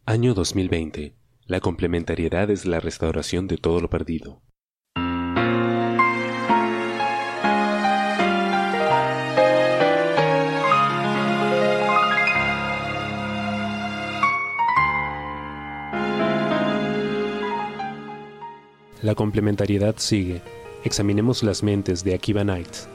Año 2020. La complementariedad es la restauración de todo lo perdido. La complementariedad sigue. Examinemos las mentes de Akiba Nights.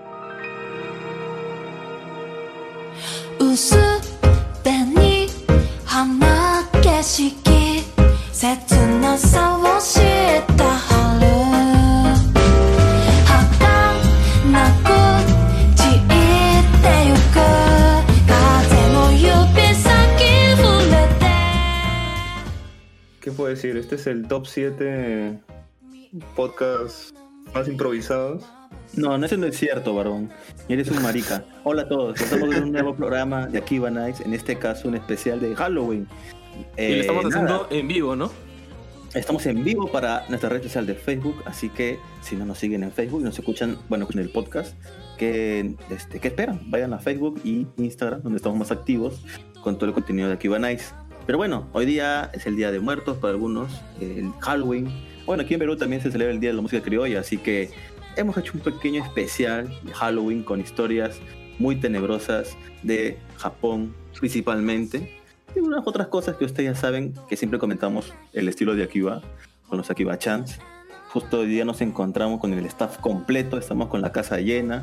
¿Qué puedo decir? Este es el top 7 podcast más improvisados. No, eso no es cierto, varón. Eres un marica. Hola a todos. Estamos en un nuevo programa de Akiba Nights. En este caso, un especial de Halloween. Y lo estamos haciendo en vivo, ¿no? Estamos en vivo para nuestra red social de Facebook. Así que si no nos siguen en Facebook y nos escuchan, bueno, con el podcast, ¿qué esperan? Vayan a Facebook y Instagram, donde estamos más activos con todo el contenido de Akiba Nights. Pero bueno, hoy día es el Día de Muertos para algunos, el Halloween. Bueno, aquí en Perú también se celebra el Día de la Música Criolla, así que hemos hecho un pequeño especial de Halloween con historias muy tenebrosas de Japón principalmente. Y unas otras cosas que ustedes ya saben, que siempre comentamos el estilo de Akiba, con los Akiba-chans. Justo hoy día nos encontramos con el staff completo, estamos con la casa llena.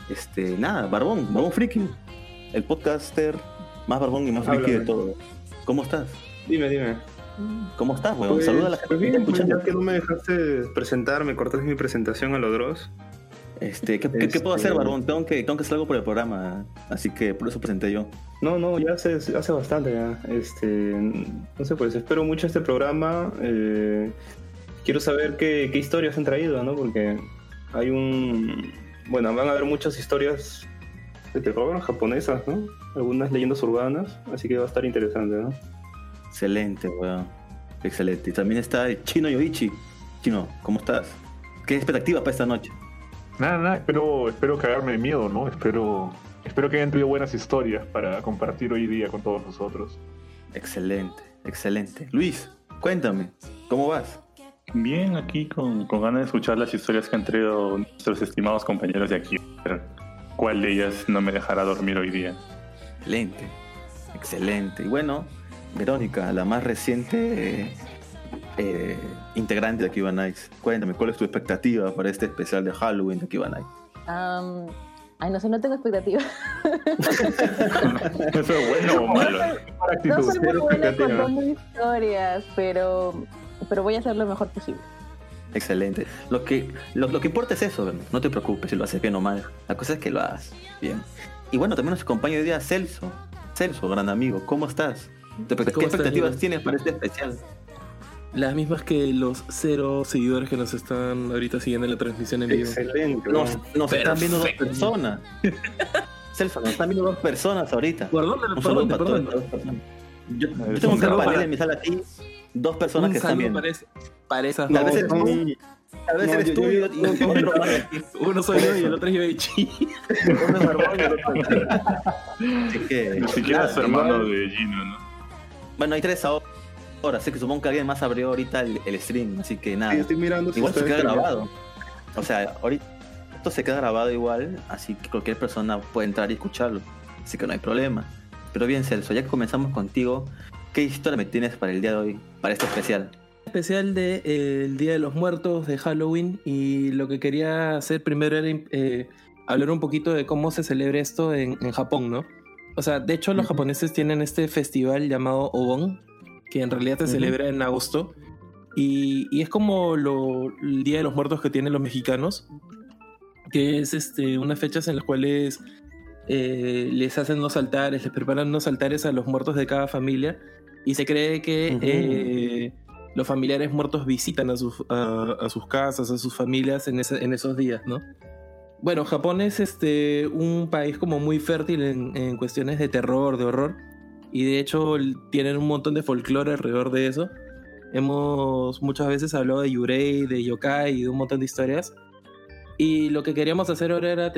Barbón Friki, el podcaster más barbón y más friki de todo. ¿Cómo estás? Dime. ¿Cómo estás, weón? Pues, Saluda a la gente que está escuchando. Ya que no me dejaste presentar, me cortaste mi presentación a lo Dross. ¿Qué puedo hacer, Barbón? Tengo que hacer algo por el programa, así que por eso presenté yo. No, ya hace bastante ya. No sé, pues espero mucho este programa. Quiero saber qué historias han traído, ¿no? Porque van a haber muchas historias de terror japonesas, ¿no? Algunas leyendas urbanas, así que va a estar interesante, ¿no? Excelente, weón. Excelente. Y también está el Chino Yoichi. Chino, ¿cómo estás? ¿Qué expectativas para esta noche? Nada, espero cagarme de miedo, ¿no? Espero que hayan traído buenas historias para compartir hoy día con todos nosotros. Excelente. Luis, cuéntame, ¿cómo vas? Bien, aquí con ganas de escuchar las historias que han traído nuestros estimados compañeros de aquí. ¿Cuál de ellas no me dejará dormir hoy día? Excelente. Y bueno, Verónica, la más reciente integrante de Akiba Nights. Cuéntame, ¿cuál es tu expectativa para este especial de Halloween de Akiba Nights? No sé, no tengo expectativa. ¿Eso es bueno o malo? No soy muy buena contando historias, pero voy a hacer lo mejor posible. Excelente. Lo que importa es eso, no te preocupes si lo haces bien o mal. La cosa es que lo hagas bien. Y bueno, también nos acompaña hoy día Celso, gran amigo, ¿cómo estás? ¿Qué expectativas tienes para este especial? Las mismas que los 0 seguidores que nos están ahorita siguiendo en la transmisión en vivo. Excelente. Nos están viendo 2 personas. Celso, nos están viendo 2 personas ahorita. Perdón. Yo tengo un panel en mi sala aquí, 2 personas que están viendo. Para esas Tal vez eres tú y otro más. Uno soy yo y el otro es Yoichi. Uno es Barbón y el otro es Así que, ni siquiera es hermano de Gino, ¿no? Bueno, hay 3 ahora, así que supongo que alguien más abrió ahorita el stream, así que nada. Sí, estoy mirando. Igual se queda grabado. O sea, ahorita esto se queda grabado igual, así que cualquier persona puede entrar y escucharlo. Así que no hay problema. Pero bien, Celso, ya que comenzamos contigo, ¿qué historia me tienes para el día de hoy, para este especial? Especial del Día de los Muertos de Halloween, y lo que quería hacer primero era hablar un poquito de cómo se celebra esto en Japón, ¿no? O sea, de hecho los japoneses tienen este festival llamado Obon, que en realidad se celebra en agosto, y es como el Día de los Muertos que tienen los mexicanos, que es unas fechas en las cuales les hacen unos altares, les preparan unos altares a los muertos de cada familia, y se cree que los familiares muertos visitan a sus casas, a sus familias en esos días, ¿no? Bueno, Japón es un país como muy fértil en cuestiones de terror, de horror, y de hecho tienen un montón de folclore alrededor de eso. Hemos muchas veces hablado de yurei, de yokai y de un montón de historias, y lo que queríamos hacer ahora era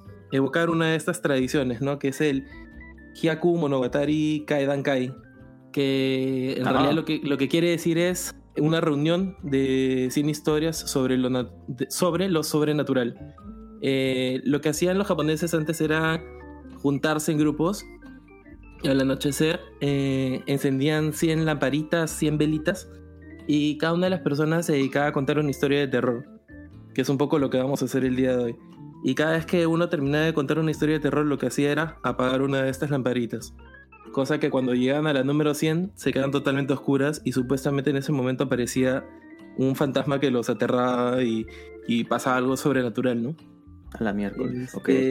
evocar una de estas tradiciones, ¿no? Que es el Hyaku Monogatari Kaidan Kai, que en realidad lo que quiere decir es una reunión de 100 historias sobre lo sobrenatural. Lo que hacían los japoneses antes era juntarse en grupos y al anochecer encendían 100 lamparitas, 100 velitas, y cada una de las personas se dedicaba a contar una historia de terror, que es un poco lo que vamos a hacer el día de hoy. Y cada vez que uno terminaba de contar una historia de terror, lo que hacía era apagar una de estas lamparitas, cosa que cuando llegaban a la número 100 se quedaban totalmente oscuras y supuestamente en ese momento aparecía un fantasma que los aterraba y pasaba algo sobrenatural, ¿no? A la miércoles.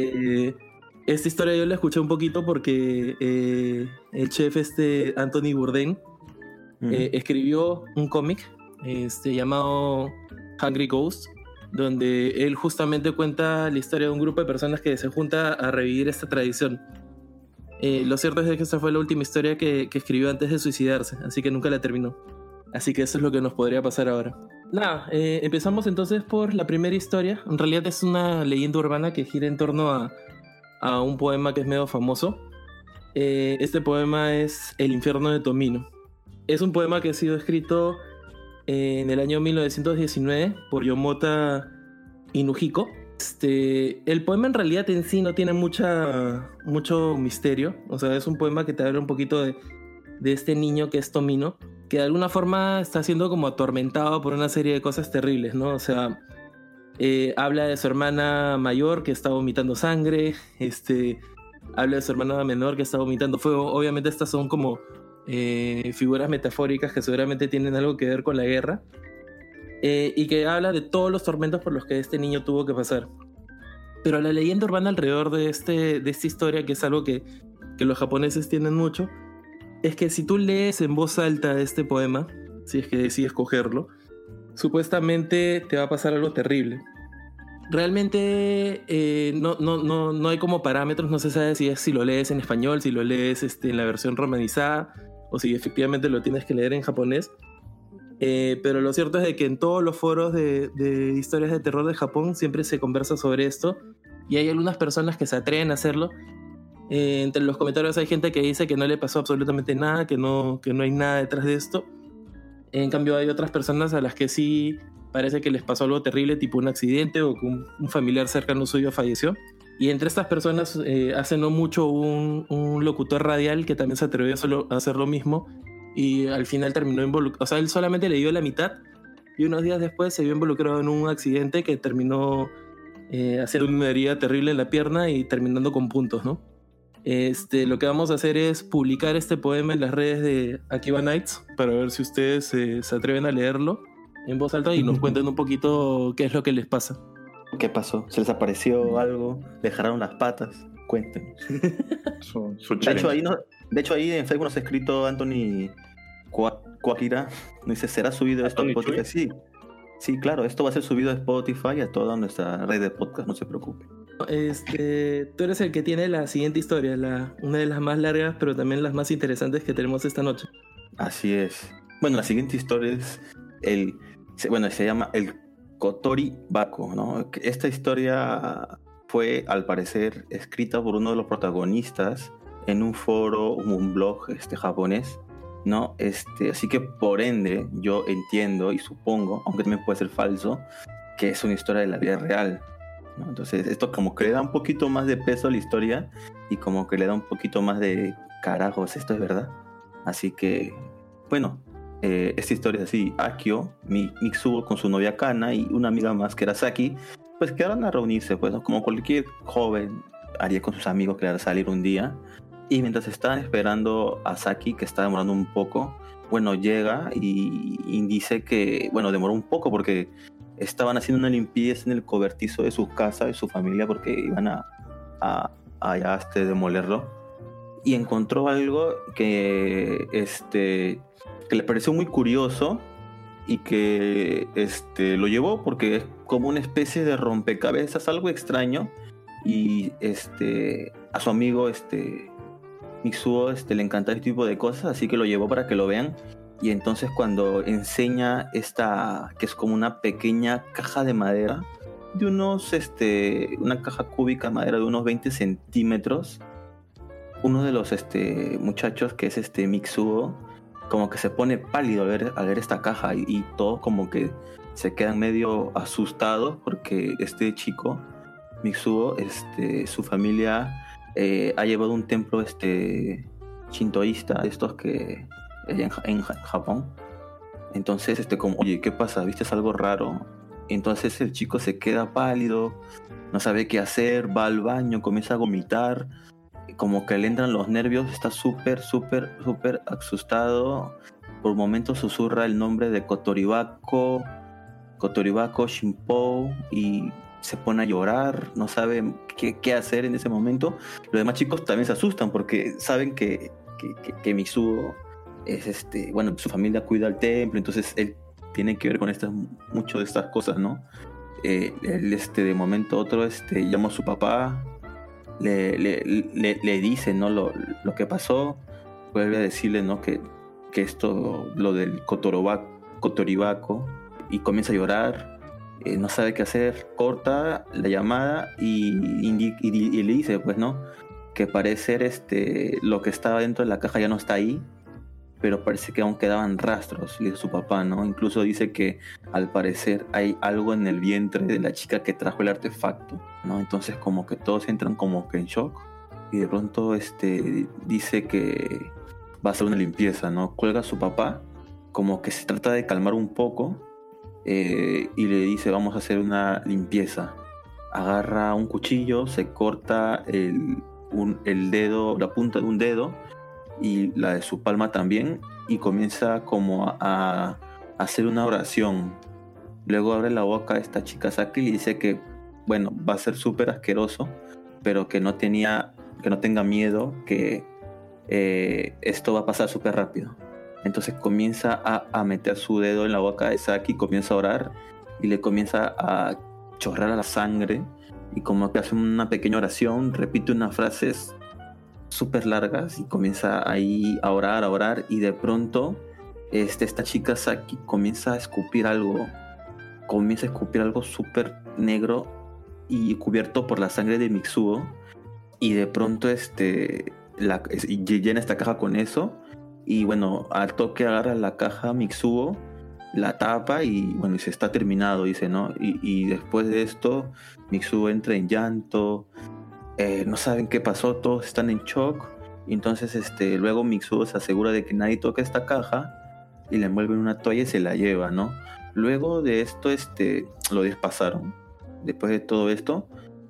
Esta historia yo la escuché un poquito porque el chef Anthony Bourdain escribió un cómic llamado Hungry Ghost, donde él justamente cuenta la historia de un grupo de personas que se junta a revivir esta tradición. Lo cierto es que esta fue la última historia que escribió antes de suicidarse, así que nunca la terminó. Así que eso es lo que nos podría pasar ahora. Nada, empezamos entonces por la primera historia. En realidad es una leyenda urbana que gira en torno a un poema que es medio famoso. Este poema es El infierno de Tomino. Es un poema que ha sido escrito en el año 1919 por Yomota Inujiko. El poema en realidad en sí no tiene mucho misterio. O sea, es un poema que te habla un poquito de este niño que es Tomino, que de alguna forma está siendo como atormentado por una serie de cosas terribles, ¿no? O sea, habla de su hermana mayor que está vomitando sangre, habla de su hermana menor que está vomitando fuego. Obviamente estas son como figuras metafóricas que seguramente tienen algo que ver con la guerra, y que habla de todos los tormentos por los que este niño tuvo que pasar. Pero la leyenda urbana alrededor de esta historia, que es algo que los japoneses tienen mucho, es que si tú lees en voz alta este poema, si es que decides cogerlo, supuestamente te va a pasar algo terrible. Realmente no hay como parámetros, no se sabe si lo lees en español, si lo lees en la versión romanizada, o si efectivamente lo tienes que leer en japonés. Pero lo cierto es de que en todos los foros de historias de terror de Japón siempre se conversa sobre esto, y hay algunas personas que se atreven a hacerlo. Entre los comentarios hay gente que dice que no le pasó absolutamente nada, que no hay nada detrás de esto. En cambio hay otras personas a las que sí parece que les pasó algo terrible, tipo un accidente o que un familiar cercano suyo falleció. Y entre estas personas hace no mucho un locutor radial que también se atrevió a hacer lo mismo, y al final terminó involucrado. O sea, él solamente le dio la mitad y unos días después se vio involucrado en un accidente que terminó haciendo una herida terrible en la pierna y terminando con puntos, ¿no? Lo que vamos a hacer es publicar este poema en las redes de Akiba Nights para ver si ustedes se atreven a leerlo en voz alta y nos cuenten un poquito qué es lo que les pasa. ¿Qué pasó? ¿Se les apareció algo? ¿Dejaron las patas? Cuéntenos. De hecho, ahí en Facebook nos ha escrito Anthony Kwakira. Nos dice, ¿será subido esto a Spotify? Sí, claro, esto va a ser subido a Spotify y a toda nuestra red de podcast, no se preocupe. Tú eres el que tiene la siguiente historia, una de las más largas, pero también las más interesantes que tenemos esta noche. Así es. Bueno, la siguiente historia es se llama el Kotori Bako, ¿no? Esta historia fue, al parecer, escrita por uno de los protagonistas en un foro, un blog japonés, ¿no? Así que por ende, yo entiendo y supongo, aunque también puede ser falso, que es una historia de la vida real, ¿no? Entonces esto como que le da un poquito más de peso a la historia y como que le da un poquito más de carajos, esto es verdad. Así que, bueno, esta historia es así. Akio, Mitsuo con su novia Kana y una amiga más que era Saki, pues quedaron a reunirse, pues, ¿no? Como cualquier joven haría con sus amigos, quedar a salir un día. Y mientras estaban esperando a Saki, que está demorando un poco, bueno, llega y dice que, bueno, demoró un poco porque estaban haciendo una limpieza en el cobertizo de su casa, de su familia, porque iban a demolerlo. Y encontró algo que le pareció muy curioso y que lo llevó porque es como una especie de rompecabezas, algo extraño. Y a su amigo Mitsuo le encanta este tipo de cosas, así que lo llevó para que lo vean. Y entonces cuando enseña esta, que es como una pequeña caja de madera, de unos, una caja cúbica de madera de unos 20 centímetros, uno de los muchachos, que es Mitsuo, como que se pone pálido al ver esta caja y todos como que se quedan medio asustados porque este chico, Mitsuo, su familia ha llevado un templo shintoísta, estos que en Japón. Entonces, como, oye, ¿qué pasa? ¿Viste algo raro? Entonces el chico se queda pálido, no sabe qué hacer, va al baño, comienza a vomitar, como que le entran los nervios, está súper asustado. Por momentos susurra el nombre de Kotoribako Shinpou, y se pone a llorar, no sabe qué hacer en ese momento. Los demás chicos también se asustan porque saben que Mitsuo es bueno, su familia cuida el templo, entonces él tiene que ver con mucho de estas cosas, ¿no? Él de momento a otro llama a su papá, le dice, ¿no? lo que pasó, vuelve a decirle, ¿no? que esto, lo del Kotoribako, y comienza a llorar, no sabe qué hacer, corta la llamada y le dice, pues, ¿no? Que parecer lo que estaba dentro de la caja ya no está ahí, pero parece que aún quedaban rastros, le dice su papá, ¿no? Incluso dice que al parecer hay algo en el vientre de la chica que trajo el artefacto, ¿no? Entonces como que todos entran como que en shock, y de pronto dice que va a hacer una limpieza, ¿no? Cuelga a su papá, como que se trata de calmar un poco, y le dice, vamos a hacer una limpieza. Agarra un cuchillo, se corta el dedo, la punta de un dedo y la de su palma también, y comienza como a hacer una oración. Luego abre la boca a esta chica Saki y dice que, bueno, va a ser súper asqueroso, pero que no tenga miedo, que esto va a pasar súper rápido. Entonces comienza a meter su dedo en la boca de Saki, comienza a orar y le comienza a chorrar a la sangre, y como que hace una pequeña oración, repite unas frases súper largas y comienza ahí a orar, y de pronto esta chica Saki comienza a escupir algo súper negro y cubierto por la sangre de Mitsuo, y de pronto llena esta caja con eso, y bueno, al toque agarra la caja Mitsuo, la tapa y bueno, y se está terminado, dice, ¿no? Y después de esto Mitsuo entra en llanto, no saben qué pasó, todos están en shock, y entonces luego Mitsuo se asegura de que nadie toque esta caja y la envuelve en una toalla y se la lleva, ¿no? Luego de esto lo despasaron. Después de todo esto,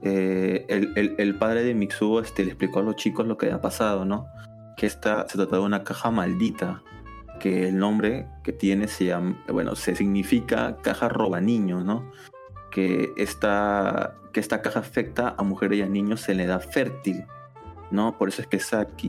el padre de Mitsuo le explicó a los chicos lo que había pasado, ¿no? Que se trataba de una caja maldita, que el nombre que tiene se significa caja roba niños, ¿no? Que esta caja afecta a mujeres y a niños en la edad fértil, ¿no? Por eso es que Saki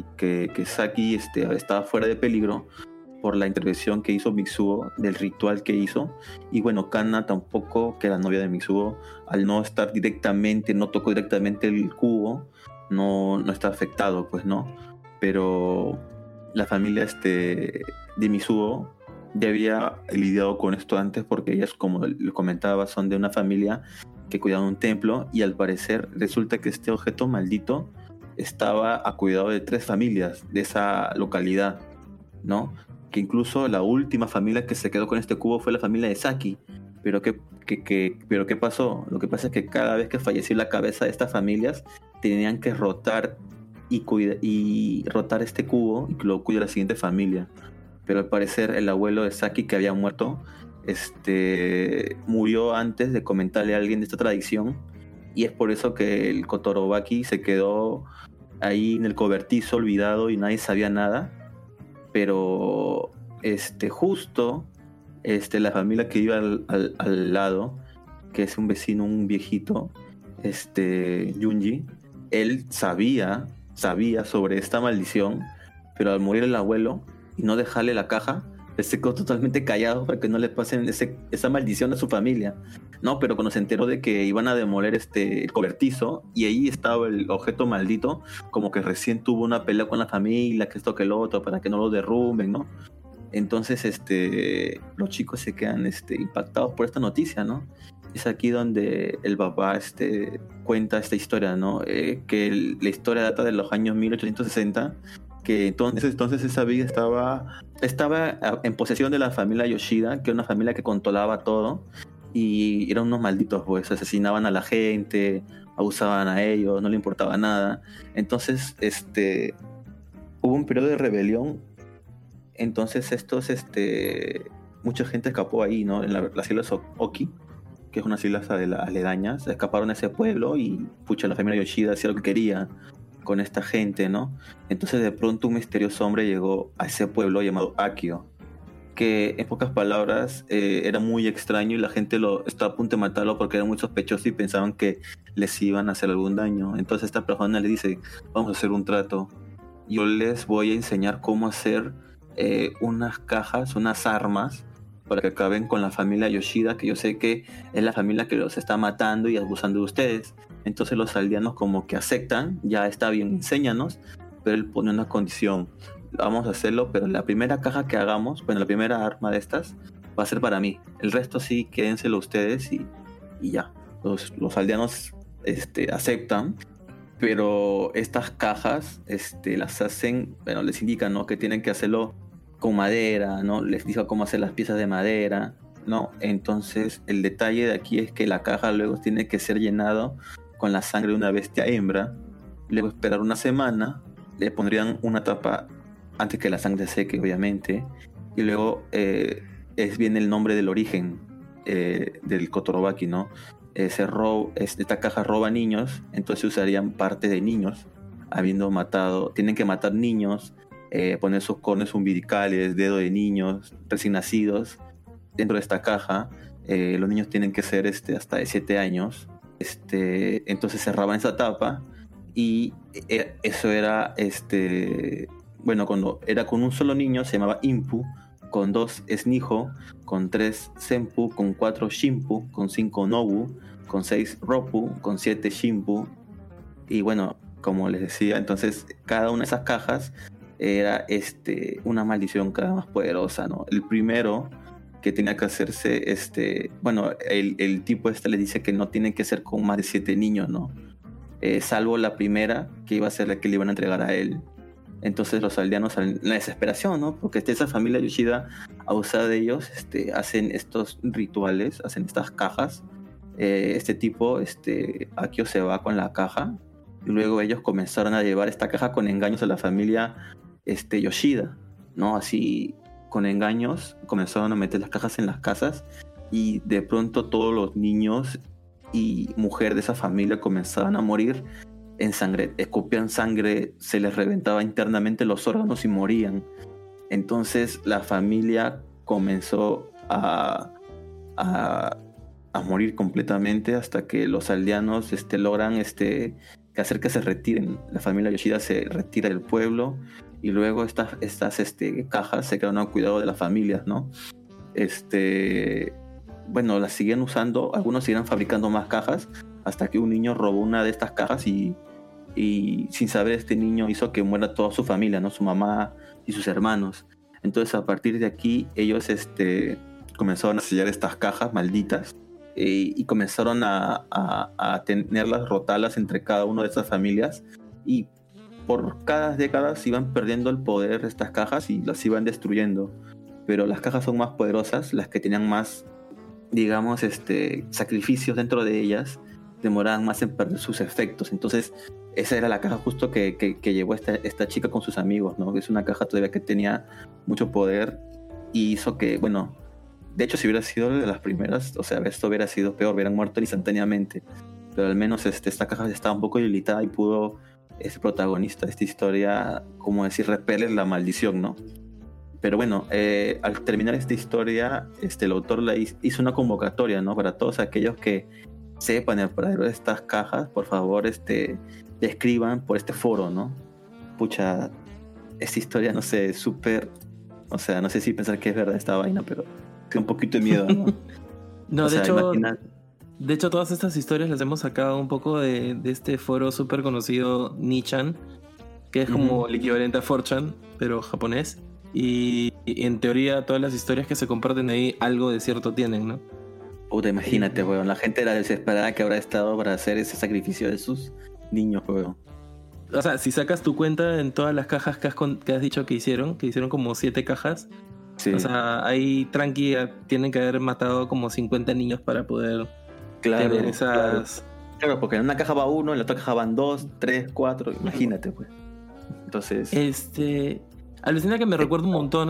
estaba fuera de peligro por la intervención que hizo Mitsuo, del ritual que hizo. Y bueno, Kana tampoco, que era la novia de Mitsuo, al no estar directamente, no tocó directamente el cubo, no está afectado, pues, ¿no? Pero la familia de Mitsuo ya había lidiado con esto antes, porque ellas, como les comentaba, son de una familia que cuidaba un templo, y al parecer resulta que este objeto maldito estaba a cuidado de 3 familias de esa localidad, ¿no? Que incluso la última familia que se quedó con este cubo fue la familia de Saki. Pero ¿qué pasó? Lo que pasa es que cada vez que falleció la cabeza de estas familias, tenían que rotar y rotar este cubo y que lo cuide la siguiente familia. Pero al parecer el abuelo de Saki, que había muerto, murió antes de comentarle a alguien de esta tradición, y es por eso que el Kotorobaki se quedó ahí en el cobertizo olvidado y nadie sabía nada. Pero justo la familia que iba al lado, que es un vecino, un viejito, Junji, él sabía sobre esta maldición, pero al morir el abuelo y no dejarle la caja, él se quedó totalmente callado para que no le pasen esa maldición a su familia, ¿no? Pero cuando se enteró de que iban a demoler el cobertizo y ahí estaba el objeto maldito, como que recién tuvo una pelea con la familia, que esto que lo otro, para que no lo derrumben, ¿no? Entonces los chicos se quedan impactados por esta noticia, ¿no? Es aquí donde el papá cuenta esta historia, ¿no? Que la historia data de los años 1860, que entonces esa villa estaba en posesión de la familia Yoshida, que era una familia que controlaba todo, y eran unos malditos, pues asesinaban a la gente, abusaban a ellos, no le importaba nada. Entonces hubo un periodo de rebelión. Entonces mucha gente escapó ahí, ¿no? En las islas Oki, que es unas islas aledañas, escaparon a ese pueblo y la familia Yoshida hacía lo que quería con esta gente, ¿no? Entonces de pronto un misterioso hombre llegó a ese pueblo llamado Akio, que en pocas palabras era muy extraño y la gente estaba a punto de matarlo porque era muy sospechoso y pensaban que les iban a hacer algún daño. Entonces esta persona le dice, vamos a hacer un trato, yo les voy a enseñar cómo hacer unas cajas, unas armas para que acaben con la familia Yoshida, que yo sé que es la familia que los está matando y abusando de ustedes. Entonces los aldeanos como que aceptan, ya está bien, enséñanos, pero él pone una condición, vamos a hacerlo, pero la primera caja que hagamos, bueno, la primera arma de estas va a ser para mí, el resto sí, quédenselo ustedes y ya. Los aldeanos aceptan, pero estas cajas las hacen, bueno, les indican, ¿no?, que tienen que hacerlo con madera, ¿no? Les dice cómo hacer las piezas de madera, ¿no? Entonces el detalle de aquí es que la caja luego tiene que ser llenado con la sangre de una bestia hembra, luego esperar una semana, le pondrían una tapa antes que la sangre seque, obviamente, y luego viene el nombre del origen del Kotorobaki, ¿no? Esta caja roba niños, entonces usarían parte de niños, tienen que matar niños, poner sus cornes umbilicales, dedo de niños recién nacidos dentro de esta caja. Los niños tienen que ser hasta de 7 años. Entonces cerraban esa tapa y eso era cuando era con un solo niño se llamaba Impu, con 2 es Nijo, con 3 Senpu, con 4 Shimpu, con 5 Nobu, con 6 Roppu, con 7 Shimpu. Y bueno, como les decía, entonces cada una de esas cajas era una maldición cada vez más poderosa, ¿no? El primero que tenía que hacerse, el tipo le dice que no tiene que ser con más de 7 niños, ¿no? Salvo la primera, que iba a ser la que le iban a entregar a él. Entonces los aldeanos, en la desesperación, ¿no?, porque esa familia Yoshida, abusada de ellos, hacen estos rituales, hacen estas cajas. Este tipo, Akio se va con la caja y luego ellos comenzaron a llevar esta caja con engaños a la familia Yoshida, ¿no? Así, con engaños, comenzaron a meter las cajas en las casas y de pronto todos los niños y mujeres de esa familia comenzaban a morir en sangre, escupían sangre, se les reventaba internamente los órganos y morían. Entonces la familia comenzó a morir completamente hasta que los aldeanos logran hacer que se retiren. La familia Yoshida se retira del pueblo y luego estas cajas se quedaron al cuidado de las familias, ¿no? Bueno, las siguen usando, algunos siguen fabricando más cajas hasta que un niño robó una de estas cajas y sin saber este niño hizo que muera toda su familia, ¿no? Su mamá y sus hermanos. Entonces a partir de aquí ellos comenzaron a sellar estas cajas malditas y comenzaron a tenerlas, rotarlas entre cada una de estas familias, y por cada década se iban perdiendo el poder de estas cajas y las iban destruyendo. Pero las cajas son más poderosas, las que tenían más, digamos, sacrificios dentro de ellas, demoraban más en perder sus efectos. Entonces esa era la caja justo que llevó esta chica con sus amigos, ¿no? Es una caja todavía que tenía mucho poder y hizo que, bueno, de hecho si hubiera sido de las primeras, o sea, esto hubiera sido peor, hubieran muerto instantáneamente, pero al menos esta caja estaba un poco debilitada y pudo ese protagonista de esta historia, como decir, repeler la maldición, ¿no? Pero bueno, al terminar esta historia, el autor hizo una convocatoria, ¿no? Para todos aquellos que sepan el paradero de estas cajas, por favor, escriban por este foro, ¿no? Pucha, esta historia, no sé, súper, o sea, no sé si pensar que es verdad esta vaina, pero un poquito de miedo, ¿no? No, o sea, de hecho, todas estas historias las hemos sacado un poco de este foro súper conocido, Nichan, que es como el equivalente a 4chan, pero japonés. Y en teoría todas las historias que se comparten ahí algo de cierto tienen, ¿no? Puta, imagínate, weón, la gente era desesperada que habrá estado para hacer ese sacrificio de sus niños, weón. O sea, si sacas tu cuenta en todas las cajas que has dicho que hicieron como 7 cajas, Sí, o sea, ahí tranqui tienen que haber matado como 50 niños para poder claro, tener esas... claro, porque en una caja va 1, en la otra caja van 2, 3, 4, imagínate, pues. Entonces, Alucina que me recuerda un montón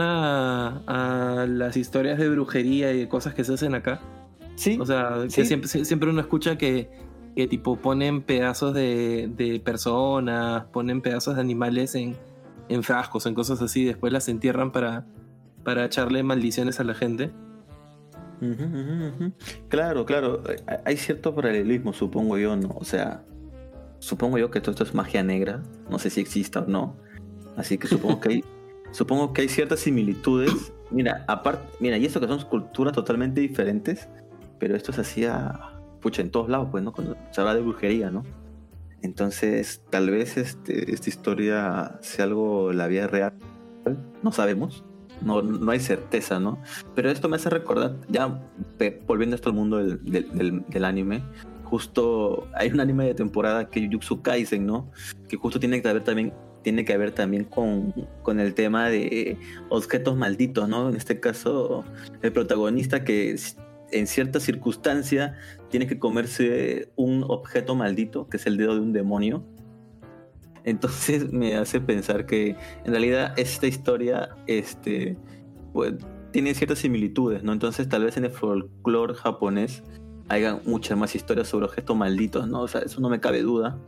a las historias de brujería y de cosas que se hacen acá. sí, O sea, sí. que siempre uno escucha que tipo ponen pedazos de personas, ponen pedazos de animales en frascos, en cosas así, después las entierran para echarle maldiciones a la gente. Ujú, ujú, ujú. Claro, claro. Hay cierto paralelismo, supongo yo, ¿no? O sea, supongo yo que todo esto es magia negra. No sé si exista o no. Así que supongo que hay ciertas similitudes. Mira, y esto que son culturas totalmente diferentes, pero esto se hacía, pucha, en todos lados, pues, ¿no? Cuando se habla de brujería, ¿no? Entonces, tal vez esta historia sea algo de la vida real. No sabemos. No hay certeza, ¿no? Pero esto me hace recordar, ya volviendo a esto al mundo del anime, justo hay un anime de temporada que es Jujutsu Kaisen, ¿no? Que justo tiene que ver también con el tema de objetos malditos, ¿no? En este caso, el protagonista que en cierta circunstancia tiene que comerse un objeto maldito, que es el dedo de un demonio. Entonces me hace pensar que en realidad esta historia pues, tiene ciertas similitudes, ¿no? Entonces tal vez en el folclore japonés haya muchas más historias sobre objetos malditos, ¿no? O sea, eso no me cabe duda.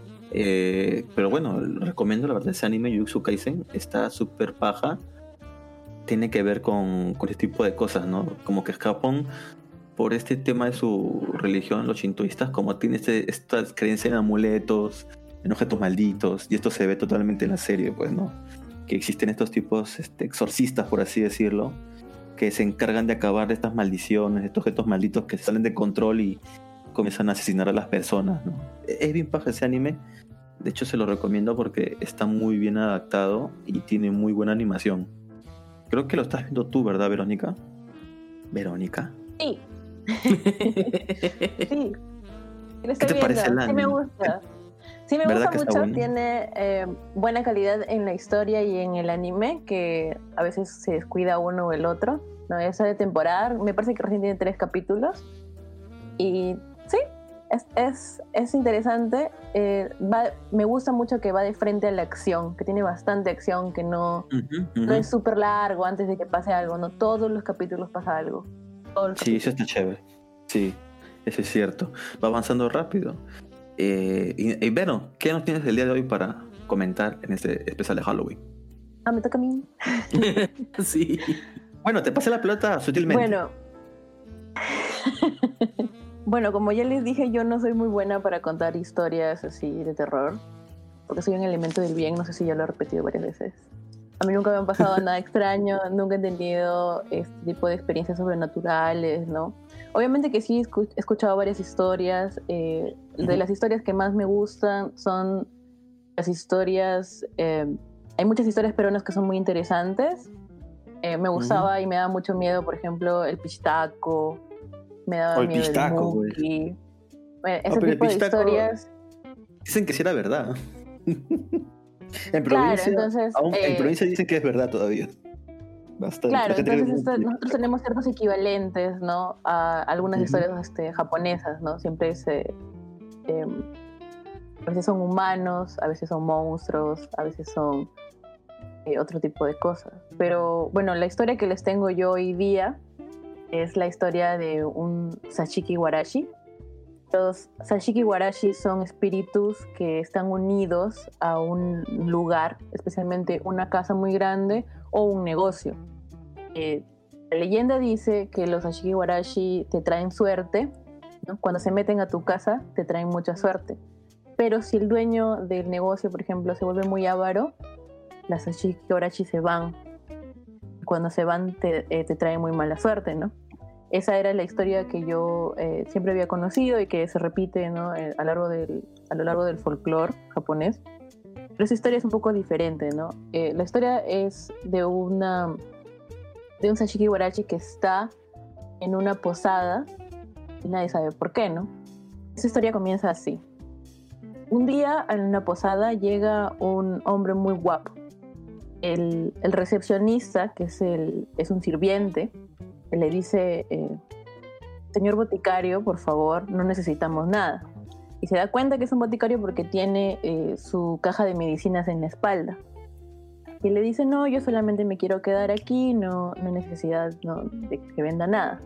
Pero bueno, recomiendo la verdad ese anime Jujutsu Kaisen, está súper paja. Tiene que ver con este tipo de cosas, ¿no? Como que Japón, por este tema de su religión, los shintoístas, como tiene esta creencia en amuletos, en objetos malditos, y esto se ve totalmente en la serie, pues, ¿no? Que existen estos tipos exorcistas, por así decirlo, que se encargan de acabar estas maldiciones, estos objetos malditos que salen de control y comienzan a asesinar a las personas, ¿no? Es bien paja ese anime, de hecho se lo recomiendo porque está muy bien adaptado y tiene muy buena animación. Creo que lo estás viendo tú, ¿verdad, Verónica? ¿Verónica? Sí. Sí. Lo ¿Qué estoy te viendo. parece el Sí anime? me gusta. Sí me ¿Verdad gusta que está mucho. bueno? Tiene buena calidad en la historia y en el anime, que a veces se descuida uno o el otro. No, esa de temporada, me parece que recién tiene 3 capítulos. Y sí, es interesante. Me gusta mucho que va de frente a la acción, que tiene bastante acción, que no es súper largo antes de que pase algo, no todos los capítulos pasa algo. Sí, eso está chévere. Sí, eso es cierto. Va avanzando rápido. Y Vero, ¿qué nos tienes el día de hoy para comentar en este especial de Halloween? Me toca a mí. Sí. Bueno, te pasé la pelota sutilmente. Bueno, como ya les dije, yo no soy muy buena para contar historias así de terror, porque soy un elemento del bien, no sé si ya lo he repetido varias veces. A mí nunca me han pasado nada extraño, nunca he tenido este tipo de experiencias sobrenaturales, ¿no? Obviamente que sí he escuchado varias historias. De las historias que más me gustan son las historias... hay muchas historias peruanas que son muy interesantes. Me gustaba y me daba mucho miedo, por ejemplo, el pichtaco. Me daba miedo el muki. Ese tipo de historias... Dicen que sí era verdad. En Claro, provincia, entonces... en provincia dicen que es verdad todavía. Bastante. Claro, entonces nosotros tenemos ciertos equivalentes, ¿no? A algunas historias japonesas, ¿no? Siempre a veces son humanos, a veces son monstruos, a veces son otro tipo de cosas. Pero bueno, la historia que les tengo yo hoy día es la historia de un Sashiki Warashi. Los Sashiki Warashi son espíritus que están unidos a un lugar, especialmente una casa muy grande o un negocio. La leyenda dice que los Sashiki Warashi te traen suerte, ¿no? Cuando se meten a tu casa te traen mucha suerte. Pero si el dueño del negocio, por ejemplo, se vuelve muy avaro, las Sashiki Warashi se van. Cuando se van te traen muy mala suerte, ¿no? Esa era la historia que yo siempre había conocido y que se repite, ¿no? a lo largo del folclore japonés. Pero esa historia es un poco diferente, ¿no? La historia es de un Sashiki Warashi que está en una posada y nadie sabe por qué, ¿no? Esa historia comienza así. Un día en una posada llega un hombre muy guapo. El recepcionista, que es un sirviente, le dice, señor boticario, por favor, no necesitamos nada. Y se da cuenta que es un boticario porque tiene su caja de medicinas en la espalda. Y le dice, no, yo solamente me quiero quedar aquí, no hay necesidad de que venda nada.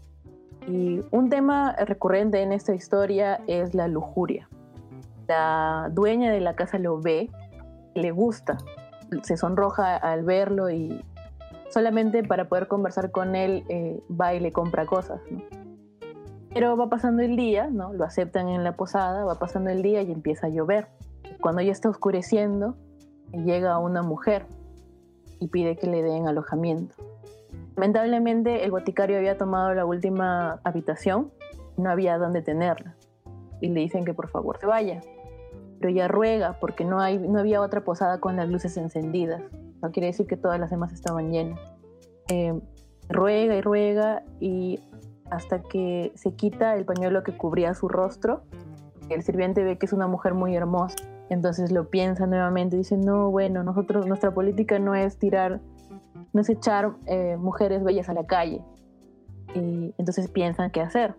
Y un tema recurrente en esta historia es la lujuria. La dueña de la casa lo ve, le gusta, se sonroja al verlo y solamente para poder conversar con él va y le compra cosas, ¿no? Pero va pasando el día, ¿no? Lo aceptan en la posada, va pasando el día y empieza a llover. Cuando ya está oscureciendo, llega una mujer y pide que le den alojamiento. Lamentablemente, el boticario había tomado la última habitación, no había dónde tenerla. Y le dicen que por favor se vaya. Pero ella ruega porque no había otra posada con las luces encendidas. No quiere decir que todas las demás estaban llenas. Ruega y ruega y hasta que se quita el pañuelo que cubría su rostro. El sirviente ve que es una mujer muy hermosa. Entonces lo piensa nuevamente y dice, no, bueno, nuestra política no es echar mujeres bellas a la calle. Y entonces piensan qué hacer.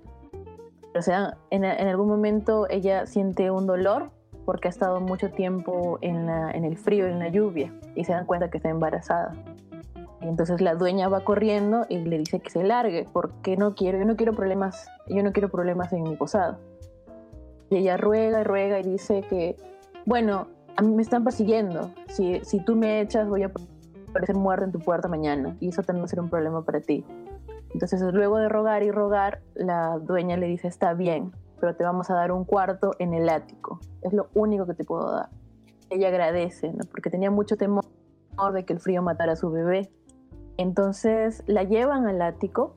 O sea, en algún momento ella siente un dolor porque ha estado mucho tiempo en el frío, en la lluvia, y se dan cuenta que está embarazada. Y entonces la dueña va corriendo y le dice que se largue porque yo no quiero problemas en mi posada. Y ella ruega y ruega y dice que, bueno, a mí me están persiguiendo. Si tú me echas, voy a aparecer muerta en tu puerta mañana y eso también va a ser un problema para ti. Entonces, luego de rogar y rogar, la dueña le dice, está bien, pero te vamos a dar un cuarto en el ático. Es lo único que te puedo dar. Ella agradece, ¿no? Porque tenía mucho temor de que el frío matara a su bebé. Entonces, la llevan al ático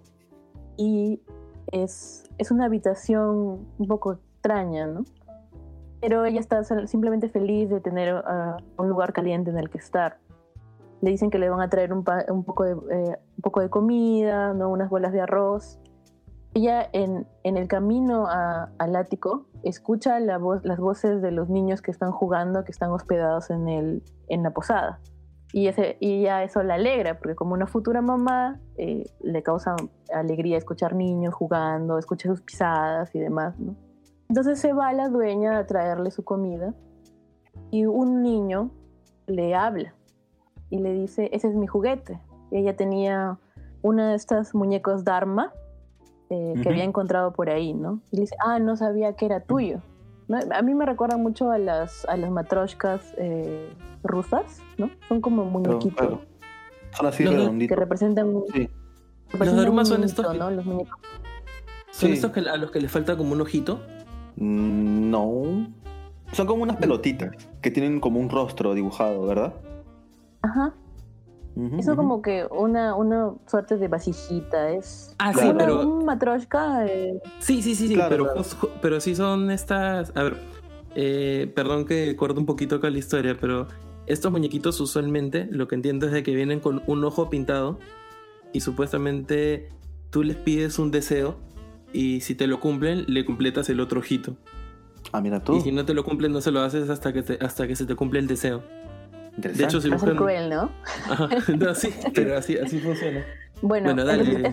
y es una habitación un poco extraña, ¿no? Pero ella está simplemente feliz de tener un lugar caliente en el que estar. Le dicen que le van a traer un poco de comida, ¿no? Unas bolas de arroz. Ella en el camino al ático escucha las voces de los niños que están jugando, que están hospedados en la posada. Y ya eso la alegra, porque como una futura mamá le causa alegría escuchar niños jugando, escucha sus pisadas y demás, ¿no? Entonces se va la dueña a traerle su comida y un niño le habla y le dice, ese es mi juguete. Y ella tenía una de estas muñecos Dharma que había encontrado por ahí, ¿no? Y le dice, no sabía que era tuyo, ¿no? A mí me recuerda mucho a las matroshkas rusas, ¿no? Son como muñequitos. Claro. Son así redonditos. Que representan... Sí. Los Dharma son estos, ¿no? Los muñecos. ¿Son estos a los que les falta como un ojito? No. Son como unas pelotitas que tienen como un rostro dibujado, ¿verdad? Ajá. Eso como que una suerte de vasijita es. Sí, pero un matroshka. Sí, claro, pero sí son estas. A ver, perdón que corto un poquito acá la historia, pero estos muñequitos usualmente lo que entiendo es de que vienen con un ojo pintado y supuestamente tú les pides un deseo y si te lo cumplen le completas el otro ojito. Mira tú. Y si no te lo cumplen no se lo haces hasta que se te cumple el deseo. De hecho, si va a ser buscan... cruel, ¿no? Ajá, no, sí, pero así funciona. Bueno, dale,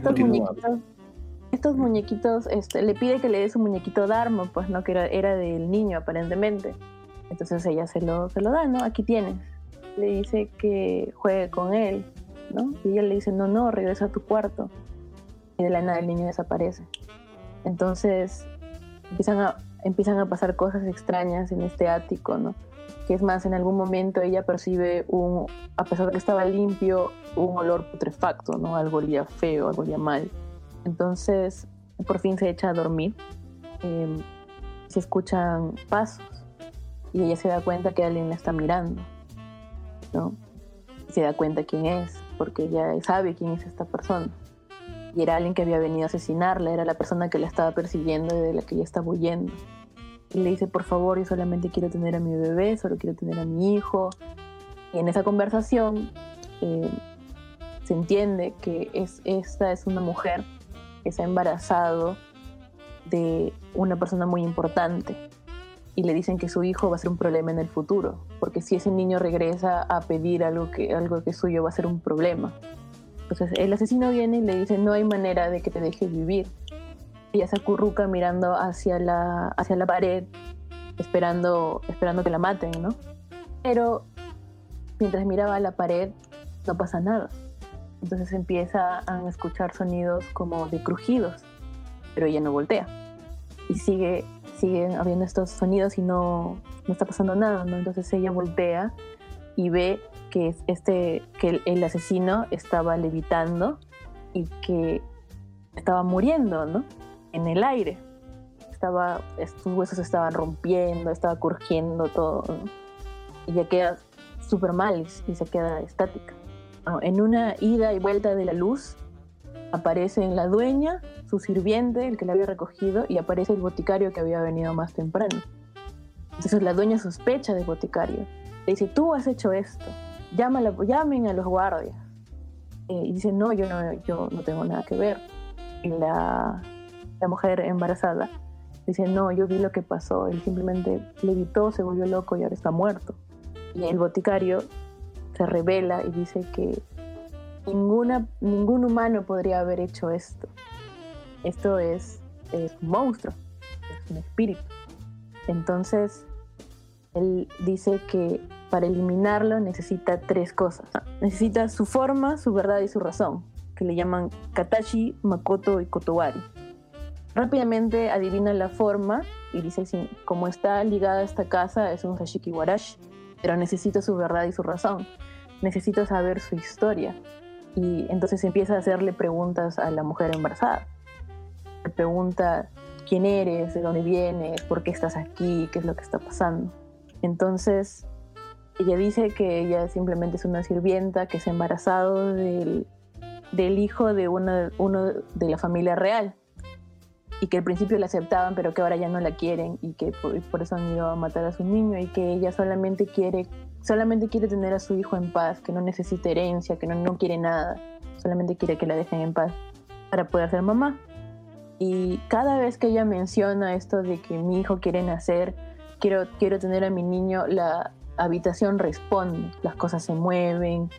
estos muñequitos, le pide que le dé su muñequito Dharma, pues, ¿no? Que era del niño, aparentemente. Entonces ella se lo da, ¿no? Aquí tienes. Le dice que juegue con él, ¿no? Y ella le dice, no, regresa a tu cuarto. Y de la nada el niño desaparece. Entonces empiezan a pasar cosas extrañas en este ático, ¿no? Que es más, en algún momento ella percibe a pesar de que estaba limpio, un olor putrefacto, ¿no? Algo olía feo, algo olía mal. Entonces, por fin se echa a dormir. Se escuchan pasos y ella se da cuenta que alguien la está mirando, ¿no? Y se da cuenta quién es, porque ella sabe quién es esta persona. Y era alguien que había venido a asesinarla, era la persona que la estaba persiguiendo y de la que ella estaba huyendo. Y le dice, por favor, yo solamente quiero tener a mi bebé, solo quiero tener a mi hijo. Y en esa conversación se entiende que esta es una mujer que se ha embarazado de una persona muy importante. y le dicen que su hijo va a ser un problema en el futuro, porque si ese niño regresa a pedir algo que es suyo va a ser un problema. Entonces el asesino viene y le dice, no hay manera de que te dejes vivir. Ella se acurruca mirando hacia la pared, esperando que la maten, ¿no? Pero mientras miraba a la pared no pasa nada. Entonces empieza a escuchar sonidos como de crujidos, pero ella no voltea. Y siguen habiendo estos sonidos y no está pasando nada, ¿no? Entonces ella voltea y ve que el asesino estaba levitando y que estaba muriendo, ¿no? En el aire. Sus huesos estaban rompiendo, estaba crujiendo todo, ¿no? Y ella queda súper mal y se queda estática. ¿No? En una ida y vuelta de la luz aparecen la dueña, su sirviente, el que la había recogido, y aparece el boticario que había venido más temprano. Entonces la dueña sospecha del boticario. Le dice, tú has hecho esto, llamen a los guardias. Y dice, no, yo no tengo nada que ver. Y la mujer embarazada dice, no, yo vi lo que pasó, él simplemente levitó, se volvió loco y ahora está muerto. Y el boticario se revela y dice que ningún humano podría haber hecho esto. Esto es un monstruo, es un espíritu. Entonces, él dice que para eliminarlo necesita 3 cosas. Necesita su forma, su verdad y su razón, que le llaman Katashi, Makoto y Kotowari. Rápidamente adivina la forma y dice, sí, como está ligada a esta casa, es un Hashiki Warashi, pero necesita su verdad y su razón. Necesita saber su historia. Y entonces empieza a hacerle preguntas a la mujer embarazada. Le pregunta, ¿quién eres? ¿De dónde vienes? ¿Por qué estás aquí? ¿Qué es lo que está pasando? Entonces, ella dice que ella simplemente es una sirvienta que se ha embarazado del hijo de uno de la familia real. Y que al principio la aceptaban, pero que ahora ya no la quieren y que por eso han ido a matar a su niño y que ella solamente quiere tener a su hijo en paz, que no necesita herencia, que no quiere nada, solamente quiere que la dejen en paz para poder ser mamá. Y cada vez que ella menciona esto de que mi hijo quiere nacer, quiero tener a mi niño, la habitación responde, las cosas se mueven.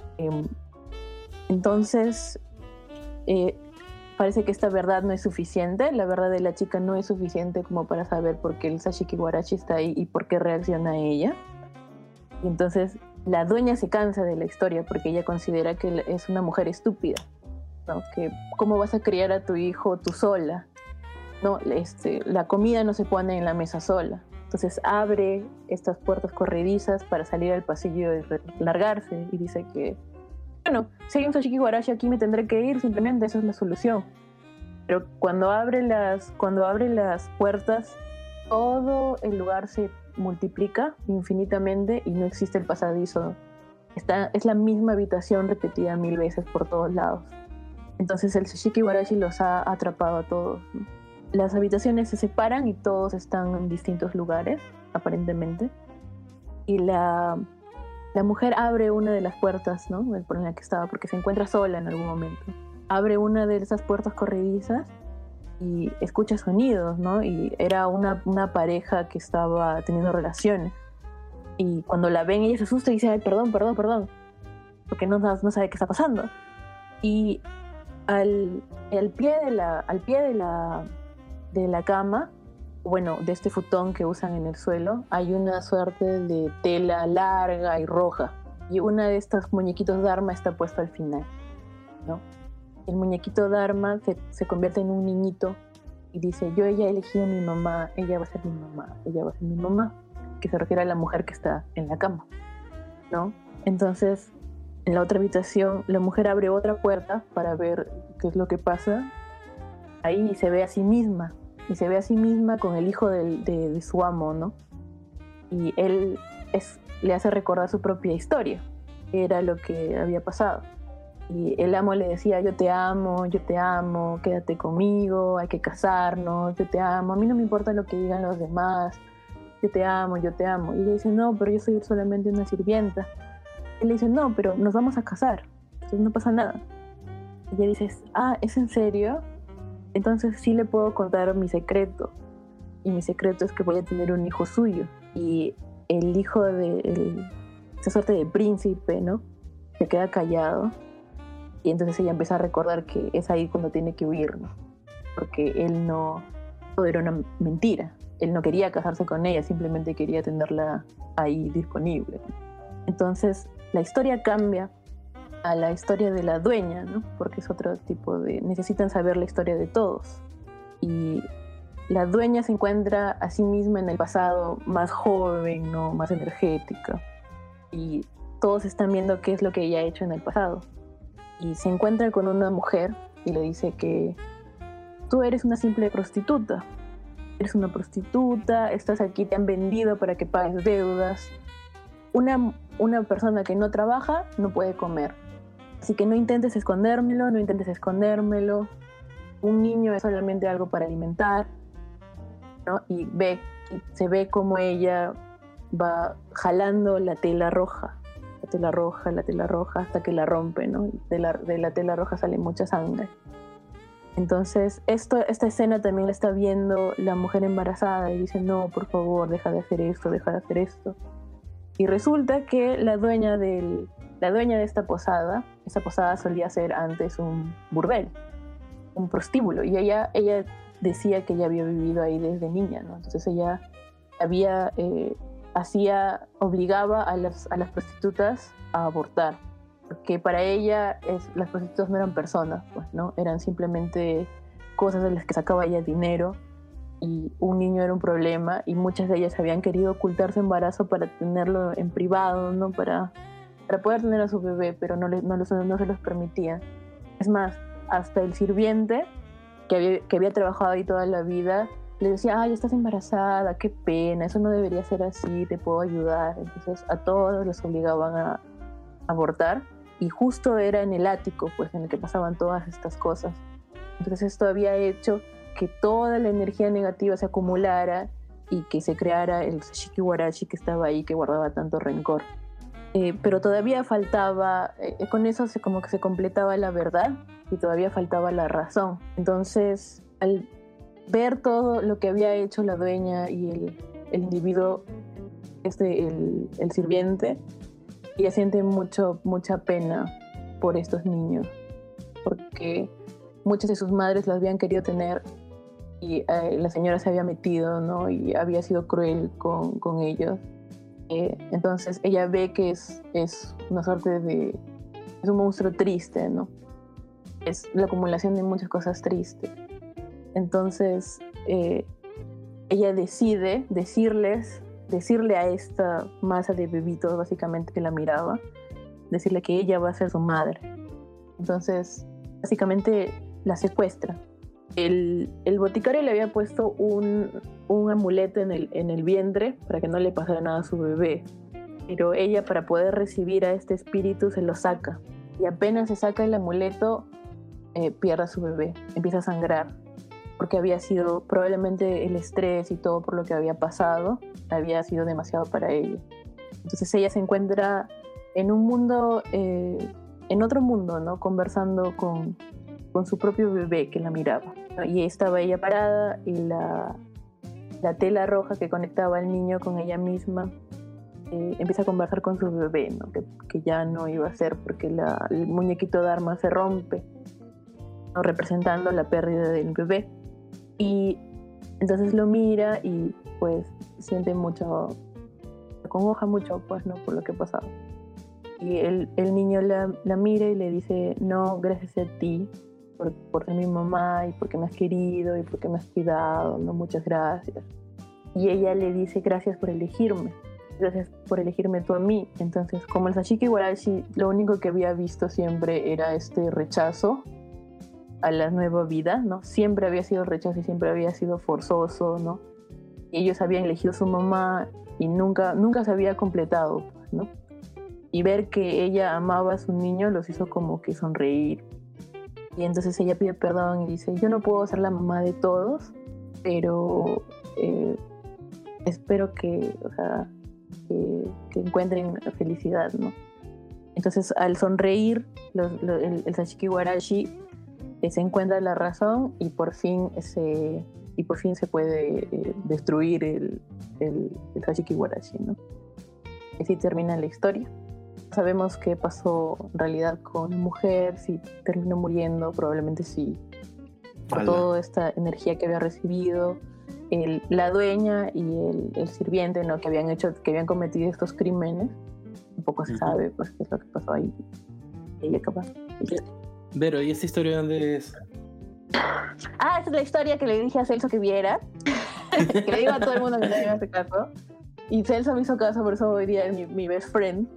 Entonces, parece que esta verdad no es suficiente, la verdad de la chica no es suficiente como para saber por qué el Hashiki Warashi está ahí y por qué reacciona ella. Y entonces la dueña se cansa de la historia porque ella considera que es una mujer estúpida, ¿no? Que cómo vas a criar a tu hijo tú sola, ¿no? La comida no se pone en la mesa sola. Entonces abre estas puertas corredizas para salir al pasillo y largarse y dice que bueno, si hay un Hashiki Warashi aquí me tendré que ir, simplemente esa es la solución. Pero cuando abre las puertas, todo el lugar se multiplica infinitamente y no existe el pasadizo. Es la misma habitación repetida 1000 veces por todos lados. Entonces el Hashiki Warashi los ha atrapado a todos, ¿no? Las habitaciones se separan y todos están en distintos lugares, aparentemente. Y la mujer abre una de las puertas, ¿no? Por la que estaba, porque se encuentra sola en algún momento. Abre una de esas puertas corredizas y escucha sonidos, ¿no? Y era una pareja que estaba teniendo relaciones. Y cuando la ven, ella se asusta y dice, ay, perdón, porque no sabe qué está pasando. Y al pie de la cama, bueno, de este futón que usan en el suelo, hay una suerte de tela larga y roja. Y una de estas muñequitos Dharma está puesto al final, ¿no? El muñequito Dharma se convierte en un niñito y dice, ella he elegido a mi mamá, ella va a ser mi mamá, ella va a ser mi mamá, que se refiere a la mujer que está en la cama, ¿no? Entonces, en la otra habitación, la mujer abre otra puerta para ver qué es lo que pasa. Ahí se ve a sí misma, y se ve a sí misma con el hijo de su amo, ¿no? Y él le hace recordar su propia historia, que era lo que había pasado. Y el amo le decía, yo te amo, quédate conmigo, hay que casarnos, yo te amo, a mí no me importa lo que digan los demás, yo te amo. Y ella dice, no, pero yo soy solamente una sirvienta. Él le dice, no, pero nos vamos a casar, entonces no pasa nada. Y ella dice, ¿es en serio? Entonces sí le puedo contar mi secreto. y mi secreto es que voy a tener un hijo suyo. Y el hijo de esa suerte de príncipe, ¿no? Se queda callado y entonces ella empieza a recordar que es ahí cuando tiene que huir, ¿no? Porque él no... Todo era una mentira. Él no quería casarse con ella, simplemente quería tenerla ahí disponible. Entonces la historia cambia a la historia de la dueña, ¿no? Porque es otro tipo de... Necesitan saber la historia de todos. Y la dueña se encuentra a sí misma en el pasado más joven, ¿no? Más energética. Y todos están viendo qué es lo que ella ha hecho en el pasado. Y se encuentra con una mujer y le dice que tú eres una simple prostituta. Eres una prostituta, estás aquí, te han vendido para que pagues deudas. Una persona que no trabaja no puede comer. Así que no intentes escondérmelo, no intentes escondérmelo. Un niño es solamente algo para alimentar, ¿no? Y se ve como ella va jalando la tela roja, hasta que la rompe, ¿no? Y de la tela roja sale mucha sangre. Entonces, esta escena también la está viendo la mujer embarazada y dice, no, por favor, deja de hacer esto, deja de hacer esto. Y resulta que la dueña de esta posada solía ser antes un burdel, un prostíbulo, y ella decía que ella había vivido ahí desde niña, ¿no? Entonces ella obligaba a las prostitutas a abortar, porque para ella las prostitutas no eran personas, pues, ¿no? Eran simplemente cosas de las que sacaba ella dinero, y un niño era un problema, y muchas de ellas habían querido ocultar su embarazo para tenerlo en privado, ¿no? Para poder tener a su bebé, pero no se los permitían. Es más, hasta el sirviente que había trabajado ahí toda la vida le decía, ay, estás embarazada, qué pena, eso no debería ser así, te puedo ayudar. Entonces a todos los obligaban a abortar, y justo era en el ático, pues, en el que pasaban todas estas cosas. Entonces esto había hecho que toda la energía negativa se acumulara y que se creara el Sashiki Warashi que estaba ahí, que guardaba tanto rencor. Pero todavía faltaba, con eso como que se completaba la verdad, y todavía faltaba la razón. Entonces, al ver todo lo que había hecho la dueña y el individuo, el sirviente, ella siente mucha pena por estos niños, porque muchas de sus madres las habían querido tener y la señora se había metido, ¿no? Y había sido cruel con ellos. Entonces ella ve que es una suerte de... es un monstruo triste, ¿no? Es la acumulación de muchas cosas tristes. Entonces ella decide decirle a esta masa de bebitos, básicamente, que la miraba, decirle que ella va a ser su madre. Entonces básicamente la secuestra. El boticario le había puesto un amuleto en el vientre para que no le pasara nada a su bebé, pero ella, para poder recibir a este espíritu, se lo saca, y apenas se saca el amuleto, pierde a su bebé, empieza a sangrar, porque había sido probablemente el estrés y todo por lo que había pasado, había sido demasiado para ella. Entonces ella se encuentra en un mundo, en otro mundo, ¿no? Conversando con su propio bebé que la miraba, ¿no? Y estaba ella parada, y la tela roja que conectaba al niño con ella misma empieza a conversar con su bebé, ¿no? Que ya no iba a ser, porque el muñequito de arma se rompe, ¿no? Representando la pérdida del bebé. Y entonces lo mira y pues siente mucho, se acongoja mucho, pues, ¿no? Por lo que ha pasado. Y el niño la mira y le dice, no, gracias a ti por ser mi mamá, y porque me has querido y porque me has cuidado, ¿no? Muchas gracias. Y ella le dice, gracias por elegirme tú a mí. Entonces, como el Sashiki Warashi lo único que había visto siempre era este rechazo a la nueva vida, ¿no? Siempre había sido rechazo y siempre había sido forzoso, ¿no? Y ellos habían elegido a su mamá y nunca se había completado, ¿no? Y ver que ella amaba a su niño los hizo como que sonreír. Y entonces ella pide perdón y dice, yo no puedo ser la mamá de todos, pero espero que encuentren felicidad, ¿no? Entonces, al sonreír, el Sashiki Warashi se encuentra la razón, y por fin se y por fin se puede destruir el Hashiki Warashi, ¿no? Y así termina la historia. Sabemos qué pasó en realidad con la mujer, si terminó muriendo, probablemente sí, por toda esta energía que había recibido. La dueña y el sirviente, ¿no? que habían cometido estos crímenes, un poco se sabe pues qué es lo que pasó ahí. Ella capaz. Vero, ¿y esta historia dónde es? Esa es la historia que le dije a Celso que viera. Que le digo a todo el mundo que no me hace caso. Y Celso me hizo caso, por eso hoy día es mi best friend.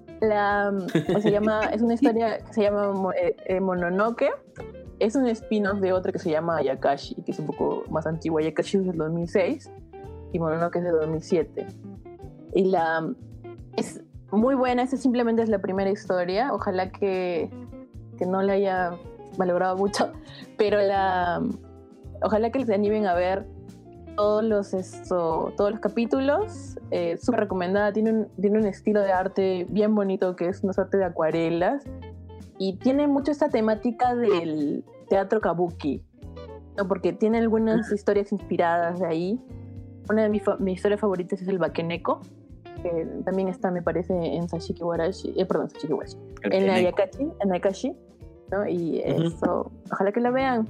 Es una historia que se llama Mononoke. Es un spin-off de otra que se llama Ayakashi, que es un poco más antigua. Ayakashi es del 2006 y Mononoke es de 2007. Y es muy buena. Esta simplemente es la primera historia. Ojalá que no la haya valorado mucho, pero ojalá que se animen a ver todos los capítulos. Súper recomendada. Tiene un estilo de arte bien bonito, que es una suerte de acuarelas, y tiene mucho esta temática del teatro kabuki, ¿no? Porque tiene algunas historias inspiradas de ahí. Una de mis historias favoritas es el Bakeneko, que también está, me parece, en Hashiki Warashi, en Ayakashi, ¿no? Y eso, ojalá que la vean.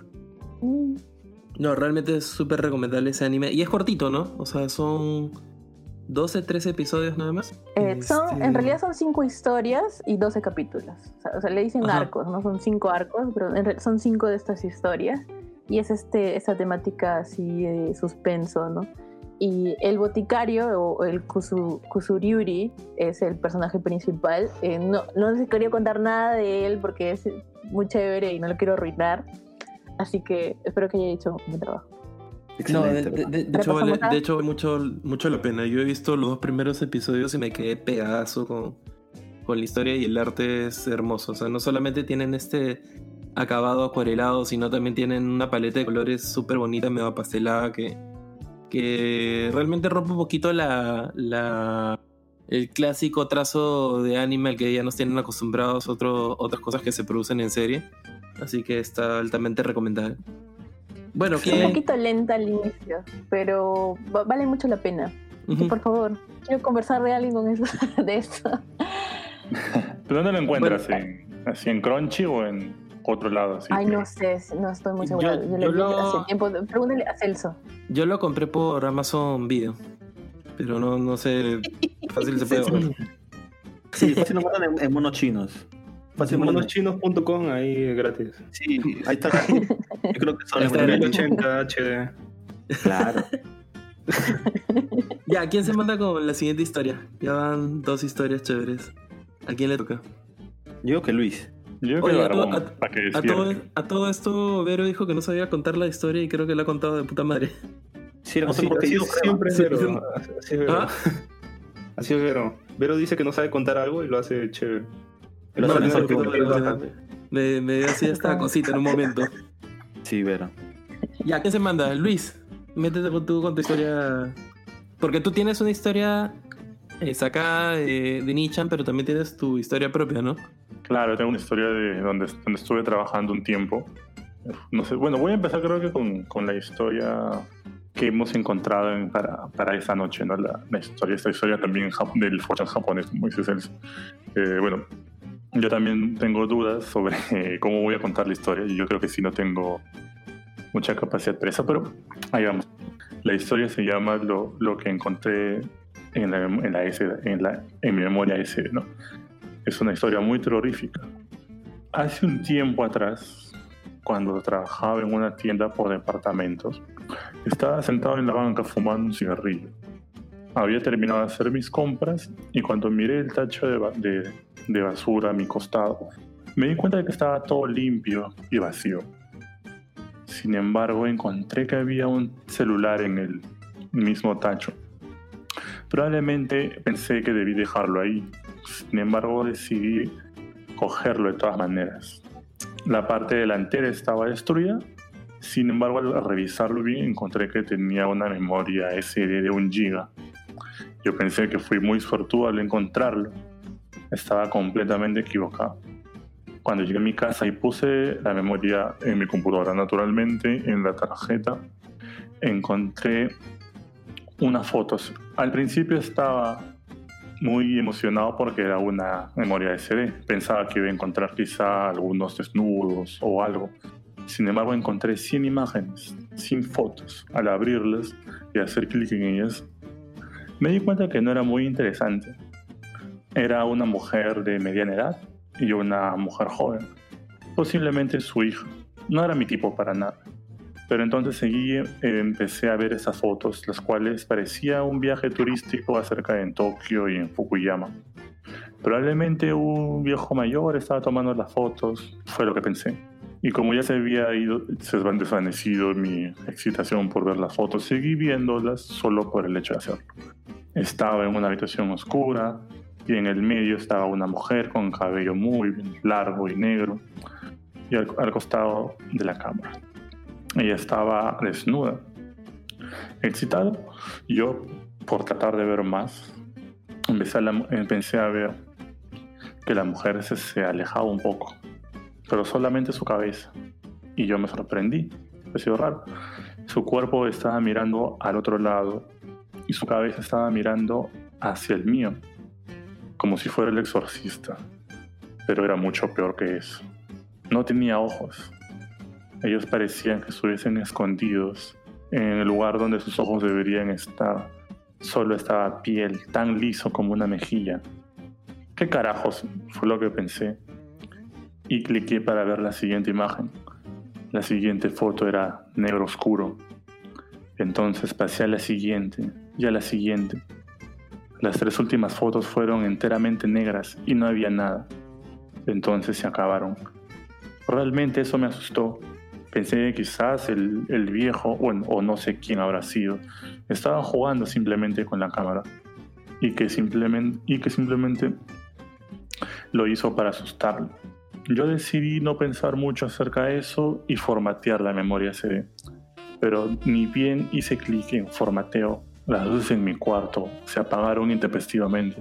No, realmente es súper recomendable ese anime. Y es cortito, ¿no? O sea, son 12, 13 episodios nada más. En realidad son 5 historias y 12 capítulos. O sea, le dicen arcos, ¿no? Son 5 arcos, pero son 5 de estas historias. Y es esta temática así de suspenso, ¿no? Y el boticario, o el Kusuriuri, es el personaje principal. No les quería contar nada de él porque es muy chévere y no lo quiero arruinar. Así que espero que haya hecho un buen trabajo. No, de hecho vale mucho la pena. Yo he visto los 2 primeros episodios y me quedé pedazo con la historia, y el arte es hermoso. O sea, no solamente tienen este acabado acuarelado, sino también tienen una paleta de colores súper bonita, medio pastelada, que realmente rompe un poquito el clásico trazo de anime al que ya nos tienen acostumbrados otras cosas que se producen en serie. Así que está altamente recomendable. Bueno, es un poquito lenta al inicio, pero vale mucho la pena. Y por favor, quiero conversar de esto. ¿Pero dónde lo encuentras? ¿Así en Crunchy o en otro lado? Así? Ay, no sé, no estoy muy segura. Yo lo vi hace tiempo. Pregúntale a Celso. Yo lo compré por Amazon Video, pero no sé, fácil se puede ver. Sí, fácil lo mandan en monos chinos. Monochinos.com, ahí gratis. Sí, ahí está. Yo creo que son en 1080 HD. Claro. Ya, ¿quién se manda con la siguiente historia? Ya van 2 historias chéveres. ¿A quién le toca? Yo que Luis. Yo Oye, para que despierte. a todo esto, Vero dijo que no sabía contar la historia y creo que la ha contado de puta madre. Sí, la contó porque yo siempre es Vero. Así es Vero. Así es Vero. Vero dice que no sabe contar algo y lo hace chévere. Me dio así esta cosita en un momento. Sí, Vero. Ya, ¿quién se manda? Luis, métete tú con tu historia. Porque tú tienes una historia sacada de Nichan, pero también tienes tu historia propia, ¿no? Claro, tengo una historia de donde estuve trabajando un tiempo. No sé, bueno, voy a empezar creo que con la historia que hemos encontrado para esa noche, ¿no? Esta historia también del fortune japonés, como dice Celso. Bueno, yo también tengo dudas sobre cómo voy a contar la historia, y yo creo que sí no tengo mucha capacidad para eso, pero ahí vamos. La historia se llama Lo que encontré en mi memoria SD, ¿no? Es una historia muy terrorífica. Hace un tiempo atrás, cuando trabajaba en una tienda por departamentos, estaba sentado en la banca fumando un cigarrillo. Había terminado de hacer mis compras y cuando miré el tacho de basura a mi costado, me di cuenta de que estaba todo limpio y vacío. Sin embargo, encontré que había un celular en el mismo tacho. Probablemente pensé que debí dejarlo ahí. Sin embargo, decidí cogerlo de todas maneras. La parte delantera estaba destruida. Sin embargo, al revisarlo bien, encontré que tenía una memoria SD de 1 GB. Yo pensé que fui muy suertudo al encontrarlo. Estaba completamente equivocado. Cuando llegué a mi casa y puse la memoria en mi computadora, naturalmente, en la tarjeta, encontré unas fotos. Al principio estaba muy emocionado porque era una memoria SD. Pensaba que iba a encontrar quizá algunos desnudos o algo. Sin embargo, encontré 100 imágenes, 100 fotos. Al abrirlas y hacer clic en ellas, me di cuenta que no era muy interesante. Era una mujer de mediana edad y una mujer joven, posiblemente su hija. No era mi tipo para nada. Pero entonces empecé a ver esas fotos, las cuales parecía un viaje turístico acerca de en Tokio y en Fukuyama. Probablemente un viejo mayor estaba tomando las fotos, fue lo que pensé. Y como ya se había desvanecido mi excitación por ver las fotos, seguí viéndolas solo por el hecho de hacerlo. Estaba en una habitación oscura y en el medio estaba una mujer con cabello muy largo y negro y al costado de la cámara. Ella estaba desnuda. Excitado, yo, por tratar de ver más, empecé a ver que la mujer se alejaba un poco, pero solamente su cabeza. Y yo me sorprendí, me pareció raro. Su cuerpo estaba mirando al otro lado y su cabeza estaba mirando hacia el mío, como si fuera el exorcista. Pero era mucho peor que eso. No tenía ojos. Ellos parecían que estuviesen escondidos en el lugar donde sus ojos deberían estar. Solo estaba piel, tan liso como una mejilla. ¿Qué carajos? Fue lo que pensé. Y cliqué para ver la siguiente imagen. La siguiente foto era negro oscuro. Entonces pasé a la siguiente y a la siguiente. Las 3 últimas fotos fueron enteramente negras y no había nada. Entonces se acabaron. Realmente eso me asustó. Pensé que quizás el viejo, o no sé quién habrá sido, estaba jugando simplemente con la cámara y que simplemente lo hizo para asustarlo. Yo decidí no pensar mucho acerca de eso y formatear la memoria CD. Pero ni bien hice clic en formateo, las luces en mi cuarto se apagaron intempestivamente.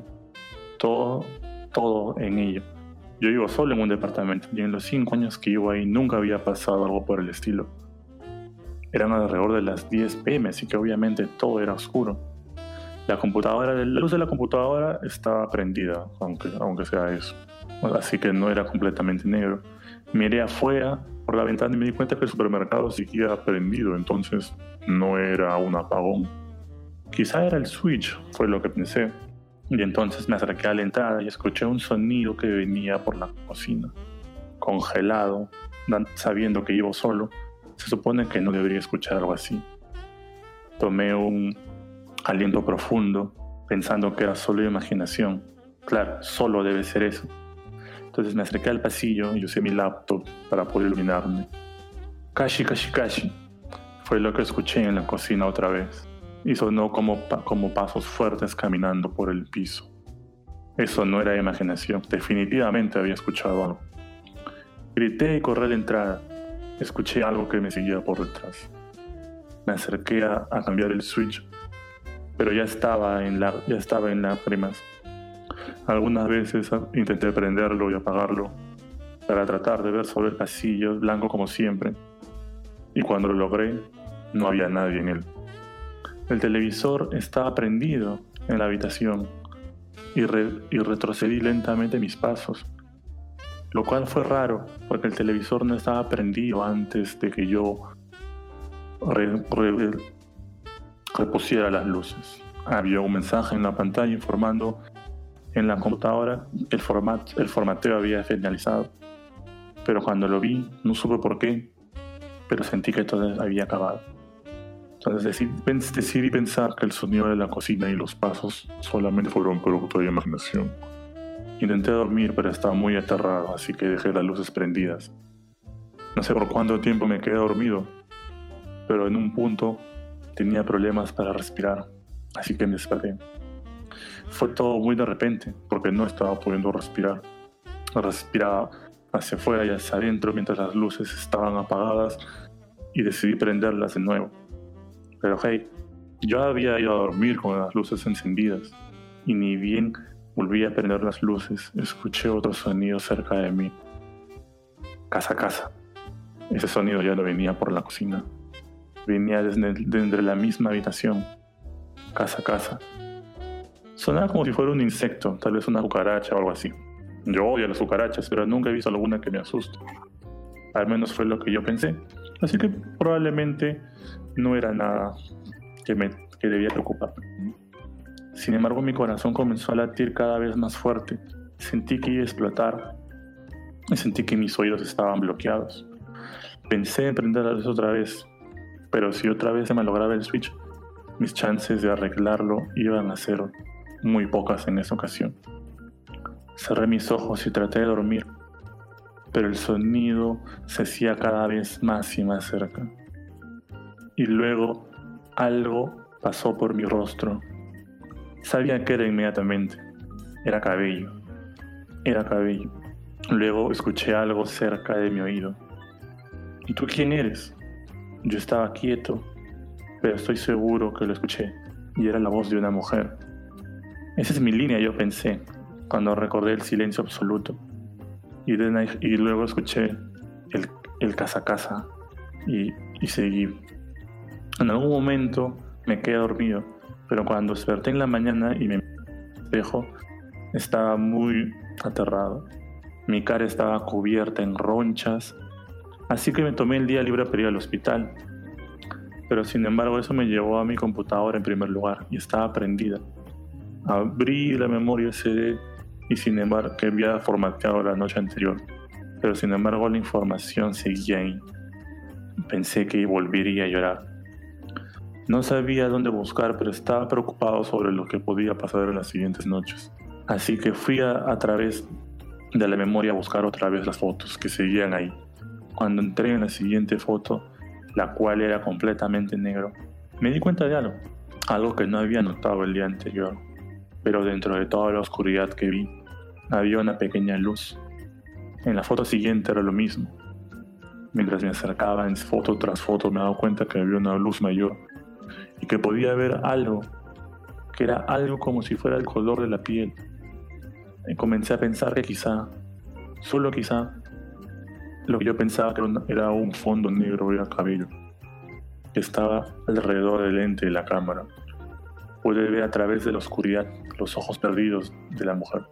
Todo en ello. Yo vivo solo en un departamento y en los 5 años que vivo ahí nunca había pasado algo por el estilo. Eran alrededor de las 10 p.m, así que obviamente todo era oscuro. La luz de la computadora estaba prendida, aunque sea eso. Así que no era completamente negro. Miré afuera por la ventana y me di cuenta que el supermercado seguía prendido, entonces no era un apagón. Quizá era el switch, fue lo que pensé. Y entonces me acerqué a la entrada y escuché un sonido que venía por la cocina. Congelado, sabiendo que iba solo, se supone que no debería escuchar algo así. Tomé un aliento profundo, pensando que era solo imaginación. Claro, solo debe ser eso. Entonces me acerqué al pasillo y usé mi laptop para poder iluminarme. Kashi, kashi, kashi. Fue lo que escuché en la cocina otra vez. Y sonó como pasos fuertes caminando por el piso. Eso no era imaginación, definitivamente había escuchado algo. Grité y corrí a la entrada. Escuché algo que me seguía por detrás. Me acerqué a cambiar el switch, pero ya estaba en lágrimas. Algunas veces intenté prenderlo y apagarlo para tratar de ver sobre el pasillo blanco como siempre. Y cuando lo logré, no había nadie en él. El televisor estaba prendido en la habitación y retrocedí lentamente mis pasos, lo cual fue raro porque el televisor no estaba prendido antes de que yo repusiera las luces. Había un mensaje en la pantalla informando en la computadora que el formateo había finalizado, pero cuando lo vi no supe por qué, pero sentí que todo había acabado. Entonces decidí pensar que el sonido de la cocina y los pasos solamente fueron producto de imaginación. Intenté dormir, pero estaba muy aterrado, así que dejé las luces prendidas. No sé por cuánto tiempo me quedé dormido, pero en un punto tenía problemas para respirar, así que me desperté. Fue todo muy de repente, porque no estaba pudiendo respirar. Respiraba hacia afuera y hacia adentro mientras las luces estaban apagadas y decidí prenderlas de nuevo. Pero hey, yo había ido a dormir con las luces encendidas y ni bien volví a prender las luces, escuché otro sonido cerca de mí. Casa. Ese sonido ya no venía por la cocina. venía desde la misma habitación, casa a casa. Sonaba como si fuera un insecto, tal vez una cucaracha o algo así. Yo odio las cucarachas, pero nunca he visto alguna que me asuste. Al menos fue lo que yo pensé. Así que probablemente no era nada que debía preocuparme. Sin embargo, mi corazón comenzó a latir cada vez más fuerte. Sentí que iba a explotar. Y sentí que mis oídos estaban bloqueados. Pensé en prender la luz otra vez, pero si otra vez se me lograba el switch, mis chances de arreglarlo iban a ser muy pocas en esa ocasión. Cerré mis ojos y traté de dormir, pero el sonido se hacía cada vez más y más cerca. Y luego algo pasó por mi rostro. Sabía que era inmediatamente. Era cabello. Era cabello. Luego escuché algo cerca de mi oído. ¿Y tú quién eres? Yo estaba quieto, pero estoy seguro que lo escuché. Y era la voz de una mujer. Esa es mi línea, yo pensé, cuando recordé el silencio absoluto. Y luego escuché el casa a casa y seguí. En algún momento me quedé dormido, pero cuando desperté en la mañana y me miré al espejo, estaba muy aterrado. Mi cara estaba cubierta en ronchas, así que me tomé el día libre para ir al hospital. Pero sin embargo eso me llevó a mi computadora en primer lugar y estaba prendida. Abrí la memoria CD y sin embargo que había formateado la noche anterior, pero sin embargo la información seguía ahí. Pensé que volvería a llorar. No sabía dónde buscar, pero estaba preocupado sobre lo que podía pasar en las siguientes noches. Así que fui a través de la memoria a buscar otra vez las fotos que seguían ahí. Cuando entré en la siguiente foto, la cual era completamente negro, me di cuenta de algo que no había notado el día anterior. Pero dentro de toda la oscuridad que vi, había una pequeña luz. En la foto siguiente era lo mismo. Mientras me acercaba en foto tras foto, me daba cuenta que había una luz mayor y que podía ver algo, que era algo como si fuera el color de la piel. Y comencé a pensar que quizá, solo quizá, lo que yo pensaba que era un fondo negro, era cabello, que estaba alrededor del lente de la cámara. Pude ver a través de la oscuridad los ojos perdidos de la mujer.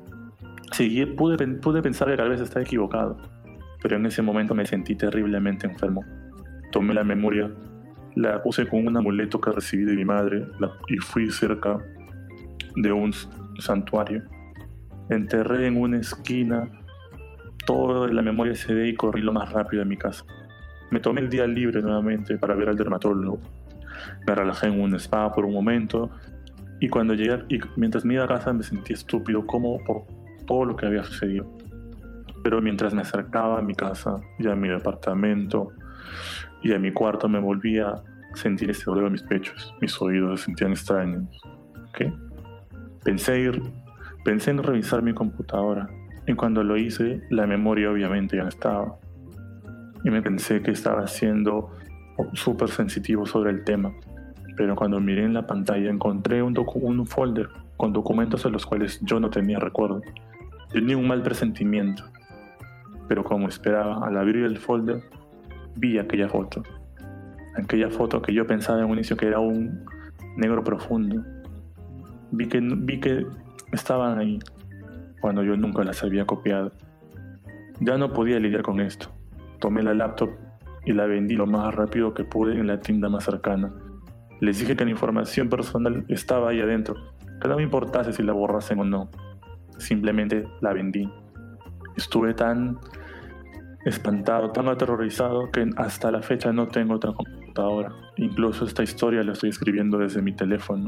Pude pensar que tal vez estaba equivocado, pero en ese momento me sentí terriblemente enfermo. Tomé la memoria, la puse con un amuleto que recibí de mi madre y fui cerca de un santuario. Enterré en una esquina toda la memoria CD y corrí lo más rápido a mi casa. Me tomé el día libre nuevamente para ver al dermatólogo. Me relajé en un spa por un momento y cuando llegué y mientras me iba a casa me sentí estúpido como por todo lo que había sucedido. Pero mientras me acercaba a mi casa y a mi departamento y a mi cuarto me volvía a sentir ese dolor en mis pechos. Mis oídos se sentían extraños. ¿Qué? Pensé en revisar mi computadora y cuando lo hice la memoria obviamente ya no estaba. Y me pensé que estaba siendo súper sensitivo sobre el tema. Pero cuando miré en la pantalla encontré un folder con documentos a los cuales yo no tenía recuerdo. Tenía un mal presentimiento. Pero como esperaba, al abrir el folder, vi aquella foto. Aquella foto que yo pensaba en un inicio que era un negro profundo. Vi que estaban ahí cuando yo nunca las había copiado. Ya no podía lidiar con esto. Tomé la laptop y la vendí lo más rápido que pude en la tienda más cercana. Les dije que la información personal estaba ahí adentro, que no me importase si la borrasen o no. Simplemente la vendí. Estuve tan espantado, tan aterrorizado que hasta la fecha no tengo otra computadora. Incluso esta historia la estoy escribiendo desde mi teléfono.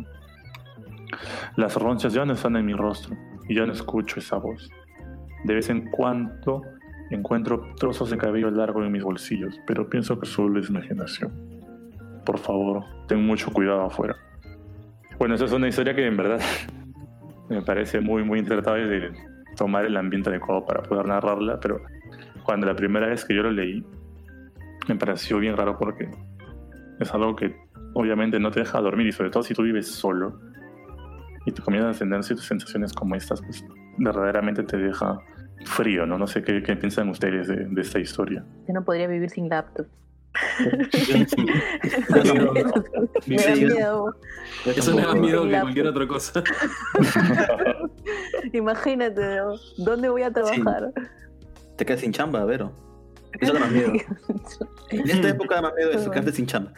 Las ronchas ya no están en mi rostro y ya no escucho esa voz. De vez en cuando encuentro trozos de cabello largo en mis bolsillos, pero pienso que solo es imaginación. Por favor, ten mucho cuidado afuera. Bueno, esa es una historia que en verdad me parece muy, muy interesante de tomar el ambiente adecuado para poder narrarla, pero cuando la primera vez que yo lo leí, me pareció bien raro porque es algo que obviamente no te deja dormir y sobre todo si tú vives solo y te comienzas a tener ciertas sensaciones como estas, pues verdaderamente te deja frío, ¿no? No sé qué piensan ustedes de esta historia. Yo no podría vivir sin laptop. Me da miedo. Eso me da miedo que cualquier otra cosa. Imagínate, ¿no? ¿Dónde voy a trabajar? Te quedas sin chamba, Vero. Eso da más miedo. En esta época da más miedo eso, quedarte sin chamba.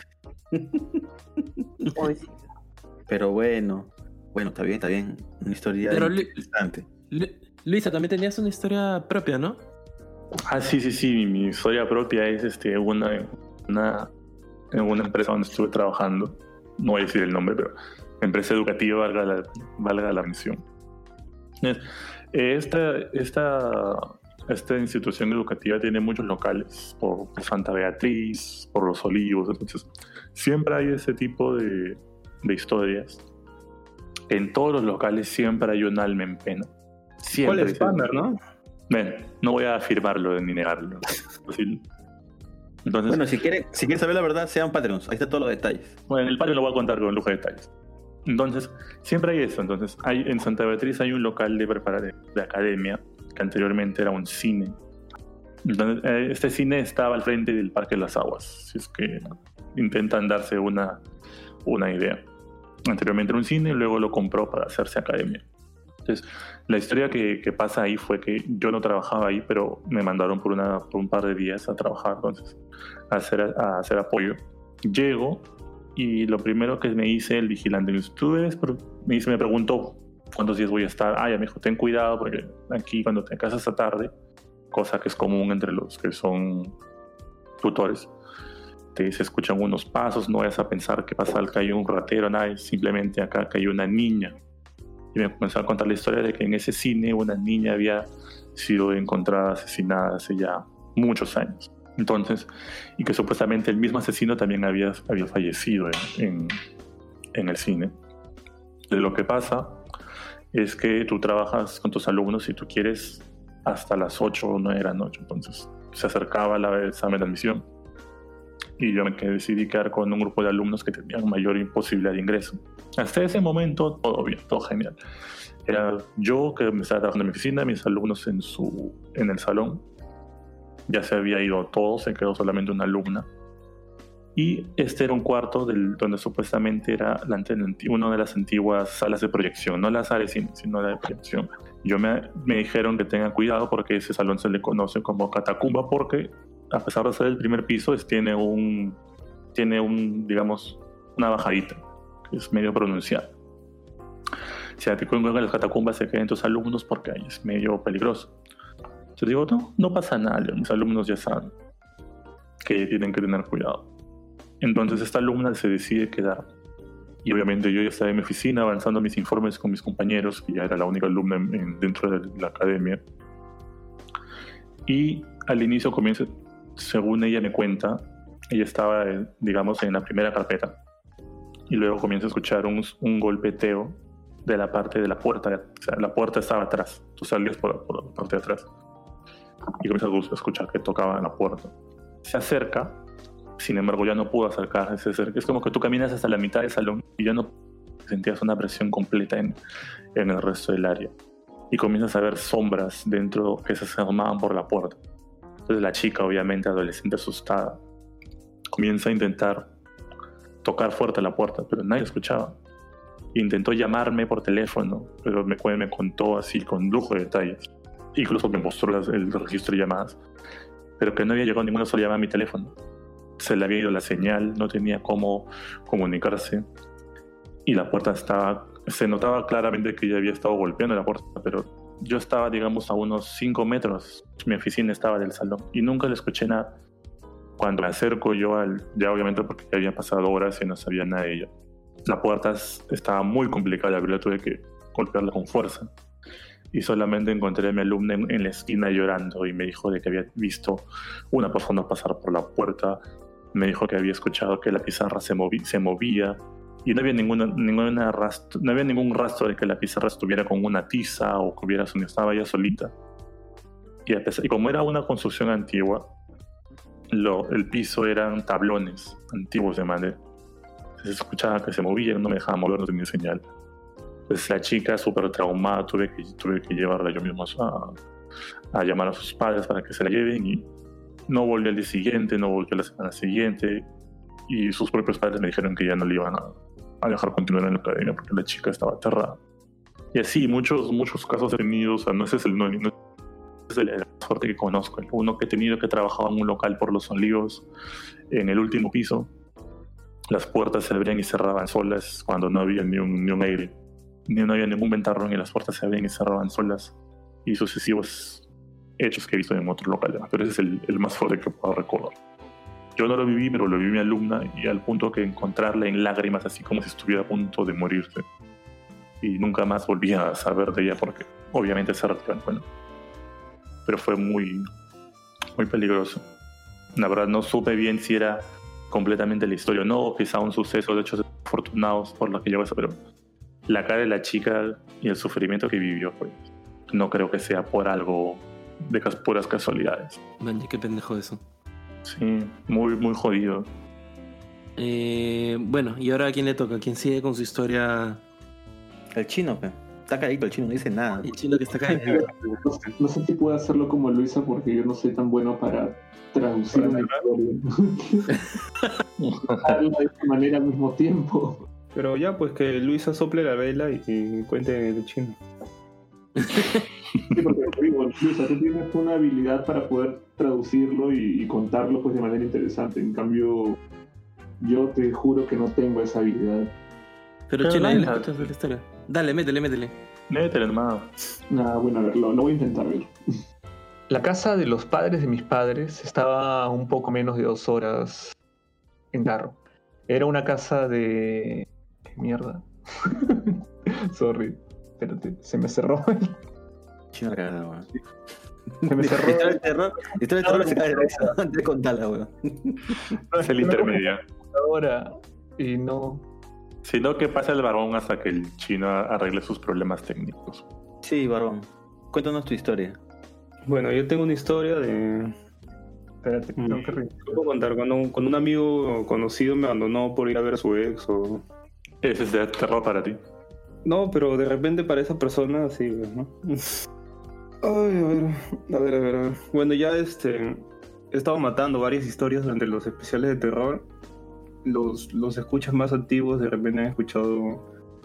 Uy, sí. Pero bueno, está bien. Una historia Pero interesante. Luisa, también tenías una historia propia, ¿no? Ah, sí, mi historia propia es en una empresa donde estuve trabajando. No voy a decir el nombre, pero empresa educativa, valga la mención. Esta institución educativa tiene muchos locales por Santa Beatriz, por Los Olivos, entonces siempre hay ese tipo de historias. En todos los locales siempre hay un alma en pena. Siempre. ¿Cuál es Spammer, no? Bueno, no voy a afirmarlo ni negarlo. Entonces, Bueno, si quieren saber la verdad, sean Patreons. Ahí están todos los detalles. bueno, en el patio lo voy a contar con lujo de detalles. Entonces, siempre hay eso. Entonces, en Santa Beatriz hay un local de academia que anteriormente era un cine. Entonces, este cine estaba al frente del Parque de las Aguas. Si es que intentan darse una idea. Anteriormente era un cine, luego lo compró para hacerse academia. Entonces, la historia que pasa ahí fue que yo no trabajaba ahí, pero me mandaron por un par de días a trabajar, entonces, a hacer apoyo. Llego y lo primero que me dice el vigilante, me preguntó cuántos días voy a estar. Ya me dijo, ten cuidado porque aquí cuando te casas esta tarde, cosa que es común entre los que son tutores, se escuchan unos pasos, no vayas a pensar que pasa que hay un ratero, nada, simplemente acá que hay una niña. Y me comenzó a contar la historia de que en ese cine una niña había sido encontrada asesinada hace ya muchos años. Entonces, y que supuestamente el mismo asesino también había fallecido en el cine. Lo que pasa es que tú trabajas con tus alumnos y tú quieres hasta las 8 o 9 de la noche. Entonces, se acercaba el examen de admisión y yo decidí quedar con un grupo de alumnos que tenían mayor imposibilidad de ingreso. Hasta ese momento, todo bien, todo genial. Era yo que me estaba trabajando en mi oficina, mis alumnos en el salón. Ya se había ido todo, se quedó solamente una alumna. Y este era un cuarto donde supuestamente era una de las antiguas salas de proyección, no la sala de cine, sino la de proyección. Me dijeron que tengan cuidado porque ese salón se le conoce como catacumba porque, a pesar de ser el primer piso, tiene digamos, una bajadita, que es medio pronunciada. Si a ti en las catacumbas se quedan tus alumnos porque ahí es medio peligroso. Yo digo, no pasa nada, mis alumnos ya saben que tienen que tener cuidado. Entonces esta alumna se decide quedar. Y obviamente yo ya estaba en mi oficina avanzando mis informes con mis compañeros, que ya era la única alumna dentro de la academia. Y al inicio comienza, según ella me cuenta, ella estaba, digamos, en la primera carpeta. Y luego comienza a escuchar un golpeteo de la parte de la puerta. O sea, la puerta estaba atrás. Tú salías por la parte de atrás. Y comienza a escuchar que tocaban la puerta. Se acerca, sin embargo ya no pudo acercarse. Es como que tú caminas hasta la mitad del salón y ya no sentías una presión completa en el resto del área. Y comienzas a ver sombras dentro que se asomaban por la puerta. Entonces la chica, obviamente adolescente asustada, comienza a intentar tocar fuerte la puerta, pero nadie escuchaba. Intentó llamarme por teléfono, pero me contó así con lujo de detalles. Incluso me mostró el registro de llamadas, pero que no había llegado ninguna sola llamada a mi teléfono. Se le había ido la señal, no tenía cómo comunicarse. Y la puerta se notaba claramente que ella había estado golpeando la puerta, pero yo estaba, digamos, a unos 5 metros. Mi oficina estaba del salón y nunca le escuché nada. Cuando me acerco yo ya obviamente porque ya habían pasado horas y no sabía nada de ella. La puerta estaba muy complicada de abrirla, tuve que golpearla con fuerza. Y solamente encontré a mi alumna en la esquina llorando y me dijo de que había visto una persona pasar por la puerta. Me dijo que había escuchado que la pizarra se movía y no había ningún rastro de que la pizarra estuviera con una tiza o que estaba ya solita. Y como era una construcción antigua, el piso eran tablones antiguos de madera. Se escuchaba que se movían, no me dejaba mover, no tenía señal. Pues la chica, súper traumada, tuve que llevarla yo mismo a llamar a sus padres para que se la lleven y No volvió al día siguiente, no volvió la semana siguiente, y sus propios padres me dijeron que ya no le iban a dejar continuar en la academia porque la chica estaba aterrada. Y así, muchos casos he tenido, o sea, no ese es el no es el suerte que conozco. Uno que he tenido que trabajaba en un local por Los Olivos, en el último piso, las puertas se abrían y cerraban solas cuando no había ni un aire, no había ningún ventarrón, y las puertas se abrían y cerraban solas, y sucesivos hechos que he visto en otros locales, pero ese es el más fuerte que puedo recordar. Yo no lo viví, pero lo viví mi alumna, y al punto que encontrarla en lágrimas, así como si estuviera a punto de morirse. Y nunca más volví a saber de ella porque obviamente se retiró. Bueno, pero fue muy, muy peligroso. La verdad no supe bien si era completamente la historia o no, o quizá un suceso de hechos afortunados por lo que llevó eso, pero la cara de la chica y el sufrimiento que vivió, pues, no creo que sea por algo de puras casualidades. Vaya, qué pendejo eso. Sí, muy, muy jodido. Bueno, ¿y ahora a quién le toca? ¿Quién sigue con su historia? El chino, pe. Está calladito, el chino no dice nada. El chino que está acá. No sé si puedo hacerlo como Luisa porque yo no soy tan bueno para traducir una historia. Hablarla de esta manera al mismo tiempo. Pero ya, pues que Luisa sople la vela y cuente el chino. Sí, porque digo, Luisa, tú tienes una habilidad para poder traducirlo y contarlo pues de manera interesante. En cambio, yo te juro que no tengo esa habilidad. Pero chino, ya le escuchas la historia. Dale, métele. Métele, hermano. Nada, bueno, a ver, lo voy a intentar ver. La casa de los padres de mis padres estaba a un poco menos de 2 horas en carro. Era una casa de... ¿Qué mierda? Sorry. Espérate, se me cerró. Chino cagada, weón. Se me cerró. Historia de terror se cae de risa. Antes de contarla, weón. No es el intermedia. Ahora y no. Sino que pasa el varón hasta que el chino arregle sus problemas técnicos. Sí, varón. Cuéntanos tu historia. Bueno, yo tengo una historia de... Espérate, tengo que reír. ¿Qué puedo contar? Cuando un amigo conocido me abandonó por ir a ver a su ex o... Ese es de terror para ti. No, pero de repente para esa persona sí, ¿no? Ay, a ver. Bueno, ya he estado matando varias historias durante los especiales de terror. Los escuchas más antiguos de repente han escuchado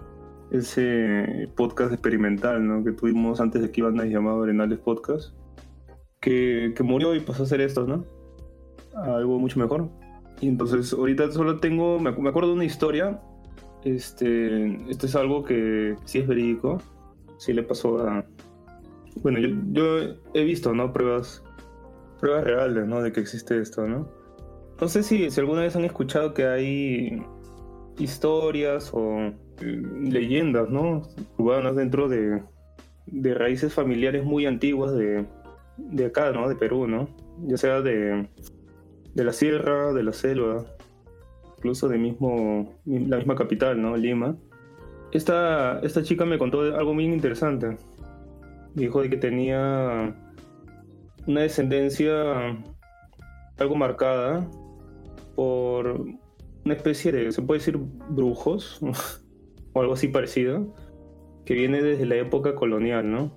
ese podcast experimental, ¿no? Que tuvimos antes de que iban a llamado Arenales Podcast, que murió y pasó a ser esto, ¿no? Algo mucho mejor. Y entonces ahorita solo me acuerdo de una historia. Esto es algo que sí es verídico, sí le pasó a... Bueno, yo he visto, ¿no? Pruebas reales, ¿no? De que existe esto, ¿no? No sé si alguna vez han escuchado que hay historias o leyendas, ¿no? Urbanas dentro de raíces familiares muy antiguas de acá, ¿no? De Perú, ¿no? Ya sea de la sierra, de la selva, incluso la misma capital, ¿no? Lima. Esta chica me contó algo muy interesante. Dijo de que tenía una descendencia algo marcada por una especie de, se puede decir, brujos o algo así parecido, que viene desde la época colonial, ¿no?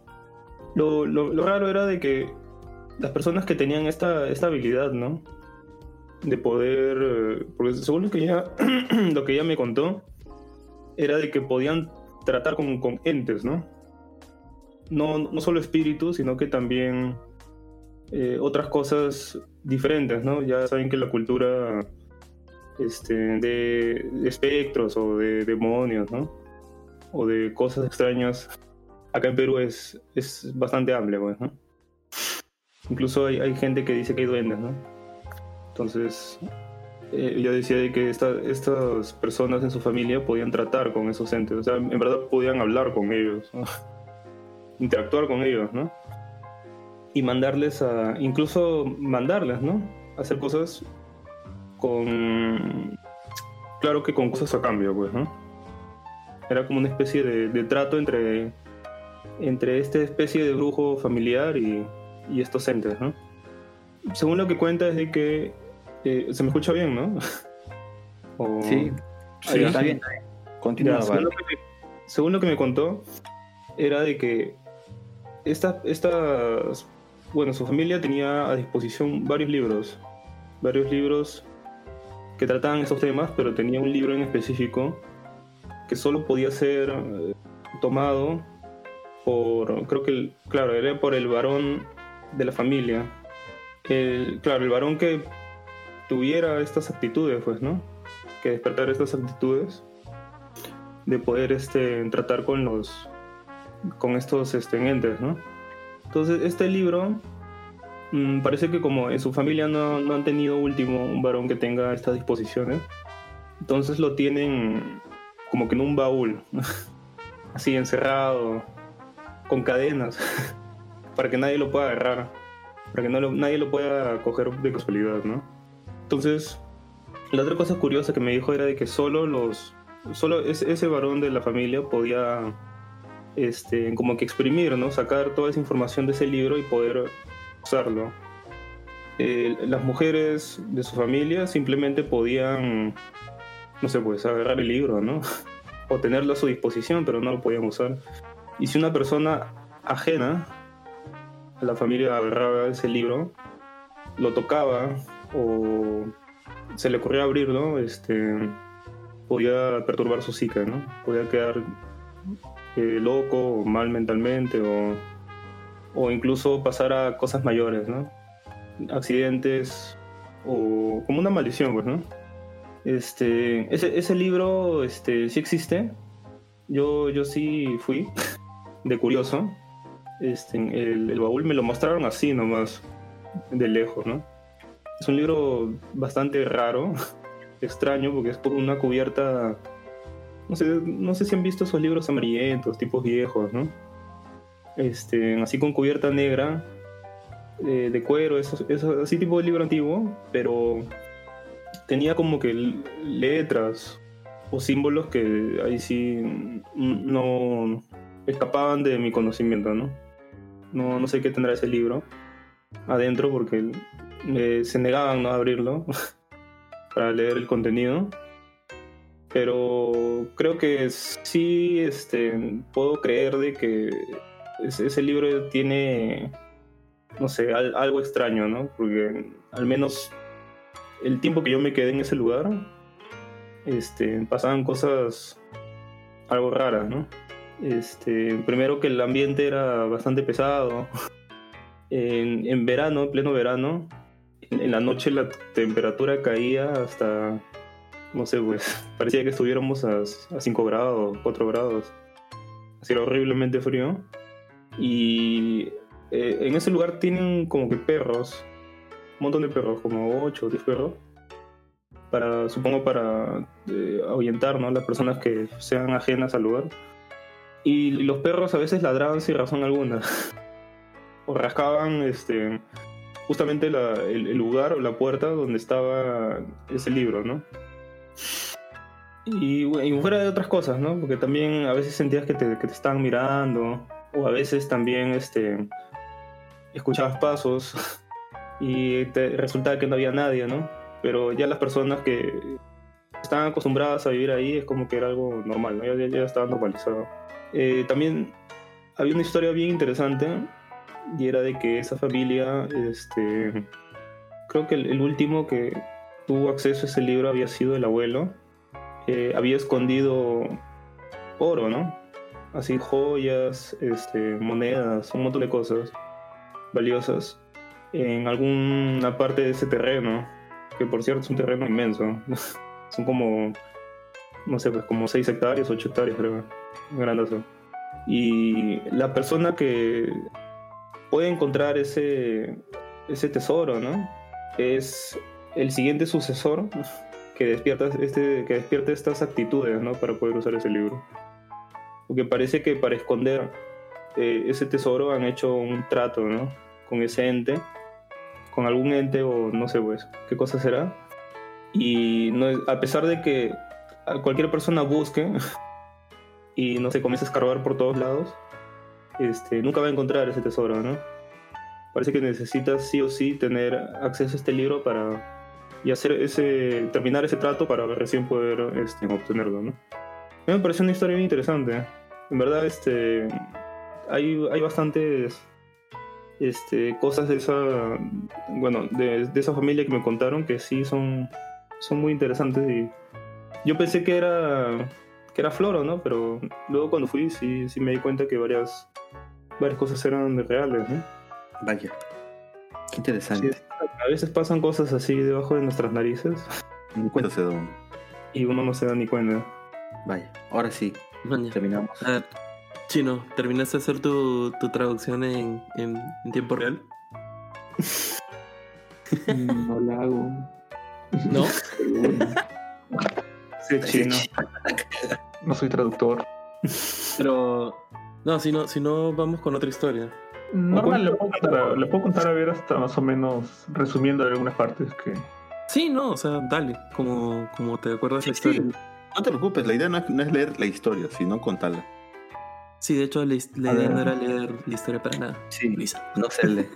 Lo raro era de que las personas que tenían esta habilidad, ¿no? De poder, porque según lo que ella me contó, era de que podían tratar con entes, ¿no? No solo espíritus, sino que también otras cosas diferentes, ¿no? Ya saben que la cultura de espectros o de demonios, ¿no? O de cosas extrañas, acá en Perú es bastante amplia, pues, ¿no? Incluso hay gente que dice que hay duendes, ¿no? Entonces, ella decía de que estas personas en su familia podían tratar con esos entes, o sea, en verdad podían hablar con ellos, ¿no? Interactuar con ellos, ¿no? Y incluso mandarles, ¿no? A hacer cosas claro que con cosas a cambio, pues, ¿no? Era como una especie de trato entre esta especie de brujo familiar y estos entes, ¿no? Según lo que cuenta es de que se me escucha bien, ¿no? Sí, está bien. Continúa. Según lo que me contó, era de que estas bueno, su familia tenía a disposición varios libros que trataban esos temas, pero tenía un libro en específico que solo podía ser tomado por, creo que, claro, era por el varón de la familia. El varón que tuviera estas actitudes, pues, ¿no? Que despertara estas actitudes de poder tratar con estos entes, ¿no? Entonces, este libro parece que como en su familia no han tenido un varón que tenga estas disposiciones, entonces lo tienen como que en un baúl, así encerrado, con cadenas, para que nadie lo pueda agarrar, para que nadie lo pueda coger de casualidad, ¿no? Entonces, la otra cosa curiosa que me dijo era de que solo ese varón de la familia podía como que exprimir, ¿no? Sacar toda esa información de ese libro y poder usarlo. Las mujeres de su familia simplemente podían, no sé, pues agarrar el libro, ¿no? O tenerlo a su disposición, pero no lo podían usar. Y si una persona ajena a la familia agarraba ese libro, lo tocaba o se le ocurría abrirlo, podía perturbar su psique, ¿no? Podía quedar loco o mal mentalmente o incluso pasar a cosas mayores, ¿no? Accidentes o como una maldición, pues, ¿no? Ese libro sí existe. Yo sí fui de curioso. El baúl me lo mostraron así nomás, de lejos, ¿no? Es un libro bastante raro, extraño, porque es por una cubierta. No sé si han visto esos libros amarillentos, tipos viejos, ¿no? Así con cubierta negra, de cuero, así tipo de libro antiguo, pero tenía como que letras o símbolos que ahí sí no escapaban de mi conocimiento, ¿no? No sé qué tendrá ese libro adentro porque se negaban, ¿no?, a abrirlo para leer el contenido. Pero creo que sí puedo creer de que ese libro tiene, no sé, algo extraño, ¿no? Porque al menos el tiempo que yo me quedé en ese lugar, pasaban cosas algo raras, ¿no? Primero que el ambiente era bastante pesado. En verano, en pleno verano, en la noche la temperatura caía hasta, no sé, pues parecía que estuviéramos a 5 grados, 4 grados. Así era horriblemente frío. Y en ese lugar tienen como que perros, un montón de perros, como 8 o 10 perros, supongo para ahuyentar, ¿no?, las personas que sean ajenas al lugar. Y los perros a veces ladraban sin razón alguna, o rascaban justamente el lugar o la puerta donde estaba ese libro, ¿no? Y fuera de otras cosas, ¿no? Porque también a veces sentías que te estaban mirando, o a veces también escuchabas pasos y resultaba que no había nadie, ¿no? Pero ya las personas que estaban acostumbradas a vivir ahí es como que era algo normal, ¿no? Ya estaba normalizado. También había una historia bien interesante, y era de que esa familia, creo que el último que tuvo acceso a ese libro había sido el abuelo. Había escondido oro, ¿no? Así joyas, monedas, un montón de cosas valiosas en alguna parte de ese terreno, que por cierto es un terreno inmenso. Son como, no sé, pues como 6 hectáreas, 8 hectáreas, creo, grandazo. Y la persona que puede encontrar ese tesoro, ¿no?, es el siguiente sucesor que despierta estas actitudes, ¿no?, para poder usar ese libro. Porque parece que para esconder ese tesoro han hecho un trato, ¿no?, con ese ente, con algún ente, o no sé, pues qué cosa será. Y a pesar de que cualquier persona busque y no sé, comienza a escarbar por todos lados, nunca va a encontrar ese tesoro, ¿no? Parece que necesitas sí o sí tener acceso a este libro y terminar ese trato para recién poder obtenerlo, ¿no? A mí me parece una historia bien interesante. En verdad, hay bastantes cosas de esa, bueno, de esa familia que me contaron que sí son muy interesantes. Y yo pensé que era floro, ¿no? Pero luego cuando fui sí me di cuenta que varias cosas eran reales, ¿no? Vaya, qué interesante. Sí, a veces pasan cosas así debajo de nuestras narices Ni cuenta se da uno. y uno no se da ni cuenta. Vaya, ahora sí, Maña. terminamos. A ver, Chino, ¿terminaste de hacer tu traducción en tiempo real? No la hago. ¿No? Sí, chino. No soy traductor. Pero... No, si no vamos con otra historia. Normal, le puedo contar a ver hasta más o menos resumiendo algunas partes que... Sí, no, o sea, dale, como te acuerdas la Sí, historia. no te preocupes, la idea no es leer la historia, sino contarla. Sí, de hecho la idea no era leer la historia para nada. Sí, Luisa. no se lee.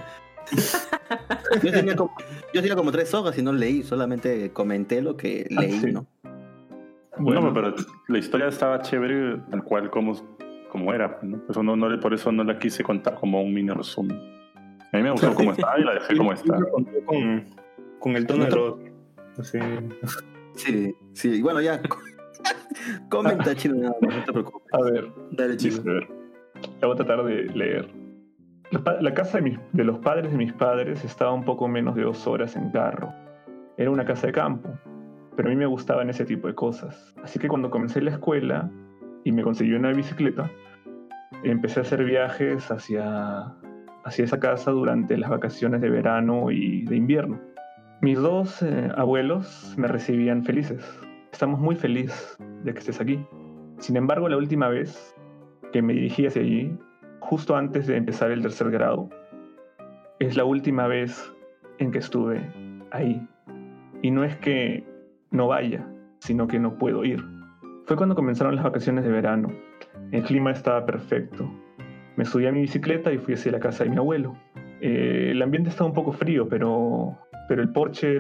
Yo tenía como 3 hojas y no leí, solamente comenté lo que leí, sí. ¿no? Bueno. No, pero la historia estaba chévere, tal cual como era, ¿no? Por eso no la quise contar como un mini resumen. A mí me gustó como está y la dejé como está. Lo contó con el tono de voz. Así. Sí, y bueno, ya. Comenta, Chino, nada más, no te preocupes. A ver, Dale, dice, Chino. a ver, la voy a tratar de leer. La casa de los padres de mis padres estaba un poco menos de 2 horas en carro. Era una casa de campo, pero a mí me gustaban ese tipo de cosas. Así que cuando comencé la escuela y me conseguí una bicicleta, empecé a hacer viajes hacia esa casa durante las vacaciones de verano y de invierno. Mis 2 abuelos me recibían felices. Estamos muy felices de que estés aquí. Sin embargo, la última vez que me dirigí hacia allí, justo antes de empezar el 3er grado, es la última vez en que estuve ahí. Y no es que no vaya, sino que no puedo ir. Fue cuando comenzaron las vacaciones de verano. El clima estaba perfecto. Me subí a mi bicicleta y fui hacia la casa de mi abuelo. El ambiente estaba un poco frío, pero el porche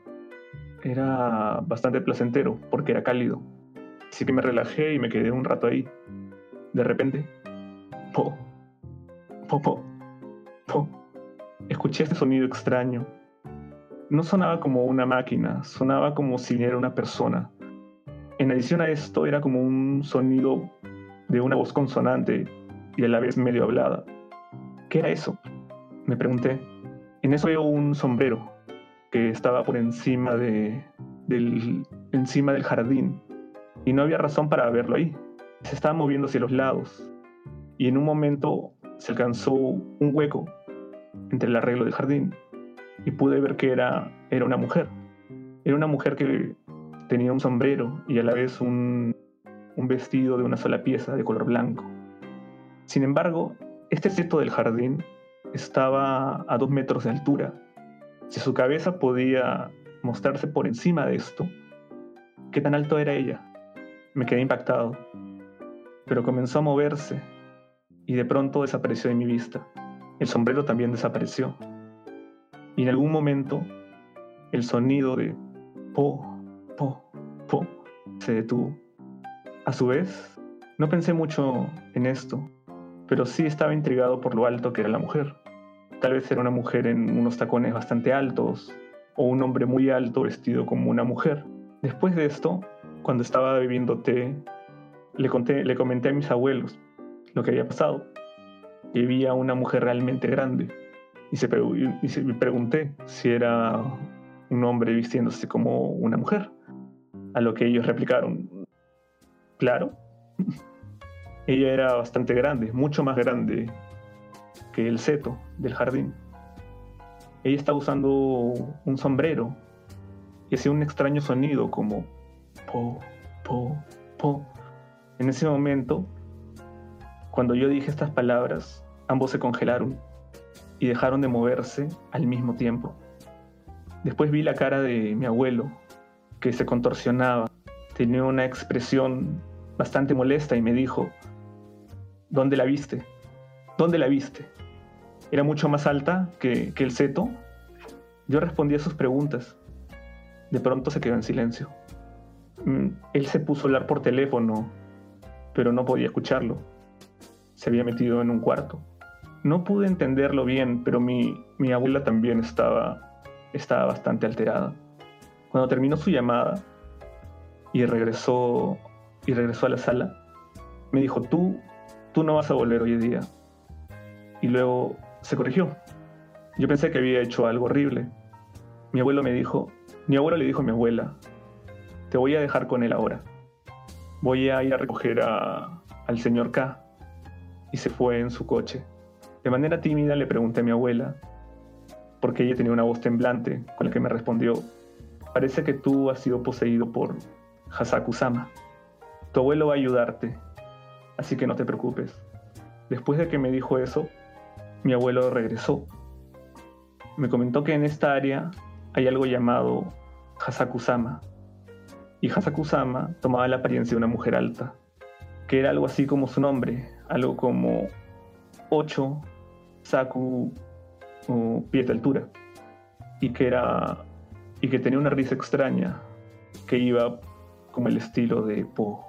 era bastante placentero porque era cálido. Así que me relajé y me quedé un rato ahí. De repente, po, po, po, po, escuché este sonido extraño. No sonaba como una máquina, sonaba como si viniera una persona. En adición a esto, era como un sonido de una voz consonante y a la vez medio hablada. ¿Qué era eso?, me pregunté. En eso veo un sombrero que estaba por encima del jardín y no había razón para verlo ahí. Se estaba moviendo hacia los lados y en un momento se alcanzó un hueco entre el arreglo del jardín y pude ver que era una mujer. Era una mujer que tenía un sombrero y a la vez un vestido de una sola pieza de color blanco. Sin embargo, este seto del jardín estaba a 2 metros de altura. Si su cabeza podía mostrarse por encima de esto, ¿qué tan alto era ella? Me quedé impactado, pero comenzó a moverse y de pronto desapareció de mi vista. El sombrero también desapareció. Y en algún momento, el sonido de po, po, po se detuvo. A su vez, no pensé mucho en esto, pero sí estaba intrigado por lo alto que era la mujer. Tal vez era una mujer en unos tacones bastante altos, o un hombre muy alto vestido como una mujer. Después de esto, cuando estaba bebiendo té, le comenté a mis abuelos lo que había pasado. Que vi a una mujer realmente grande. Y me pregunté si era un hombre vistiéndose como una mujer. A lo que ellos replicaron: claro. Ella era bastante grande, mucho más grande que el seto del jardín. Ella estaba usando un sombrero y hacía un extraño sonido como po, po, po. En ese momento, cuando yo dije estas palabras, ambos se congelaron y dejaron de moverse al mismo tiempo. Después vi la cara de mi abuelo, que se contorsionaba. Tenía una expresión bastante molesta y me dijo: ¿dónde la viste? ¿Dónde la viste? ¿Era mucho más alta que el seto? Yo respondí a sus preguntas. De pronto se quedó en silencio. Él se puso a hablar por teléfono, pero no podía escucharlo. Se había metido en un cuarto. No pude entenderlo bien, pero mi abuela también estaba bastante alterada. Cuando terminó su llamada y regresó a la sala, me dijo, tú no vas a volver hoy día. Y luego se corrigió. Yo pensé que había hecho algo horrible. Mi abuelo le dijo a mi abuela, te voy a dejar con él ahora. Voy a ir a recoger al señor K. Y se fue en su coche. De manera tímida le pregunté a mi abuela, porque ella tenía una voz temblante, con la que me respondió, parece que tú has sido poseído por Hasaku-sama. Tu abuelo va a ayudarte, así que no te preocupes. Después de que me dijo eso, mi abuelo regresó. Me comentó que en esta área hay algo llamado Hasaku-sama. Y Hasaku-sama tomaba la apariencia de una mujer alta, que era algo así como su nombre, algo como 8 saku o pies de altura, y que tenía una risa extraña que iba como el estilo de po.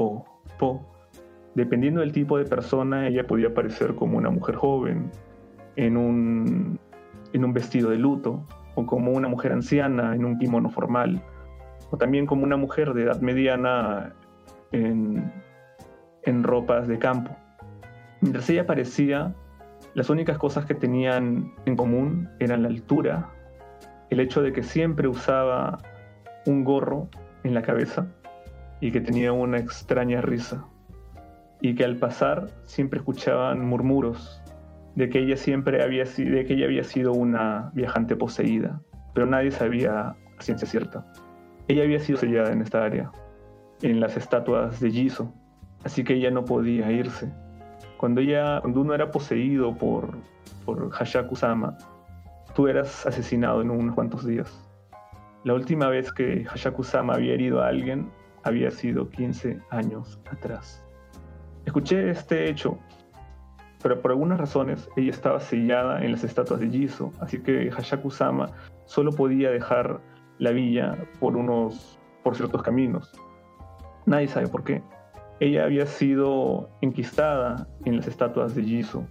Dependiendo del tipo de persona, ella podía parecer como una mujer joven en un vestido de luto, o como una mujer anciana en un kimono formal, o también como una mujer de edad mediana en ropas de campo. Mientras ella aparecía, las únicas cosas que tenían en común eran la altura, el hecho de que siempre usaba un gorro en la cabeza y que tenía una extraña risa, y que al pasar siempre escuchaban murmuros de que ella había sido una viajante poseída, pero nadie sabía a ciencia cierta. Ella había sido sellada en esta área, en las estatuas de Jizo, así que ella no podía irse. Cuando uno era poseído por Hasaku-sama, tú eras asesinado en unos cuantos días. La última vez que Hasaku-sama había herido a alguien había sido 15 años atrás. Escuché este hecho, pero por algunas razones ella estaba sellada en las estatuas de Jizo, así que Hasaku-sama solo podía dejar la villa por ciertos caminos. Nadie sabe por qué. Ella había sido enquistada en las estatuas de Jizo,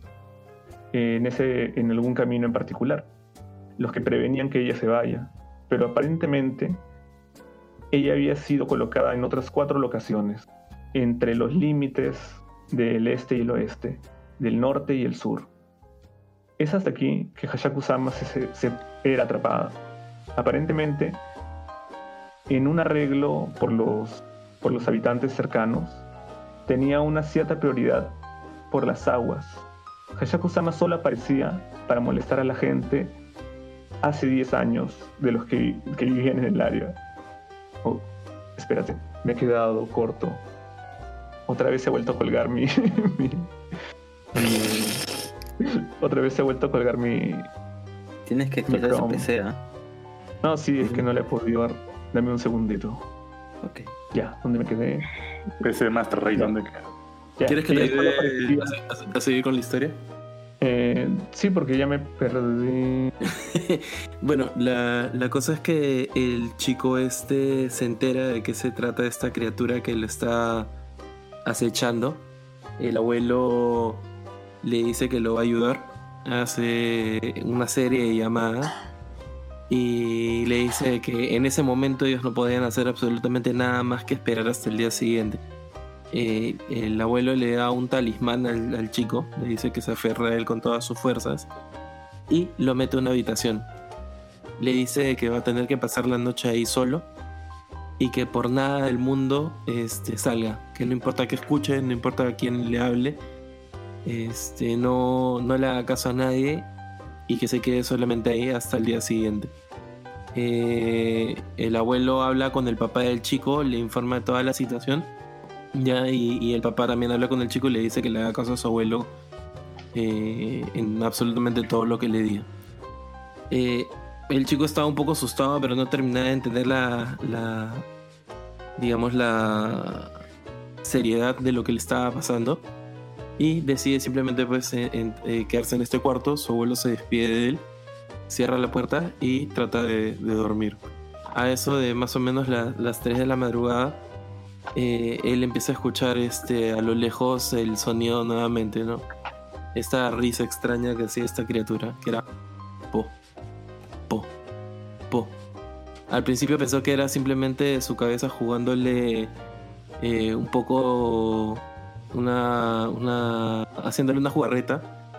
en algún camino en particular, los que prevenían que ella se vaya, pero aparentemente ella había sido colocada en otras 4 locaciones, entre los límites del este y el oeste, del norte y el sur. Es hasta aquí que Hasaku-sama se era atrapada. Aparentemente, en un arreglo por los habitantes cercanos, tenía una cierta prioridad por las aguas. Hasaku-sama solo aparecía para molestar a la gente hace 10 años de los que vivían en el área. Oh, espérate, me he quedado corto. Otra vez se ha vuelto a colgar otra vez se ha vuelto a colgar mi... Tienes que actualizar ese PC, ¿eh? No, sí, es que no le he podido dar. Dame un segundito. Ok. Ya, ¿dónde me quedé? PC Master Race, ¿dónde queda? Ya, ¿Quieres que te ella solo ayude aparecía. a seguir con la historia? Sí, porque ya me perdí. Bueno, la cosa es que el chico se entera de que se trata de esta criatura que lo está acechando. El abuelo le dice que lo va a ayudar. Hace una serie de llamadas y le dice que en ese momento ellos no podían hacer absolutamente nada más que esperar hasta el día siguiente. El abuelo le da un talismán al chico, le dice que se aferra a él con todas sus fuerzas y lo mete en una habitación. Le dice que va a tener que pasar la noche ahí solo y que por nada del mundo salga, que no importa que escuche, no importa a quién le hable, no le haga caso a nadie y que se quede solamente ahí hasta el día siguiente. El abuelo habla con el papá del chico, le informa de toda la situación ya, y el papá también habla con el chico y le dice que le haga caso a su abuelo en absolutamente todo lo que le diga. El chico estaba un poco asustado, pero no terminaba de entender la seriedad de lo que le estaba pasando y decide simplemente quedarse en este cuarto. Su abuelo se despide de él, cierra la puerta y trata de dormir. A eso de más o menos las 3 de la madrugada, él empieza a escuchar a lo lejos el sonido nuevamente, ¿no? esta risa extraña que hacía esta criatura, que era po, po, po. Al principio pensó que era simplemente su cabeza jugándole un poco haciéndole una jugarreta,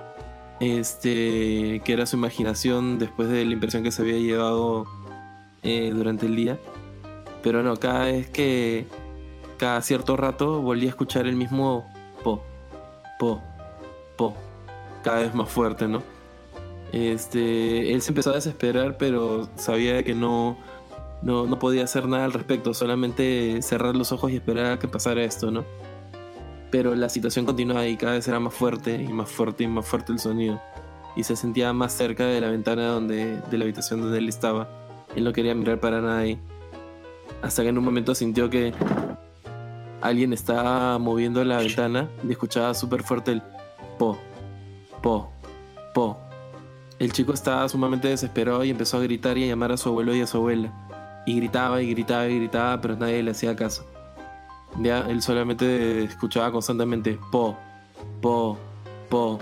que era su imaginación después de la impresión que se había llevado durante el día. Pero no, cada cierto rato volvía a escuchar el mismo po, po, po, cada vez más fuerte, ¿no? Él se empezó a desesperar, pero sabía que no podía hacer nada al respecto, solamente cerrar los ojos y esperar a que pasara esto, ¿no? Pero la situación continuaba y cada vez era más fuerte y más fuerte y más fuerte el sonido, y se sentía más cerca de la ventana de la habitación donde él estaba. Él no quería mirar para nada ahí, hasta que en un momento sintió que alguien estaba moviendo la ventana y escuchaba súper fuerte el po, po, po. El chico estaba sumamente desesperado y empezó a gritar y a llamar a su abuelo y a su abuela. Y gritaba y gritaba y gritaba, pero nadie le hacía caso. Ya, él solamente escuchaba constantemente po, po, po.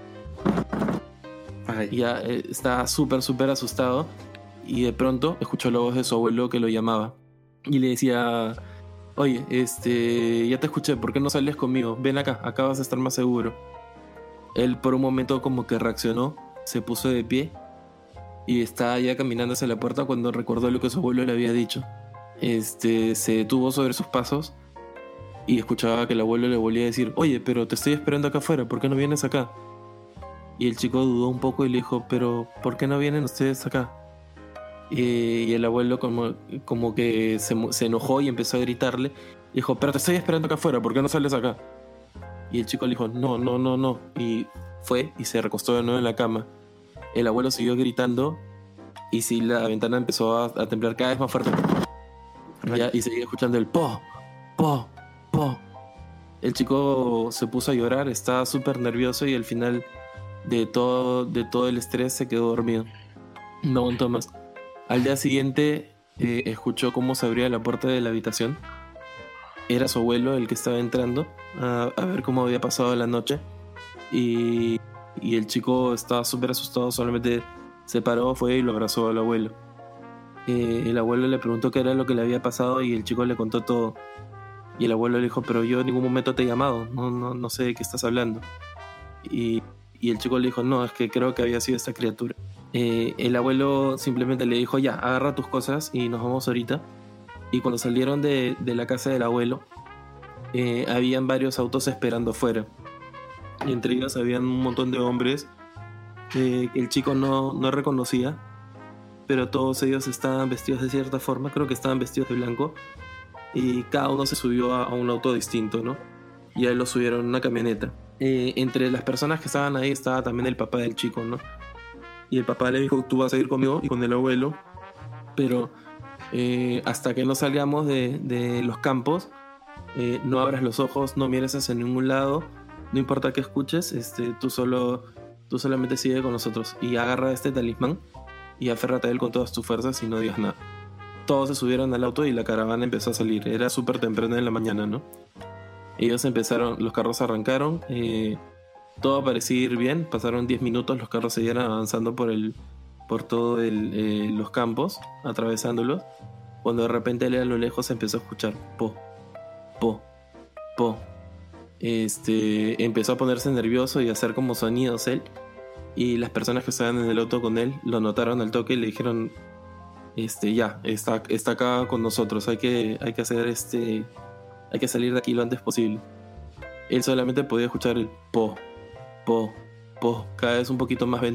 Ay. Y ya estaba súper asustado, y de pronto escuchó la voz de su abuelo que lo llamaba y le decía: oye, ya te escuché, ¿por qué no sales conmigo? Ven acá vas a estar más seguro. Él por un momento como que reaccionó, se puso de pie y estaba ya caminando hacia la puerta cuando recordó lo que su abuelo le había dicho. Se detuvo sobre sus pasos y escuchaba que el abuelo le volvía a decir: oye, pero te estoy esperando acá afuera, ¿por qué no vienes acá? Y el chico dudó un poco y le dijo: pero ¿por qué no vienen ustedes acá? Y el abuelo como que se enojó y empezó a gritarle. Dijo: pero te estoy esperando acá afuera, ¿por qué no sales acá? Y el chico le dijo: no. Y fue y se recostó de nuevo en la cama. El abuelo siguió gritando y sí, la ventana empezó a temblar cada vez más fuerte. Y seguía escuchando el po, po, po. El chico se puso a llorar, estaba súper nervioso y al final de todo el estrés se quedó dormido. No aguantó más. Al día siguiente escuchó cómo se abría la puerta de la habitación. Era su abuelo el que estaba entrando a ver cómo había pasado la noche. Y el chico estaba súper asustado, solamente se paró, fue y lo abrazó al abuelo. El abuelo le preguntó qué era lo que le había pasado y el chico le contó todo. Y el abuelo le dijo: pero yo en ningún momento te he llamado, no sé de qué estás hablando. Y el chico le dijo: no, es que creo que había sido esta criatura. El abuelo simplemente le dijo: ya, agarra tus cosas y nos vamos ahorita. Y cuando salieron de la casa del abuelo, habían varios autos esperando afuera. Y entre ellos habían un montón de hombres que el chico no reconocía, pero todos ellos estaban vestidos de cierta forma. Creo que estaban vestidos de blanco y cada uno se subió a un auto distinto, ¿no? Y ahí lo subieron en una camioneta. Entre las personas que estaban ahí estaba también el papá del chico, ¿no? Y el papá le dijo: tú vas a ir conmigo y con el abuelo, pero hasta que no salgamos de los campos, no abras los ojos, no mires hacia ningún lado, no importa qué escuches, tú solamente sigue con nosotros y agarra este talismán y aférrate a él con todas tus fuerzas y no digas nada. Todos se subieron al auto y la caravana empezó a salir. Era súper temprano en la mañana, ¿no? Ellos empezaron, los carros arrancaron, todo parecía ir bien. Pasaron 10 minutos, los carros seguían avanzando por todos los campos, atravesándolos, cuando de repente él a lo lejos empezó a escuchar po, po, po. Empezó a ponerse nervioso y a hacer como sonidos él, y las personas que estaban en el auto con él lo notaron al toque y le dijeron: ya, está acá con nosotros, hay que salir de aquí lo antes posible. Él solamente podía escuchar el po, po, po, cada vez un poquito más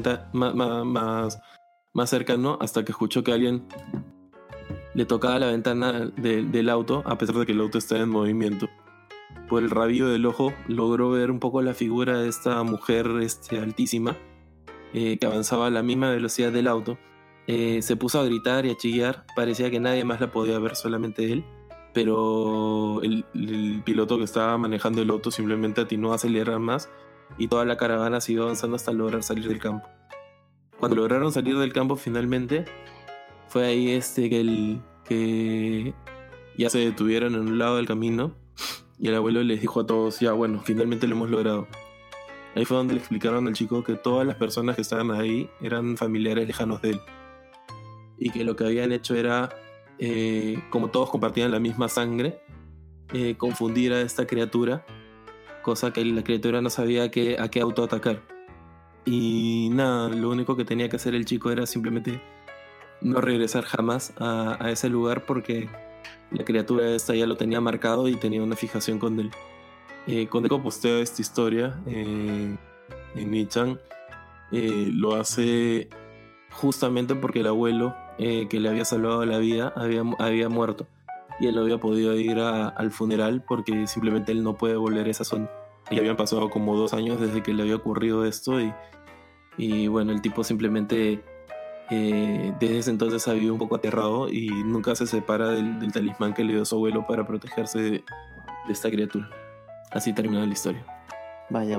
cercano, hasta que escuchó que alguien le tocaba la ventana del auto, a pesar de que el auto estaba en movimiento. Por el rabillo del ojo logró ver un poco la figura de esta mujer altísima, que avanzaba a la misma velocidad del auto. Se puso a gritar y a chillar, parecía que nadie más la podía ver, solamente él. Pero el piloto que estaba manejando el auto simplemente atinó a acelerar más y toda la caravana siguió avanzando hasta lograr salir del campo. Cuando lograron salir del campo finalmente, fue ahí que ya se detuvieron en un lado del camino y el abuelo les dijo a todos: ya, bueno, finalmente lo hemos logrado. Ahí fue donde le explicaron al chico que todas las personas que estaban ahí eran familiares lejanos de él. Y que lo que habían hecho era, como todos compartían la misma sangre, confundir a esta criatura, cosa que la criatura no sabía a qué autoatacar. Y nada, lo único que tenía que hacer el chico era simplemente no regresar jamás a ese lugar, porque la criatura esta ya lo tenía marcado y tenía una fijación con él. Cuando posteo esta historia en Nichan, lo hace justamente porque el abuelo que le había salvado la vida había muerto, y él no había podido ir al funeral porque simplemente él no puede volver a esa zona. Y habían pasado como 2 años desde que le había ocurrido esto, y bueno, el tipo simplemente desde ese entonces ha vivido un poco aterrado y nunca se separa del talismán que le dio su abuelo para protegerse de esta criatura. Así termina la historia. Vaya.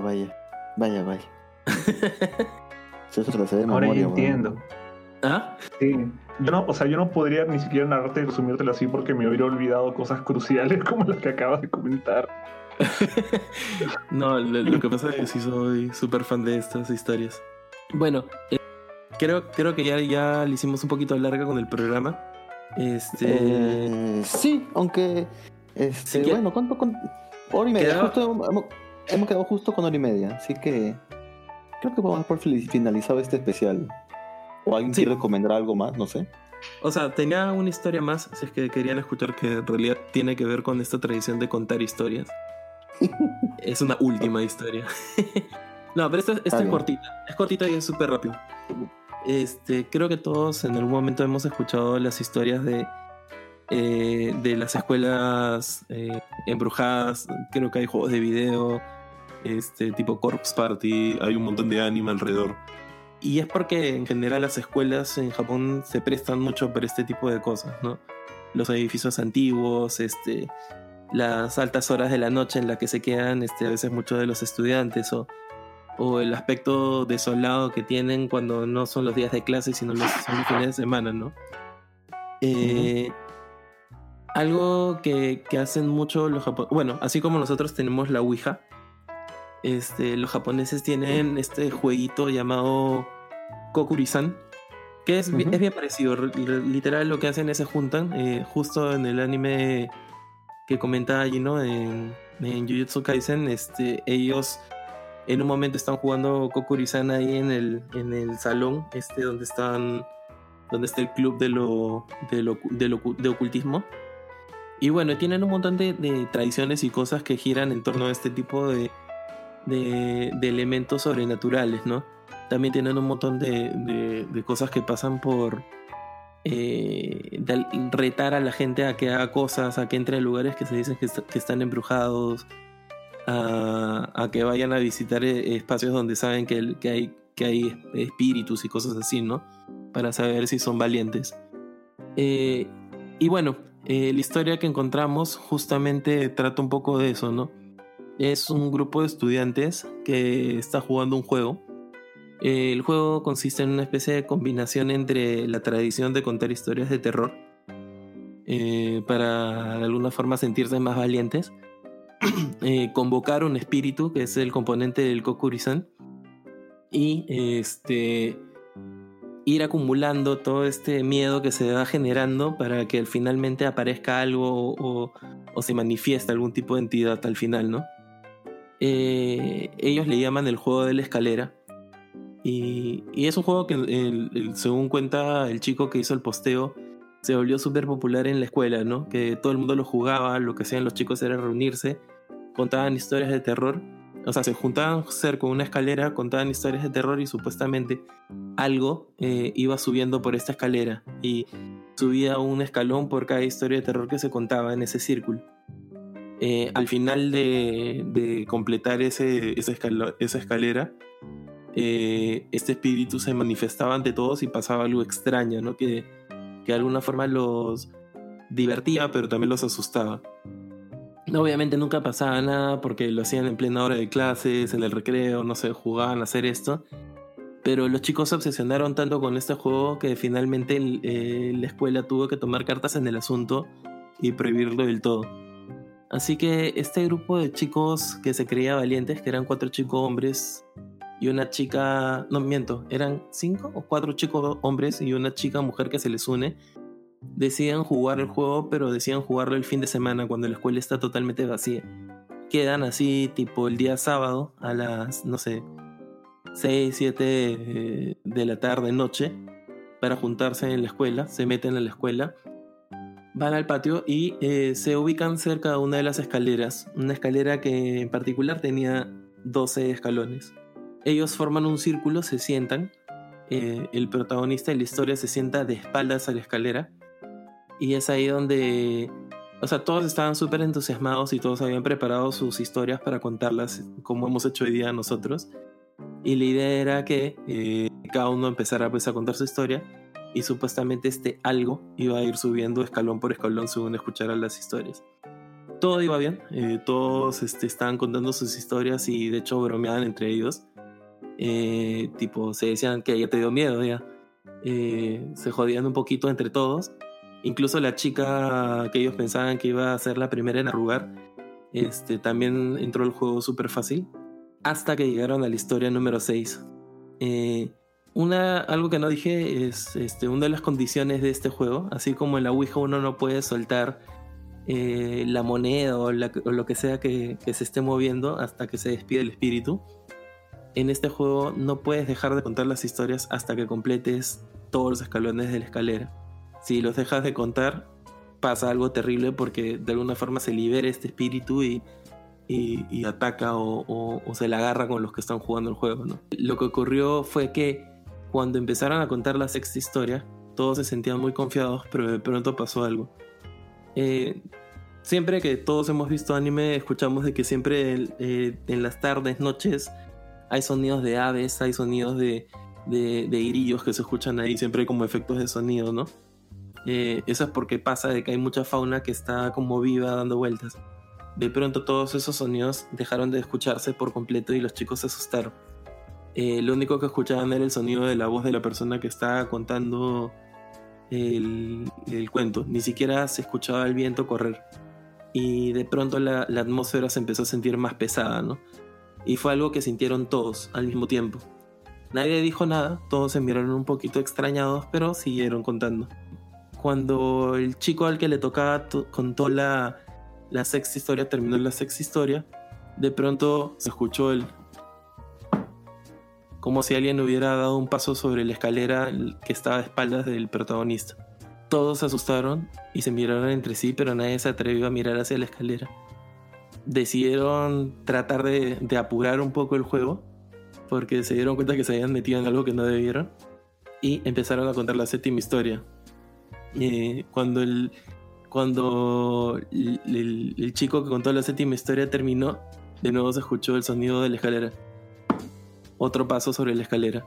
Eso se lo sé de Ahora memoria, ya entiendo. ¿Ah? Sí. Yo no podría ni siquiera narrarte y resumírtelo así porque me hubiera olvidado cosas cruciales como las que acabas de comentar. No, lo que pasa es que sí soy súper fan de estas historias. Bueno, creo que ya le hicimos un poquito larga con el programa. Sí, aunque Sí, bueno, ¿cuánto? Hora y media. Queda- Hemos quedado justo con hora y media, así que creo que vamos a dar por finalizado este especial. ¿O alguien Sí. quiere recomendar algo más? No sé. O sea, tenía una historia más, si es que querían escuchar, que en realidad tiene que ver con esta tradición de contar historias. Es una última historia. No, pero esta es bien. cortita. Es cortita y es súper rápido. Creo que todos en algún momento hemos escuchado las historias de las escuelas embrujadas. Creo que hay juegos de video, tipo Corpse Party, hay un montón de anime alrededor. Y es porque en general las escuelas en Japón se prestan mucho para este tipo de cosas, ¿no? Los edificios antiguos, las altas horas de la noche en las que se quedan a veces muchos de los estudiantes, o el aspecto desolado que tienen cuando no son los días de clase, sino son los fines de semana, ¿no? Algo que hacen mucho los japoneses, bueno, así como nosotros tenemos la Ouija, los japoneses tienen este jueguito llamado Kokuri-san, que es bien parecido. Literal, lo que hacen es se juntan, justo en el anime que comentaba allí, ¿no? En Jujutsu Kaisen, ellos en un momento están jugando Kokuri-san ahí en el salón, donde está el club de ocultismo. Y bueno, tienen un montón de tradiciones y cosas que giran en torno a este tipo de elementos sobrenaturales, ¿no? También tienen un montón de cosas que pasan por retar a la gente a que haga cosas, a que entre a lugares que se dicen que están embrujados, a que vayan a visitar espacios donde saben que hay espíritus y cosas así, ¿no? Para saber si son valientes. Y bueno, la historia que encontramos justamente trata un poco de eso, ¿no? Es un grupo de estudiantes que está jugando un juego. El juego consiste en una especie de combinación entre la tradición de contar historias de terror, para de alguna forma sentirse más valientes, convocar un espíritu, que es el componente del Kokuri-san, y ir acumulando todo este miedo que se va generando para que finalmente aparezca algo o se manifieste algún tipo de entidad al final, ¿no? Ellos le llaman el juego de la escalera, y es un juego que según cuenta el chico que hizo el posteo, se volvió súper popular en la escuela, ¿no? Que todo el mundo lo jugaba. Lo que hacían los chicos era reunirse, contaban historias de terror. O sea, se juntaban cerca con una escalera, contaban historias de terror, y supuestamente algo iba subiendo por esta escalera y subía un escalón por cada historia de terror que se contaba en ese círculo. Al final de completar esa escalera, este espíritu se manifestaba ante todos y pasaba algo extraño, ¿no? Que de alguna forma los divertía, pero también los asustaba. Obviamente nunca pasaba nada porque lo hacían en plena hora de clases, en el recreo, no sé, jugaban a hacer esto. Pero los chicos se obsesionaron tanto con este juego que finalmente la escuela tuvo que tomar cartas en el asunto y prohibirlo del todo. Así que este grupo de chicos que se creía valientes, que eran 4 chicos hombres y una chica, no miento, eran 5 o 4 chicos hombres y una chica mujer que se les une, deciden jugar el juego, pero deciden jugarlo el fin de semana cuando la escuela está totalmente vacía. Quedan así tipo el día sábado a las, no sé, 6, 7 de la tarde, noche, para juntarse en la escuela. Se meten a la escuela, van al patio y se ubican cerca de una de las escaleras, una escalera que en particular tenía 12 escalones. Ellos forman un círculo, se sientan, el protagonista de la historia se sienta de espaldas a la escalera y es ahí donde, o sea, todos estaban súper entusiasmados y todos habían preparado sus historias para contarlas como hemos hecho hoy día nosotros, y la idea era que cada uno empezara pues a contar su historia y supuestamente algo iba a ir subiendo escalón por escalón según escucharan las historias. Todo iba bien, todos estaban contando sus historias y de hecho bromeaban entre ellos, tipo se decían que ya te dio miedo ya, se jodían un poquito entre todos. Incluso la chica que ellos pensaban que iba a ser la primera en arrugar, también entró al juego súper fácil, hasta que llegaron a la historia número 6. Algo que no dije es una de las condiciones de este juego, así como en la Ouija uno no puede soltar la moneda o lo que sea que se esté moviendo hasta que se despide el espíritu. En este juego no puedes dejar de contar las historias hasta que completes todos los escalones de la escalera. Si los dejas de contar, pasa algo terrible porque de alguna forma se libera este espíritu y ataca o se la agarra con los que están jugando el juego, ¿no? Lo que ocurrió fue que cuando empezaron a contar la sexta historia, todos se sentían muy confiados, pero de pronto pasó algo. Siempre que todos hemos visto anime, escuchamos de que siempre en las tardes, noches, hay sonidos de aves, hay sonidos de grillos que se escuchan ahí, siempre como efectos de sonido, ¿no? Eso es porque pasa de que hay mucha fauna que está como viva dando vueltas. De pronto todos esos sonidos dejaron de escucharse por completo y los chicos se asustaron. Lo único que escuchaban era el sonido de la voz de la persona que estaba contando el cuento. Ni siquiera se escuchaba el viento correr. Y de pronto la atmósfera se empezó a sentir más pesada, ¿no? Y fue algo que sintieron todos al mismo tiempo. Nadie dijo nada, todos se miraron un poquito extrañados, pero siguieron contando. Cuando el chico al que le tocaba contó la sexta historia, terminó la sexta historia, de pronto se escuchó como si alguien hubiera dado un paso sobre la escalera que estaba a espaldas del protagonista. Todos se asustaron y se miraron entre sí, pero nadie se atrevió a mirar hacia la escalera. Decidieron tratar de apurar un poco el juego, porque se dieron cuenta que se habían metido en algo que no debieron, y empezaron a contar la séptima historia. Cuando el chico que contó la séptima historia terminó, de nuevo se escuchó el sonido de la escalera. Otro paso sobre la escalera.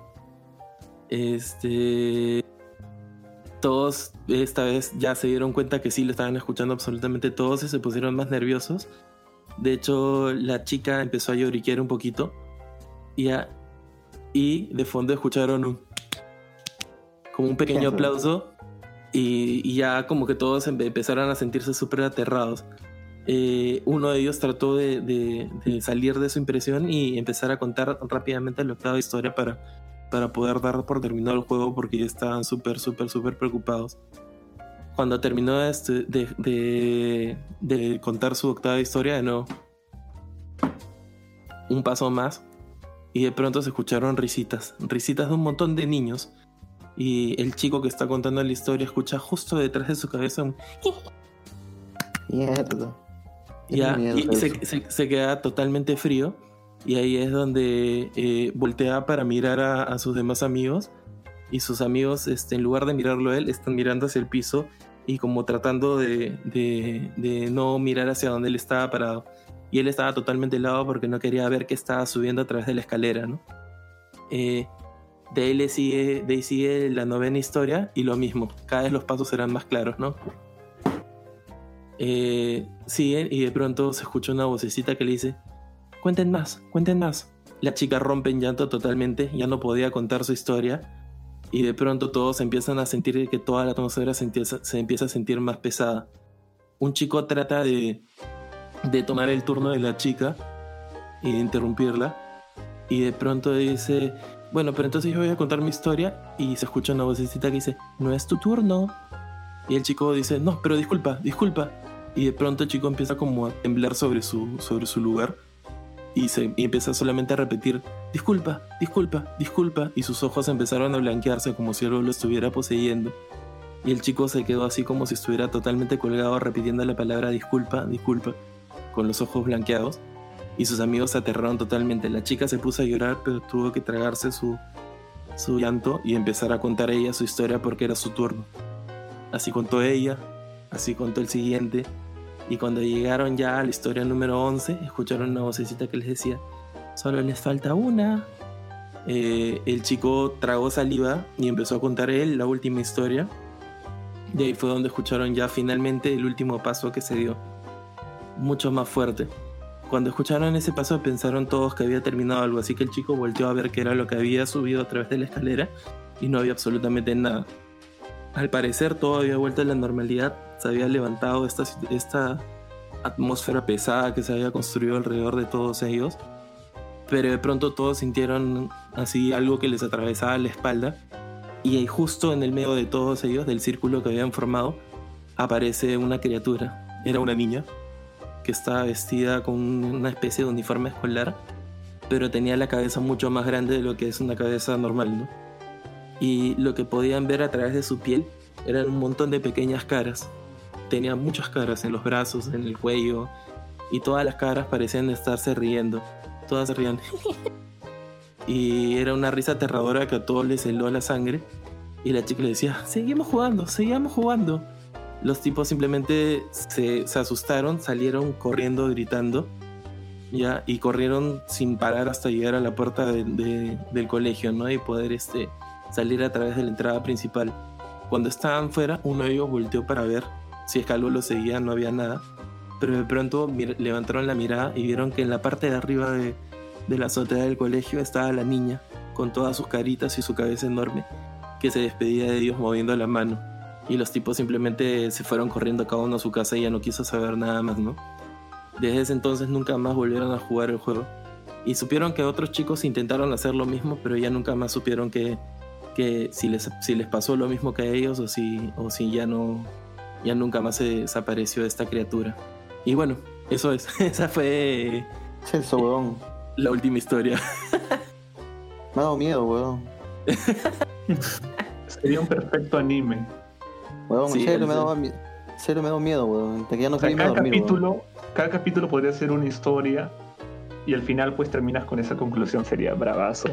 Todos esta vez ya se dieron cuenta que sí lo estaban escuchando absolutamente todos y se pusieron más nerviosos. De hecho, la chica empezó a lloriquear un poquito y de fondo escucharon como un pequeño aplauso. Y ya como que todos empezaron a sentirse súper aterrados. Uno de ellos trató de salir de su impresión y empezar a contar rápidamente la octava historia para poder dar por terminado el juego, porque ya estaban súper preocupados. Cuando terminó de contar su octava historia, de nuevo un paso más y de pronto se escucharon risitas de un montón de niños. Y el chico que está contando la historia escucha justo detrás de su cabeza un... Mierda. Y se queda totalmente frío. Y ahí es donde voltea para mirar a sus demás amigos. Y sus amigos, en lugar de mirarlo a él, están mirando hacia el piso y como tratando de no mirar hacia donde él estaba parado. Y él estaba totalmente helado porque no quería ver que estaba subiendo a través de la escalera, ¿no? De ahí sigue la novena historia y lo mismo, cada vez los pasos serán más claros, ¿no? Siguen y de pronto se escucha una vocecita que le dice: cuenten más. La chica rompe en llanto totalmente, ya no podía contar su historia y de pronto todos empiezan a sentir que toda la atmósfera se empieza a sentir más pesada. Un chico trata de de tomar el turno de la chica y de interrumpirla. Y de pronto dice, bueno, pero entonces yo voy a contar mi historia. Y se escucha una vocecita que dice, no es tu turno. Y el chico dice, no, pero disculpa. Y de pronto el chico empieza como a temblar sobre su lugar. Y empieza solamente a repetir, disculpa. Y sus ojos empezaron a blanquearse como si algo lo estuviera poseyendo. Y el chico se quedó así como si estuviera totalmente colgado repitiendo la palabra disculpa, con los ojos blanqueados. Y sus amigos se aterraron totalmente. La chica se puso a llorar, pero tuvo que tragarse su llanto y empezar a contar ella su historia porque era su turno. Así contó ella, así contó el siguiente. Y cuando llegaron ya a la historia número 11, escucharon una vocecita que les decía, solo les falta una. El chico tragó saliva y empezó a contar él la última historia. Y ahí fue donde escucharon ya finalmente el último paso que se dio. Mucho más fuerte. Cuando escucharon ese paso pensaron todos que había terminado algo, así que el chico volteó a ver qué era lo que había subido a través de la escalera y no había absolutamente nada. Al parecer todo había vuelto a la normalidad, se había levantado esta atmósfera pesada que se había construido alrededor de todos ellos, pero de pronto todos sintieron así algo que les atravesaba la espalda y ahí justo en el medio de todos ellos, del círculo que habían formado, aparece una criatura. Era una niña que estaba vestida con una especie de uniforme escolar, pero tenía la cabeza mucho más grande de lo que es una cabeza normal, ¿no? Y lo que podían ver a través de su piel eran un montón de pequeñas caras. Tenía muchas caras en los brazos, en el cuello, y todas las caras parecían estarse riendo. Todas se rían. Y era una risa aterradora que a todos les heló la sangre. Y la chica le decía, seguimos jugando. Los tipos simplemente se asustaron, salieron corriendo, gritando, ¿ya? Y corrieron sin parar hasta llegar a la puerta del colegio, ¿no? Y poder salir a través de la entrada principal. Cuando estaban fuera, uno de ellos volteó para ver si es que algo lo seguía, no había nada. Pero de pronto levantaron la mirada y vieron que en la parte de arriba de la azotea del colegio estaba la niña, con todas sus caritas y su cabeza enorme, que se despedía de Dios moviendo la mano. Y los tipos simplemente se fueron corriendo cada uno a su casa y ya no quiso saber nada más, ¿no? Desde ese entonces nunca más volvieron a jugar el juego. Y supieron que otros chicos intentaron hacer lo mismo, pero ya nunca más supieron que si les pasó lo mismo que a ellos o si ya nunca más se desapareció esta criatura. Y bueno, eso es. Esa fue Celso, weón. La última historia. Me ha dado miedo, weón. Sería un perfecto anime. Weón, Sí, en serio sí. me ha dado miedo, weón. Hasta que ya no O sea, quería dormir, weón. cada capítulo podría ser una historia y al final pues terminas con esa conclusión, sería bravazo.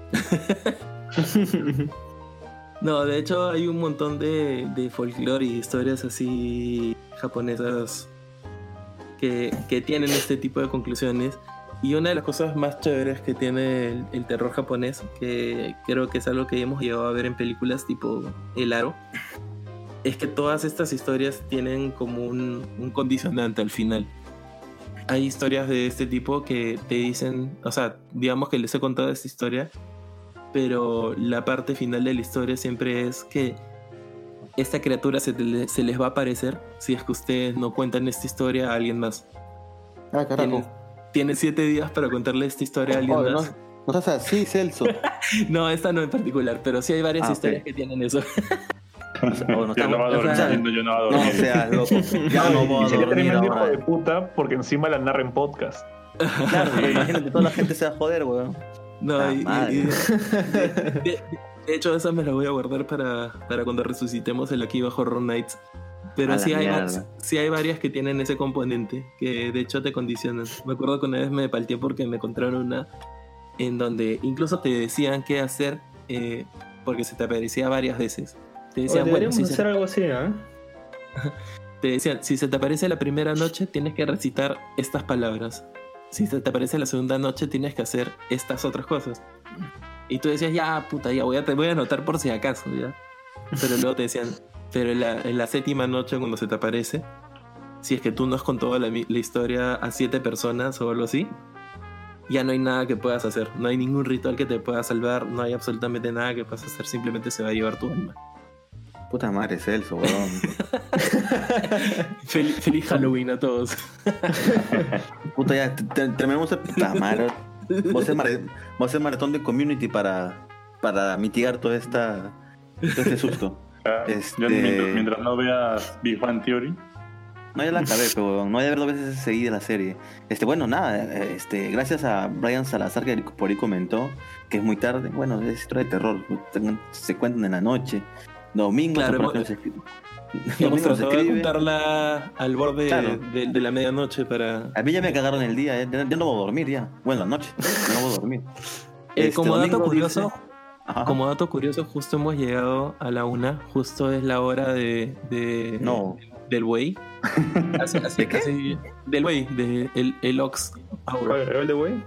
No, de hecho hay un montón de folclore y historias así japonesas que tienen este tipo de conclusiones. Y una de las cosas más chéveres que tiene el terror japonés, que creo que es algo que hemos llegado a ver en películas tipo El Aro, es que todas estas historias tienen como un condicionante al final. Hay historias de este tipo que te dicen, o sea, digamos que les he contado esta historia, pero la parte final de la historia siempre es que esta criatura se les va a aparecer si es que ustedes no cuentan esta historia a alguien más. Ah, carajo. Tienes 7 días para contarle esta historia a alguien Oye, más. no seas así, Celso. No, esta no en particular, pero sí hay varias historias que tienen eso. Yo no va a dormir, yo no va a dormir. No seas loco. Ya no voy a Sería dormir tremendo hijo ahora. de puta porque encima la narra en podcast. Claro, imagínate, toda la gente se va a joder, weón. No, Ah, madre. de hecho, esa me la voy a guardar para cuando resucitemos el Aquí Bajo Horror Nights. Pero A la mierda. sí hay varias que tienen ese componente, que de hecho te condicionan. Me acuerdo que una vez me palteé porque me contaron una en donde incluso te decían qué hacer porque se te aparecía varias veces. Te decían, Deberíamos si hacer algo así, ¿eh? te decían, si se te aparece la primera noche, tienes que recitar estas palabras. Si se te aparece la segunda noche, tienes que hacer estas otras cosas. Y tú decías, ya, puta, ya voy a anotar por si acaso, ya. Pero luego te decían, pero en la séptima noche, cuando se te aparece, si es que tú no has contado la historia a 7 personas o algo así, ya no hay nada que puedas hacer. No hay ningún ritual que te pueda salvar, no hay absolutamente nada que puedas hacer, simplemente se va a llevar tu alma. Puta madre, Celso, weón. Feliz Halloween a todos. Puta, ya, terminamos el puta madre. Vos hacer maratón de Community para mitigar todo este susto. Yo mientras no veas Big Bang Theory. No, ya la acabé, pero no voy a ver 2 veces seguida la serie. Bueno, nada, gracias a Brian Salazar que por ahí comentó que es muy tarde. Bueno, es historia de terror, se cuentan en la noche. Domingo, claro, hemos tratado de juntarla al borde de la medianoche para... A mí ya me cagaron el día, ya no voy a dormir ya. Bueno, la noche, ya no voy a dormir. Como dato curioso, justo hemos llegado a la 1, justo es la hora del buey. ¿De qué? Así, del buey, el Ox Hour. ¿El de buey?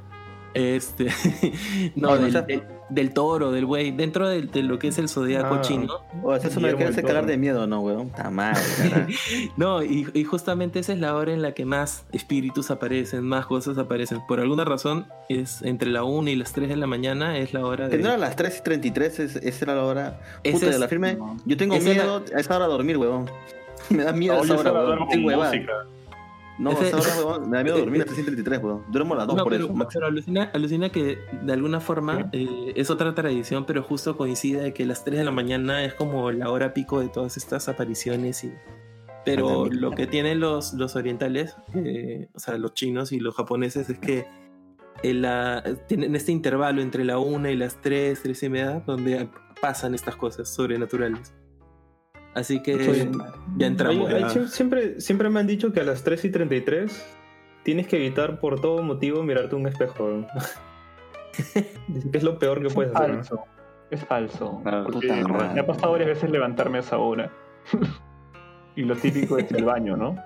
No, del toro, del buey, dentro de lo que es el zodiaco chino. Eso me quiere hacer cagar de miedo, ¿no, weón? Está mal, cara. No, y justamente esa es la hora en la que más espíritus aparecen, más cosas aparecen. Por alguna razón, es entre la 1 y las 3 de la mañana, es la hora de... ¿No era las 3:33? Esa era la hora... Puta, de la firme. Yo tengo miedo a esa hora de dormir, weón. Me da miedo a esa hora, weón. Tengo huevada. No, esa hora, weón, me da miedo dormir a 3:33, weón. Duermo a las 2 por eso. Pero alucina que de alguna forma es otra tradición, pero justo coincide que las 3 de la mañana es como la hora pico de todas estas apariciones. Pero lo que tienen los orientales, o sea, los chinos y los japoneses, es que tienen este intervalo entre la 1 y las 3 y media, donde pasan estas cosas sobrenaturales. Así que ya entramos. Siempre me han dicho que a las 3:33 tienes que evitar por todo motivo mirarte un espejo. Dicen que es lo peor que puedes hacer. Es falso. Porque me ha pasado varias veces levantarme a esa hora. Y lo típico es el baño, ¿no?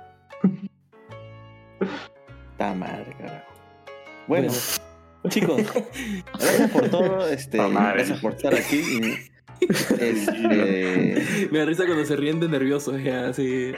Está madre, carajo. Bueno, chicos, gracias por todo. Gracias por estar aquí. Me da risa cuando se ríen de nerviosos, ya, así.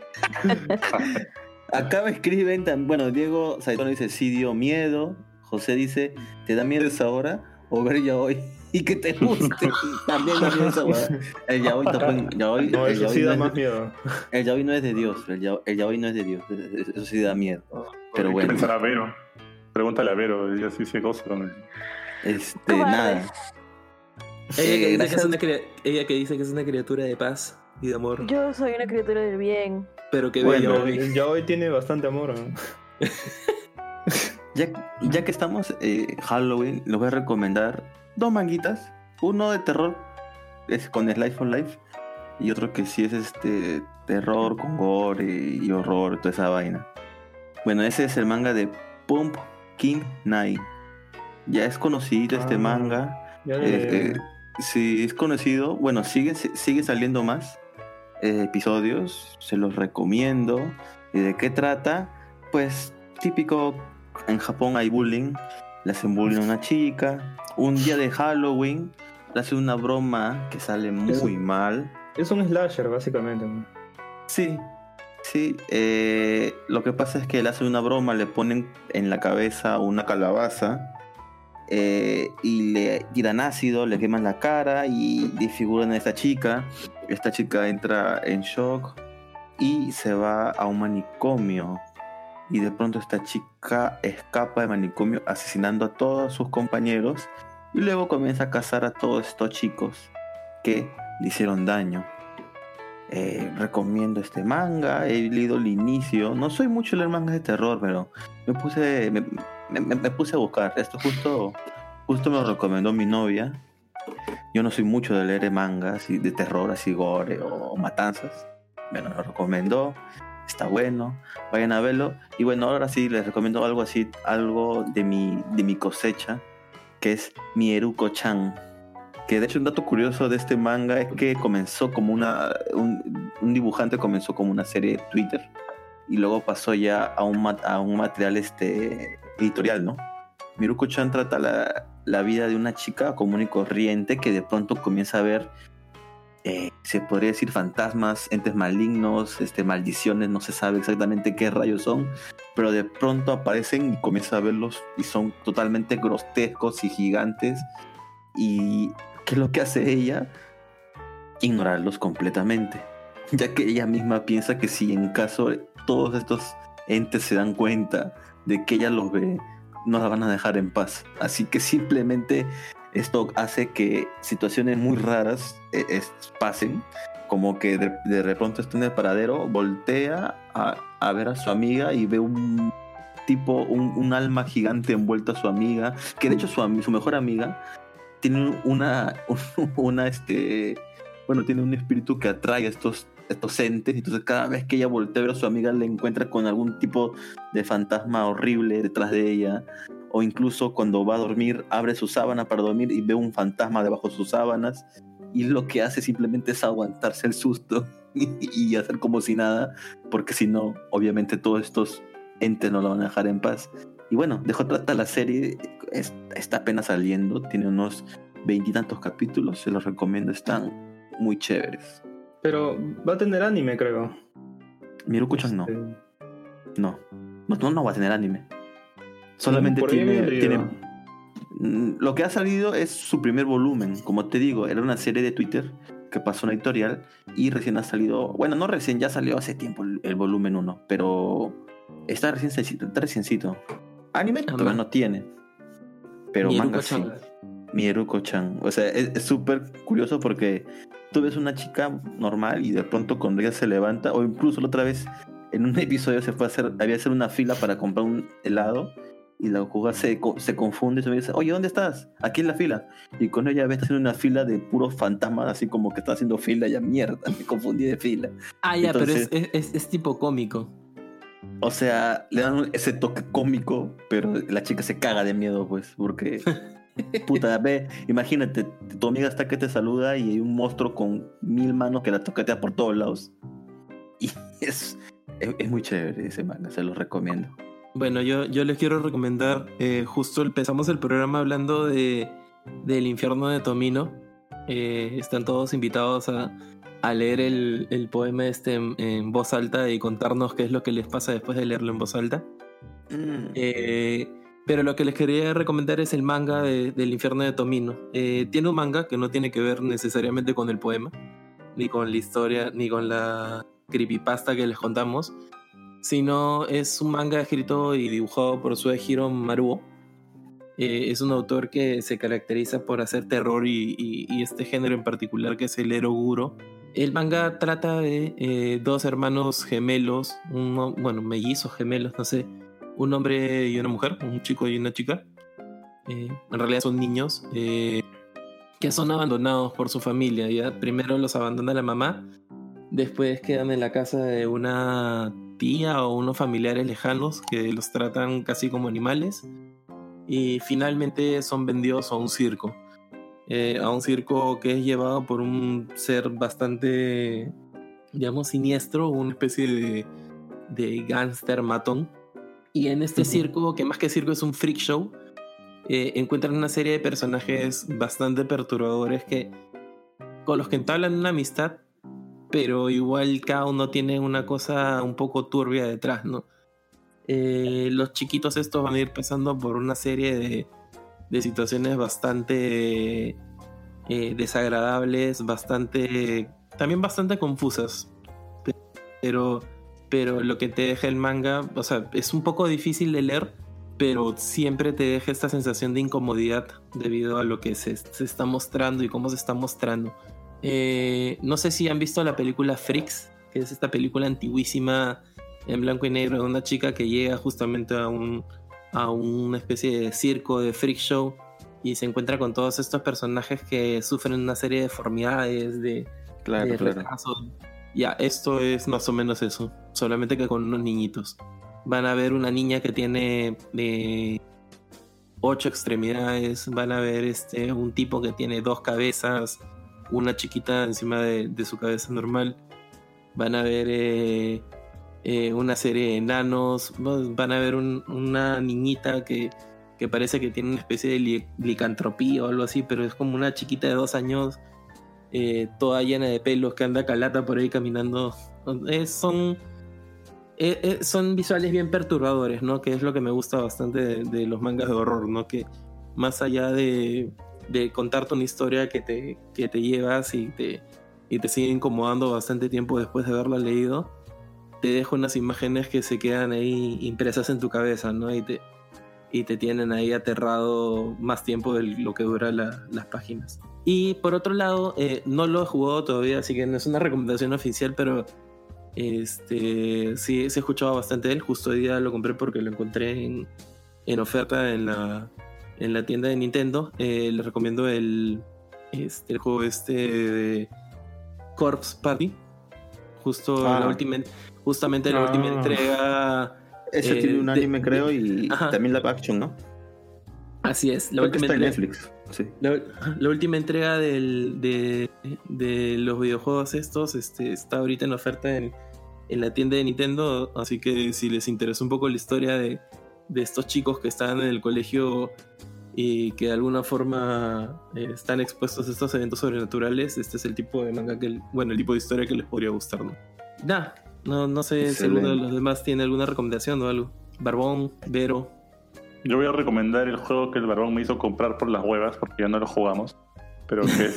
Acá me escriben, bueno, Diego Saitón dice, sí dio miedo. José dice, ¿te da miedo esa hora? O ver ya hoy y que te guste. También da miedo esa hora. El yaoi tampoco. No, eso sí da más miedo. El yaoi no es de Dios. El yaoi no es de Dios. Eso sí da miedo. Pero bueno. ¿Qué pensará Vero? Pregúntale a Vero, ella sí se goza con él. Nada. Ella que dice que es una criatura de paz y de amor. Yo soy una criatura del bien. Pero que ya hoy tiene bastante amor, ¿no? Ya que estamos Halloween, les voy a recomendar 2 manguitas. Uno de terror, es con Slice for Life, y otro que sí es terror con gore y horror, toda esa vaina. Bueno, ese es el manga de Pumpkin Night. Ya es conocido este manga. Sí, es conocido. Bueno, sigue saliendo más episodios. Se los recomiendo. ¿Y de qué trata? Pues típico, en Japón hay bullying. Le hacen bullying a una chica. Un día de Halloween le hacen una broma que sale muy mal. Es un slasher, básicamente, ¿no? Sí. Lo que pasa es que le hacen una broma, le ponen en la cabeza una calabaza. Y le tiran ácido, le queman la cara y disfiguran a esta chica. Esta chica entra en shock y se va a un manicomio. Y de pronto esta chica escapa del manicomio asesinando a todos sus compañeros. Y luego comienza a cazar a todos estos chicos que le hicieron daño. Recomiendo este manga. He leído el inicio. No soy mucho de leer mangas de terror, pero me puse a buscar. Esto justo me lo recomendó mi novia. Yo no soy mucho de leer mangas y de terror, así gore o matanzas. Bueno, lo recomendó. Está bueno. Vayan a verlo. Y bueno, ahora sí les recomiendo algo así, algo de mi cosecha, que es Mieruko-chan. Que de hecho un dato curioso de este manga es que comenzó como un dibujante comenzó como una serie de Twitter y luego pasó ya a un material editorial, ¿no? Mieruko-chan trata la vida de una chica común y corriente que de pronto comienza a ver, se podría decir, fantasmas, entes malignos, maldiciones, no se sabe exactamente qué rayos son, pero de pronto aparecen y comienza a verlos y son totalmente grotescos y gigantes. Y ¿qué es lo que hace ella? ignorarlos completamente, ya que ella misma piensa que si en caso todos estos entes se dan cuenta de que ella los ve, no la van a dejar en paz. Así que simplemente esto hace que situaciones muy raras pasen, como que de pronto está en el paradero, voltea a ver a su amiga y ve un tipo, un alma gigante envuelta a su amiga, que de hecho su mejor amiga tiene tiene un espíritu que atrae a estos entes. Entonces cada vez que ella voltea a ver a su amiga, le encuentra con algún tipo de fantasma horrible detrás de ella, o incluso cuando va a dormir abre su sábana para dormir y ve un fantasma debajo de sus sábanas, y lo que hace simplemente es aguantarse el susto y hacer como si nada, porque si no, obviamente todos estos entes no la van a dejar en paz. Y bueno, de eso trata la serie. Está apenas saliendo, tiene unos 20 y tantos capítulos, se los recomiendo, están muy chéveres. Pero va a tener anime, creo. Miruko-chan no va a tener anime. Solamente por ahí había tiene leído. lo que ha salido es su primer volumen. Como te digo, era una serie de Twitter que pasó una editorial y recién ha salido, bueno, no recién, ya salió hace tiempo el volumen 1, pero está reciencito. Anime todavía no tiene, pero manga sí. Miruko-chan. O sea, es súper curioso porque tú ves una chica normal y de pronto cuando ella se levanta, o incluso la otra vez en un episodio había hacer una fila para comprar un helado, y la Okuga se confunde y se me dice, oye, ¿dónde estás? Aquí en la fila. Y cuando ella ve, está haciendo una fila de puros fantasmas, así como que está haciendo fila, ya mierda, me confundí de fila. Ah, ya, entonces, pero es tipo cómico. O sea, le dan ese toque cómico, pero la chica se caga de miedo, pues, porque puta, ve, imagínate, tu amiga está que te saluda y hay un monstruo con 1000 manos que la toquetea por todos lados. Y es muy chévere ese manga, se lo recomiendo. Bueno, yo les quiero recomendar, justo empezamos el programa hablando del infierno de Tomino. Están todos invitados a leer el poema en voz alta y contarnos qué es lo que les pasa después de leerlo en voz alta. Pero lo que les quería recomendar es el manga del infierno de Tomino. Tiene un manga que no tiene que ver necesariamente con el poema, ni con la historia, ni con la creepypasta que les contamos, sino es un manga escrito y dibujado por Suehiro Maruo. Es un autor que se caracteriza por hacer terror y este género en particular, que es el eroguro. El manga trata de dos hermanos gemelos, mellizos gemelos, no sé, un hombre y una mujer, un chico y una chica. En realidad son niños que son abandonados por su familia. ¿Ya? Primero los abandona la mamá, después quedan en la casa de una tía o unos familiares lejanos que los tratan casi como animales, y finalmente son vendidos a un circo. A un circo que es llevado por un ser bastante, digamos, siniestro, una especie de gángster matón. Y en este circo, que más que circo es un freak show, encuentran una serie de personajes bastante perturbadores con los que entablan una amistad, pero igual cada uno tiene una cosa un poco turbia detrás, ¿no? Los chiquitos estos van a ir pasando por una serie de situaciones bastante desagradables, también bastante confusas, pero lo que te deja el manga, o sea, es un poco difícil de leer, pero siempre te deja esta sensación de incomodidad debido a lo que se está mostrando y cómo se está mostrando. No sé si han visto la película Freaks, que es esta película antiguísima en blanco y negro de una chica que llega justamente a una especie de circo, de freak show, y se encuentra con todos estos personajes que sufren una serie de deformidades, de retrasos. Ya, esto es más o menos eso, solamente que con unos niñitos. Van a ver una niña que tiene 8 extremidades, van a ver un tipo que tiene 2 cabezas, una chiquita encima de su cabeza normal, van a ver una serie de enanos, van a ver una niñita que parece que tiene una especie de licantropía o algo así, pero es como una chiquita de 2 años, toda llena de pelos, que anda calata por ahí caminando. Son visuales bien perturbadores, ¿no? Que es lo que me gusta bastante de los mangas de horror, ¿no? Que más allá de contarte una historia que te llevas y y te sigue incomodando bastante tiempo después de haberlo leído, te deja unas imágenes que se quedan ahí impresas en tu cabeza, ¿no? Y te tienen ahí aterrado más tiempo de lo que dura las páginas. Y por otro lado, no lo he jugado todavía, así que no es una recomendación oficial, pero sí he escuchado bastante de él. Justo hoy día lo compré porque lo encontré en oferta en la tienda de Nintendo. Les recomiendo el juego de Corpse Party. Justamente la última entrega. Ese tiene un anime, creo, y también live action, ¿no? Así es. Creo que está en Netflix. Sí. La última entrega de los videojuegos estos está ahorita en oferta en la tienda de Nintendo, así que si les interesa un poco la historia de estos chicos que están en el colegio y que de alguna forma están expuestos a estos eventos sobrenaturales, este es el tipo de manga el tipo de historia que les podría gustar, ¿no? No sé si alguno de los demás tiene alguna recomendación o algo. Barbón, Vero. Yo voy a recomendar el juego que el Barbón me hizo comprar por las huevas, porque ya no lo jugamos, pero que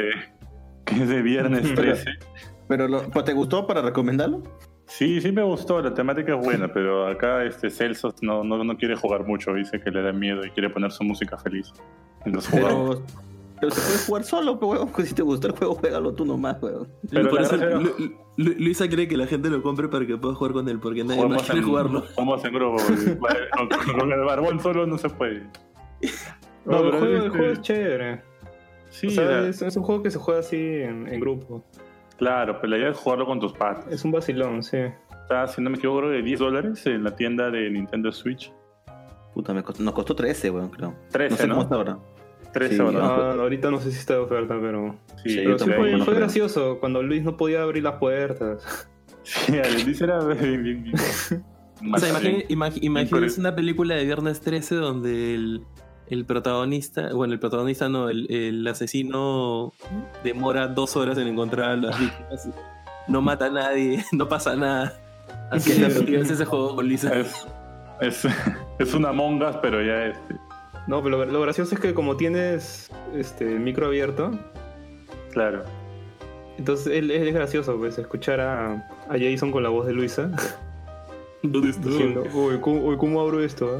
es de Viernes 13. ¿Pero te gustó para recomendarlo? Sí me gustó, la temática es buena, pero acá Celsos no quiere jugar mucho, dice que le da miedo y quiere poner su música feliz. Entonces jugamos. Pero se puede jugar solo, pues, weón. Si te gustó el juego, juégalo tú nomás, weón. Pero por eso Luisa cree que la gente lo compre para que pueda jugar con él, porque nadie más quiere jugarlo. Vamos en grupo, con el Barbón solo no se puede. No, pero el juego es chévere. Sí, o sea, es un juego que se juega así en grupo. Claro, pero la idea es jugarlo con tus patas. Es un vacilón, sí. Está, si no me equivoco, de $10 en la tienda de Nintendo Switch. Puta, nos costó 13, weón, creo. 13, no sé ¿no? cómo está ahora. 13 sí, horas. ahorita no sé si está de oferta, pero... Sí, pero sí también, fue gracioso cuando Luis no podía abrir las puertas. Sí, al inicio era bien. O sea, imagínense una película de Viernes 13 donde el protagonista no, el asesino demora 2 horas en encontrar a las víctimas, no mata a nadie, no pasa nada. Así es ese juego con Lisa. Es una Among Us, pero ya No, pero lo gracioso es que como tienes el micro abierto, claro. Entonces es gracioso pues escuchar a Jason con la voz de Luisa diciendo, uy, ¿cómo abro esto?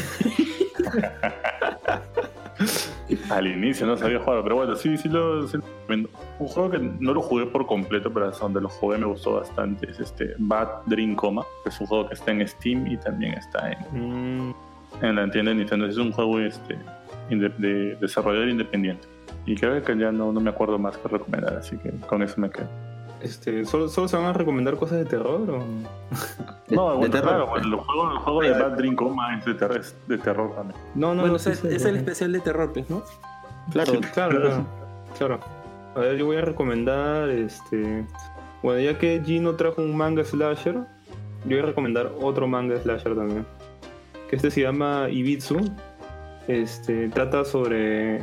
Al inicio no sabía jugar, pero bueno, sí lo recomiendo. Un juego que no lo jugué por completo, pero hasta donde lo jugué me gustó bastante, es Bad Dream Coma, que es un juego que está en Steam y también está en la tienda de Nintendo. Es un juego de desarrollador independiente. Y creo que ya no me acuerdo más que recomendar, así que con eso me quedo. ¿Solo se van a recomendar cosas de terror o...? No, bueno, terror. Claro, el juego de Bad Dream Coma es de terror también. No, bueno, sí, es el especial de terror, pues, ¿no? Claro. A ver, yo voy a recomendar bueno, ya que Gino trajo un manga slasher, yo voy a recomendar otro manga slasher también, que se llama Ibitsu. Trata sobre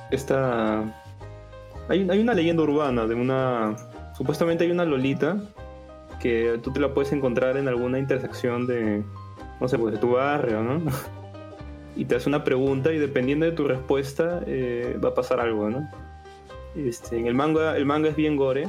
hay una leyenda urbana de supuestamente hay una lolita que tú te la puedes encontrar en alguna intersección de, no sé, pues de tu barrio, ¿no? Y te hace una pregunta y dependiendo de tu respuesta va a pasar algo, ¿no? En el manga es bien gore.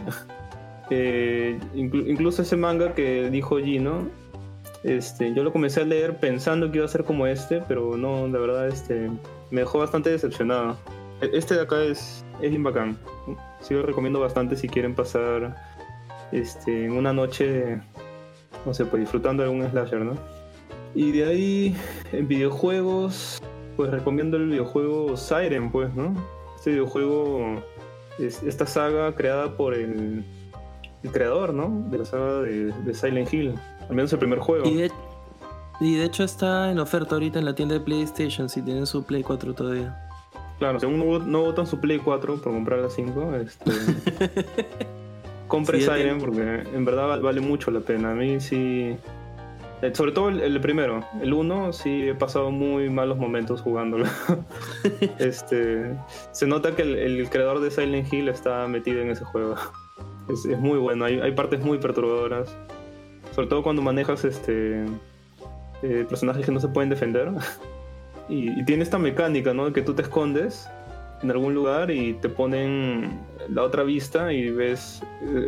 Incluso ese manga que dijo Gino, yo lo comencé a leer pensando que iba a ser como pero no, la verdad me dejó bastante decepcionado. De acá es bien bacán. Sí lo recomiendo bastante si quieren pasar una noche, no sé, pues disfrutando de algún slasher, ¿no? Y de ahí, en videojuegos, pues recomiendo el videojuego Siren, pues, ¿no? Este videojuego es esta saga creada por el creador, ¿no? De la saga de Silent Hill, al menos el primer juego. Y de hecho está en oferta ahorita en la tienda de PlayStation, si tienen su Play 4 todavía. Claro, si aún no botan su Play 4 por comprar la 5, compre Siren porque en verdad vale mucho la pena. A mí sí... Sobre todo el primero. El 1 sí he pasado muy malos momentos jugándolo. Se nota que el creador de Silent Hill está metido en ese juego. Es muy bueno. Hay partes muy perturbadoras. Sobre todo cuando manejas personajes que no se pueden defender. Y tiene esta mecánica, ¿no? Que tú te escondes en algún lugar y te ponen la otra vista y ves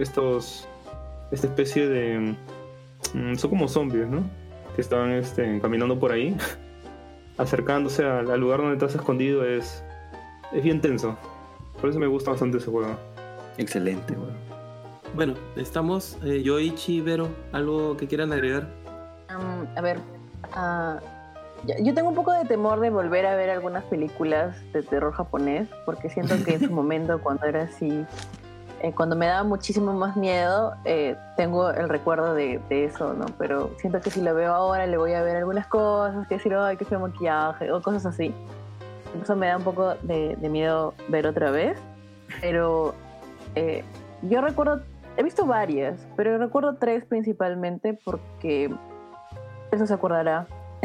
esta especie de... son como zombies, ¿no? Que estaban caminando por ahí, acercándose al lugar donde estás escondido. Es bien tenso. Por eso me gusta bastante ese juego. Excelente, güey. Bueno, estamos Yoichi, Vero, ¿algo que quieran agregar? A ver, yo tengo un poco de temor de volver a ver algunas películas de terror japonés, porque siento que en su momento, cuando era así, cuando me daba muchísimo más miedo, tengo el recuerdo de eso, ¿no? Pero siento que si lo veo ahora le voy a ver algunas cosas, que decir, ay, que fue maquillaje, o cosas así. Eso me da un poco de miedo ver otra vez. Pero yo recuerdo, he visto varias, pero recuerdo 3 principalmente porque eso se acordará.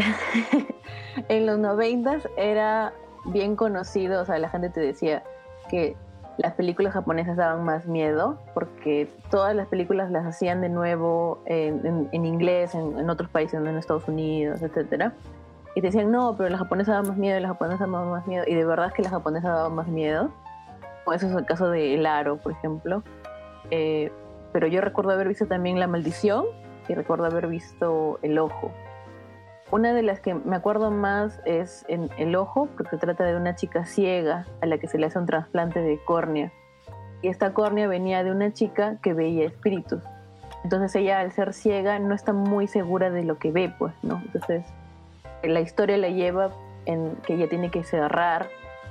En los 90s era bien conocido, o sea, la gente te decía que las películas japonesas daban más miedo porque todas las películas las hacían de nuevo en inglés, en otros países, en Estados Unidos, etcétera. Y te decían, no, pero la japonesa daba más miedo, y la japonesa daba más miedo. Y de verdad es que la japonesa daba más miedo. Como eso es el caso de El Aro, por ejemplo. Pero yo recuerdo haber visto también La Maldición y recuerdo haber visto El Ojo. Una de las que me acuerdo más es en El Ojo, porque se trata de una chica ciega a la que se le hace un trasplante de córnea. Y esta córnea venía de una chica que veía espíritus. Entonces ella, al ser ciega, no está muy segura de lo que ve, pues, ¿no? Entonces la historia la lleva en que ella tiene que cerrar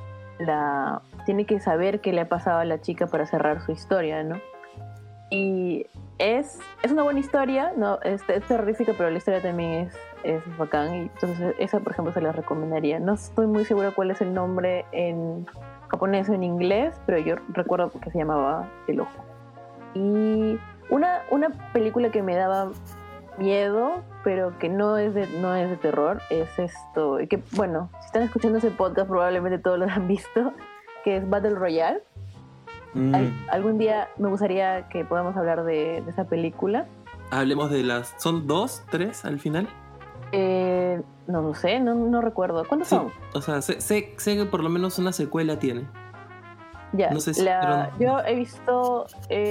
tiene que saber qué le ha pasado a la chica para cerrar su historia, ¿no? Y es una buena historia, ¿no? Es terrorífica, pero la historia también es bacán. Y entonces esa, por ejemplo, se la recomendaría. No estoy muy segura cuál es el nombre en japonés o en inglés, pero yo recuerdo que se llamaba El Ojo. Y una película que me daba miedo, pero que no es de terror, es esto. Y que, bueno, si están escuchando ese podcast, probablemente todos lo han visto, que es Battle Royale. Algún día me gustaría que podamos hablar de esa película. Hablemos de las... ¿Son 2, 3 al final? No lo sé, no recuerdo. ¿Cuántos son? O sea, sé que por lo menos una secuela tiene. Ya, no sé si yo he visto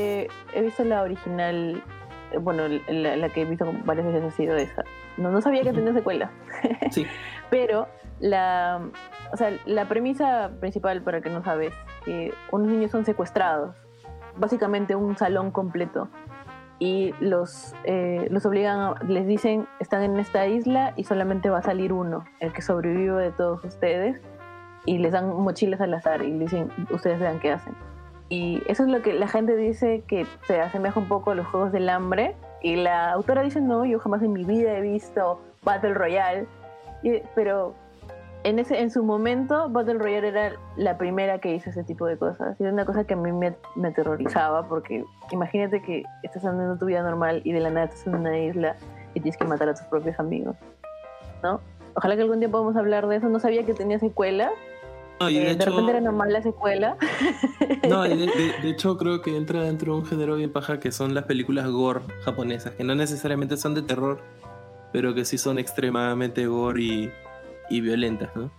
la original. Bueno, la que he visto varias veces ha sido esa. No sabía que tenía secuela. Sí. Pero la premisa principal, para que no sabes, que unos niños son secuestrados, básicamente un salón completo, y los obligan, les dicen, están en esta isla y solamente va a salir uno, el que sobrevive de todos ustedes, y les dan mochilas al azar y les dicen, ustedes vean qué hacen. Y eso es lo que la gente dice que se asemeja un poco a los Juegos del Hambre, y la autora dice, no, yo jamás en mi vida he visto Battle Royale, pero en su momento Battle Royale era la primera que hizo ese tipo de cosas, y era una cosa que a mí me aterrorizaba, porque imagínate que estás andando tu vida normal y de la nada estás en una isla y tienes que matar a tus propios amigos, ¿no? Ojalá que algún día podamos hablar de eso. No sabía que tenía secuela. No, y de hecho, repente era normal la secuela. No, de hecho creo que entra dentro de un género bien paja, que son las películas gore japonesas, que no necesariamente son de terror, pero que sí son extremadamente gore y violentas, ¿no?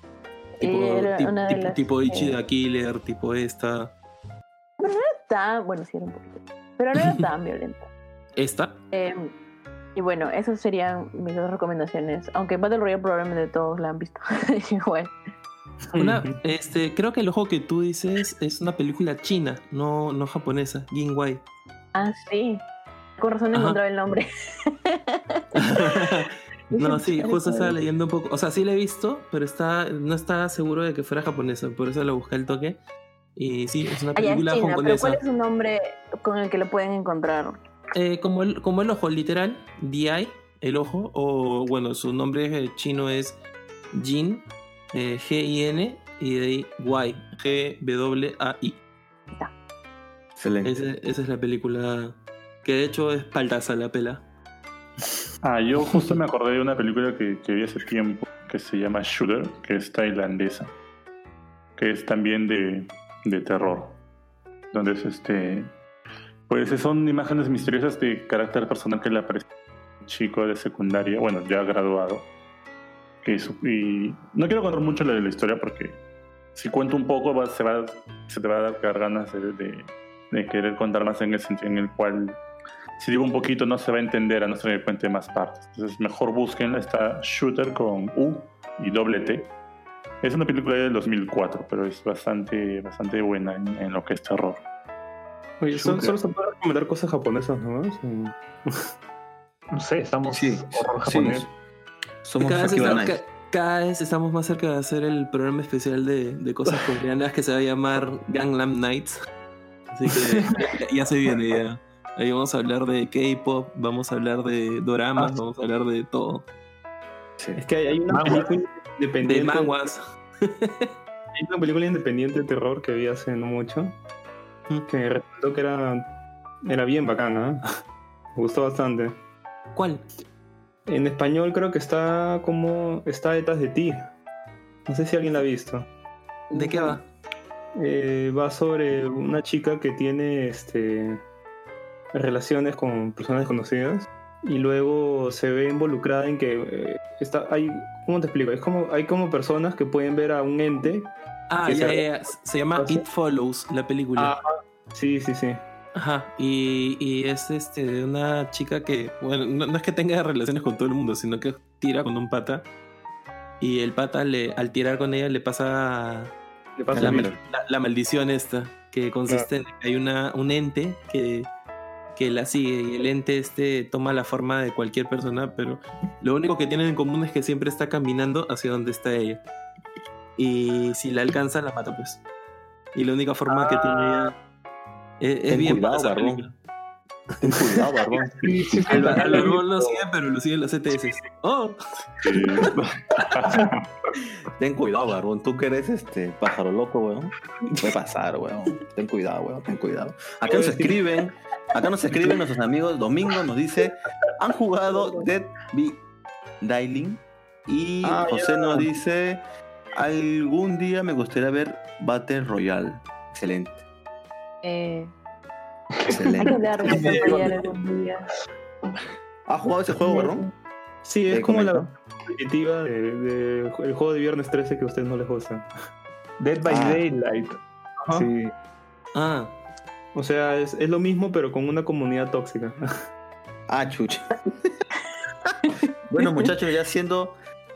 Tipo Ichi the Killer, tipo esta. Pero no era tan... Bueno, sí era un poquito, pero no era tan violenta. ¿Esta? Y bueno, esas serían mis 2 recomendaciones. Aunque Battle Royale probablemente todos la han visto. Igual. Creo que El Ojo que tú dices es una película china, no japonesa, Ginwai. Ah, sí. Con razón encontraba el nombre. No, sí, justo estaba leyendo un poco. O sea, sí la he visto, pero no estaba seguro de que fuera japonesa, por eso la busqué al toque. Y sí, es una película China, hongkonesa. ¿Pero cuál es su nombre con el que lo pueden encontrar? Como el ojo, literal, DI, el ojo, o bueno, su nombre chino es Jin, G-I-N, y de ahí Y, G-W-A-I. Excelente. Esa es la película, que de hecho es paltaza la pela. Yo justo me acordé de una película que vi hace tiempo, que se llama Shooter, que es tailandesa, que es también de terror, donde es pues son imágenes misteriosas de carácter personal que le aparece a un chico de secundaria, bueno, ya graduado, y no quiero contar mucho de la historia porque si cuento un poco se te va a dar ganas de querer contar más en el sentido en el cual, si digo un poquito, no se va a entender a no ser que cuente más partes. Entonces mejor búsquenla. Está Shooter con U y doble T. Es una película del 2004, pero es bastante buena en lo que es terror. Oye, solo se puede recomendar cosas japonesas, ¿no? No sé, estamos Sí, horror sí. japonés. Somos Cada vez estamos más cerca de hacer el programa especial de cosas coreanas que se va a llamar Gangnam Nights. Así que ya se viene ya. Ahí vamos a hablar de K-pop, vamos a hablar de doramas, vamos a hablar de todo. Sí. Es que hay una Manhwa. película De independiente. manguas. Hay una película independiente de terror que vi hace no mucho. Que recuerdo que era bien bacana. Me gustó bastante. ¿Cuál? En español creo que está detrás de ti. No sé si alguien la ha visto. ¿De qué va? Va sobre una chica que tiene relaciones con personas desconocidas y luego se ve involucrada en que ¿cómo te explico? Hay como personas que pueden ver a un ente. Ah, que ya. Se llama It Follows, la película. Sí. Ajá, y es de una chica que, bueno, no es que tenga relaciones con todo el mundo, sino que tira con un pata. Y el pata, al tirar con ella, le pasa la maldición esta, que consiste en que hay un ente que la sigue, y el ente toma la forma de cualquier persona, pero lo único que tienen en común es que siempre está caminando hacia donde está ella. Y si la alcanza, la mata, pues. Y la única forma que tiene ella es bien cuidado, para esa barbón. película. Ten cuidado, barbón. El barbón lo sigue, pero lo siguen los ETS. ¡Oh! Ten cuidado, barbón. Tú que eres pájaro loco, weón. Puede pasar, weón. Ten cuidado, weón. Ten cuidado. Acá nos escriben nuestros amigos. Domingo nos dice: ¿han jugado Dead by Daylight? Y José nos dice: algún día me gustaría ver Battle Royale. Excelente. Hay Excelente. que hablar de Battle Royale algún día. ¿Has jugado ese juego, barbón? Sí, es Te como comento. la definitiva del juego de Viernes 13 que a ustedes no les gusta. Dead by Daylight. Ajá. Sí. Ah, O sea, es lo mismo pero con una comunidad tóxica. Chucha. Bueno, muchachos, ya siendo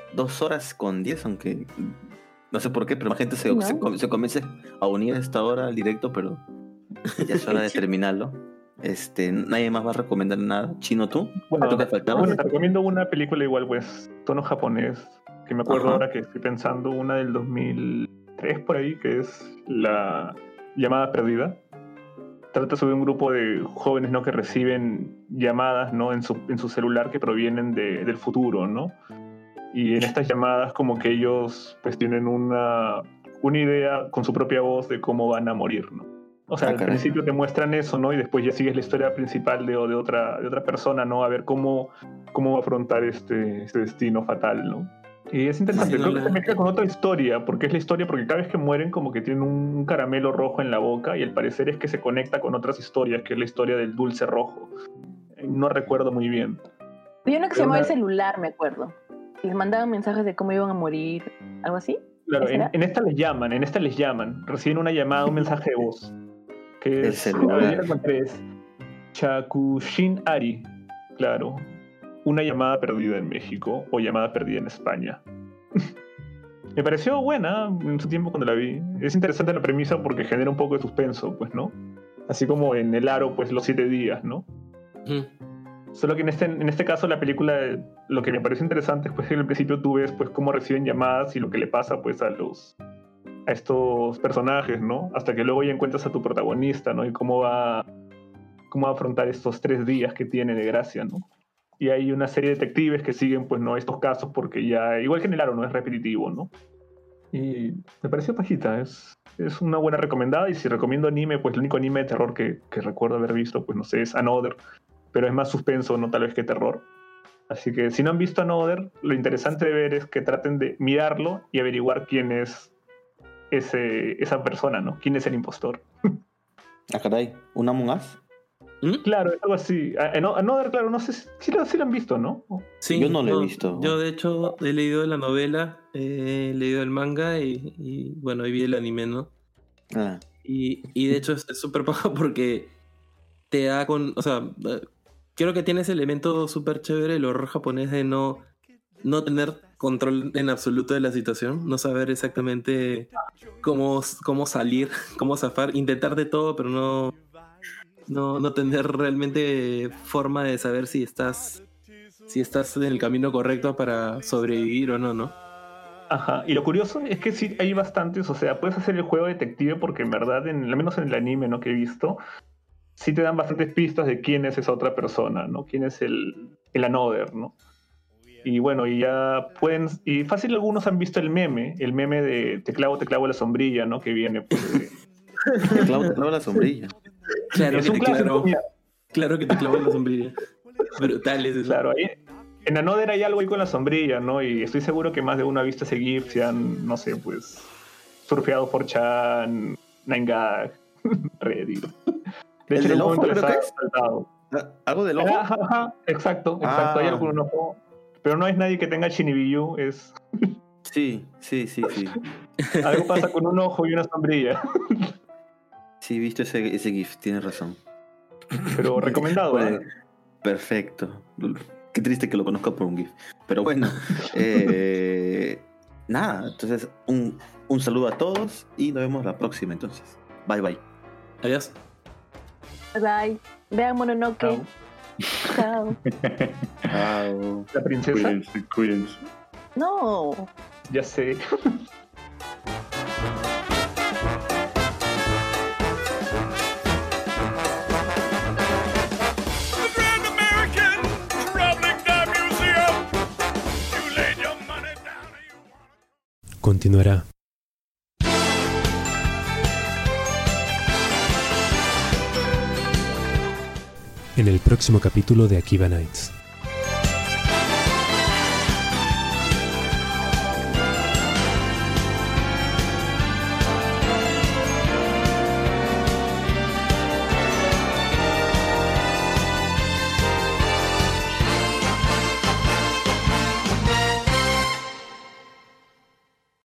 2:10, aunque no sé por qué, pero más gente se comienza a unir a esta hora al directo, pero ya es hora de terminarlo. Nadie más va a recomendar nada. Chino, ¿tú? Bueno, ¿Tú qué faltaba? te recomiendo una película igual, pues, tono japonés, que me acuerdo ahora que estoy pensando, una del 2003 por ahí, que es La Llamada Perdida. Trata sobre un grupo de jóvenes, ¿no?, que reciben llamadas, ¿no?, en su celular que provienen del futuro, ¿no? Y en estas llamadas como que ellos pues tienen una idea con su propia voz de cómo van a morir, ¿no? O sea, al principio te muestran eso, ¿no? Y después ya sigues la historia principal de otra persona, ¿no? A ver cómo va a afrontar este destino fatal, ¿no? Y es interesante, creo que se mezcla con otra historia, porque cada vez que mueren como que tienen un caramelo rojo en la boca y al parecer es que se conecta con otras historias, que es la historia del dulce rojo. No recuerdo muy bien. Había uno que se llamaba El Celular, me acuerdo. Les mandaban mensajes de cómo iban a morir, algo así. Claro, en esta les llaman, reciben una llamada, un mensaje de voz. Que El es, celular. yo la encontré, es Chakushin Ari, claro. Una llamada perdida en México o llamada perdida en España. Me pareció buena en su tiempo cuando la vi. Es interesante la premisa porque genera un poco de suspenso, pues, ¿no? Así como en El Aro, pues, los 7 días, ¿no? Solo que en este caso la película, lo que me parece interesante es pues, que al principio tú ves pues, cómo reciben llamadas y lo que le pasa pues, a estos personajes, ¿no? Hasta que luego ya encuentras a tu protagonista, ¿no? Y cómo va a afrontar estos 3 días que tiene de gracia, ¿no? Y hay una serie de detectives que siguen pues, ¿no?, estos casos porque ya, igual que en El Aro, no es repetitivo, ¿no? Y me pareció pajita, es una buena recomendada. Y si recomiendo anime, pues el único anime de terror que recuerdo haber visto, pues no sé, es Another, pero es más suspenso, no tal vez que terror. Así que si no han visto Another, lo interesante de ver es que traten de mirarlo y averiguar quién es esa persona, ¿no? ¿Quién es el impostor? Caray, ¿un Among Us? Claro, es algo así. Another, claro, no sé si lo han visto, ¿no? Sí, Yo no lo he visto. Yo, de hecho, he leído la novela, he leído el manga y bueno, ahí vi el anime, ¿no? Ah, Y de hecho es súper paja porque te da o sea, creo que tiene ese elemento súper chévere el horror japonés de no tener control en absoluto de la situación, no saber exactamente cómo salir, cómo zafar, intentar de todo, pero no tener realmente forma de saber si estás en el camino correcto para sobrevivir o no, ¿no? Ajá, y lo curioso es que sí hay bastantes, o sea, puedes hacer el juego detective porque en verdad, al menos en el anime, ¿no?, que he visto, sí te dan bastantes pistas de quién es esa otra persona, ¿no? Quién es el Another, ¿no? Y bueno, y ya pueden, y fácil algunos han visto el meme de te clavo la sombrilla, ¿no? Que viene pues de... te clavo la sombrilla. Claro, Es que un te clásico, claro, mira. claro que te clavó la sombrilla. Brutal es eso. Claro, ahí en Another hay algo ahí con la sombrilla, ¿no? Y estoy seguro que más de uno ha visto ese GIF, se han, no sé, pues, surfeado 4chan, 9gag, Reddit. De hecho, ¿El en del un ojo, momento les creo ha que es? saltado. ¿Algo del ojo? Ajá, exacto, hay algo con un ojo. Pero no es nadie que tenga Shinibiyu, es... Sí. Algo pasa con un ojo y una sombrilla. Sí, he visto ese GIF, tienes razón. Pero recomendado, Pues, ¿eh? perfecto. Qué triste que lo conozca por un GIF. Pero bueno, nada, entonces un saludo a todos y nos vemos la próxima entonces. Bye bye. Adiós. Bye. Vean Mononoke. Chao. Chao. La princesa, Cuídense. No. ya sé. Continuará. En el próximo capítulo de Akiba Nights.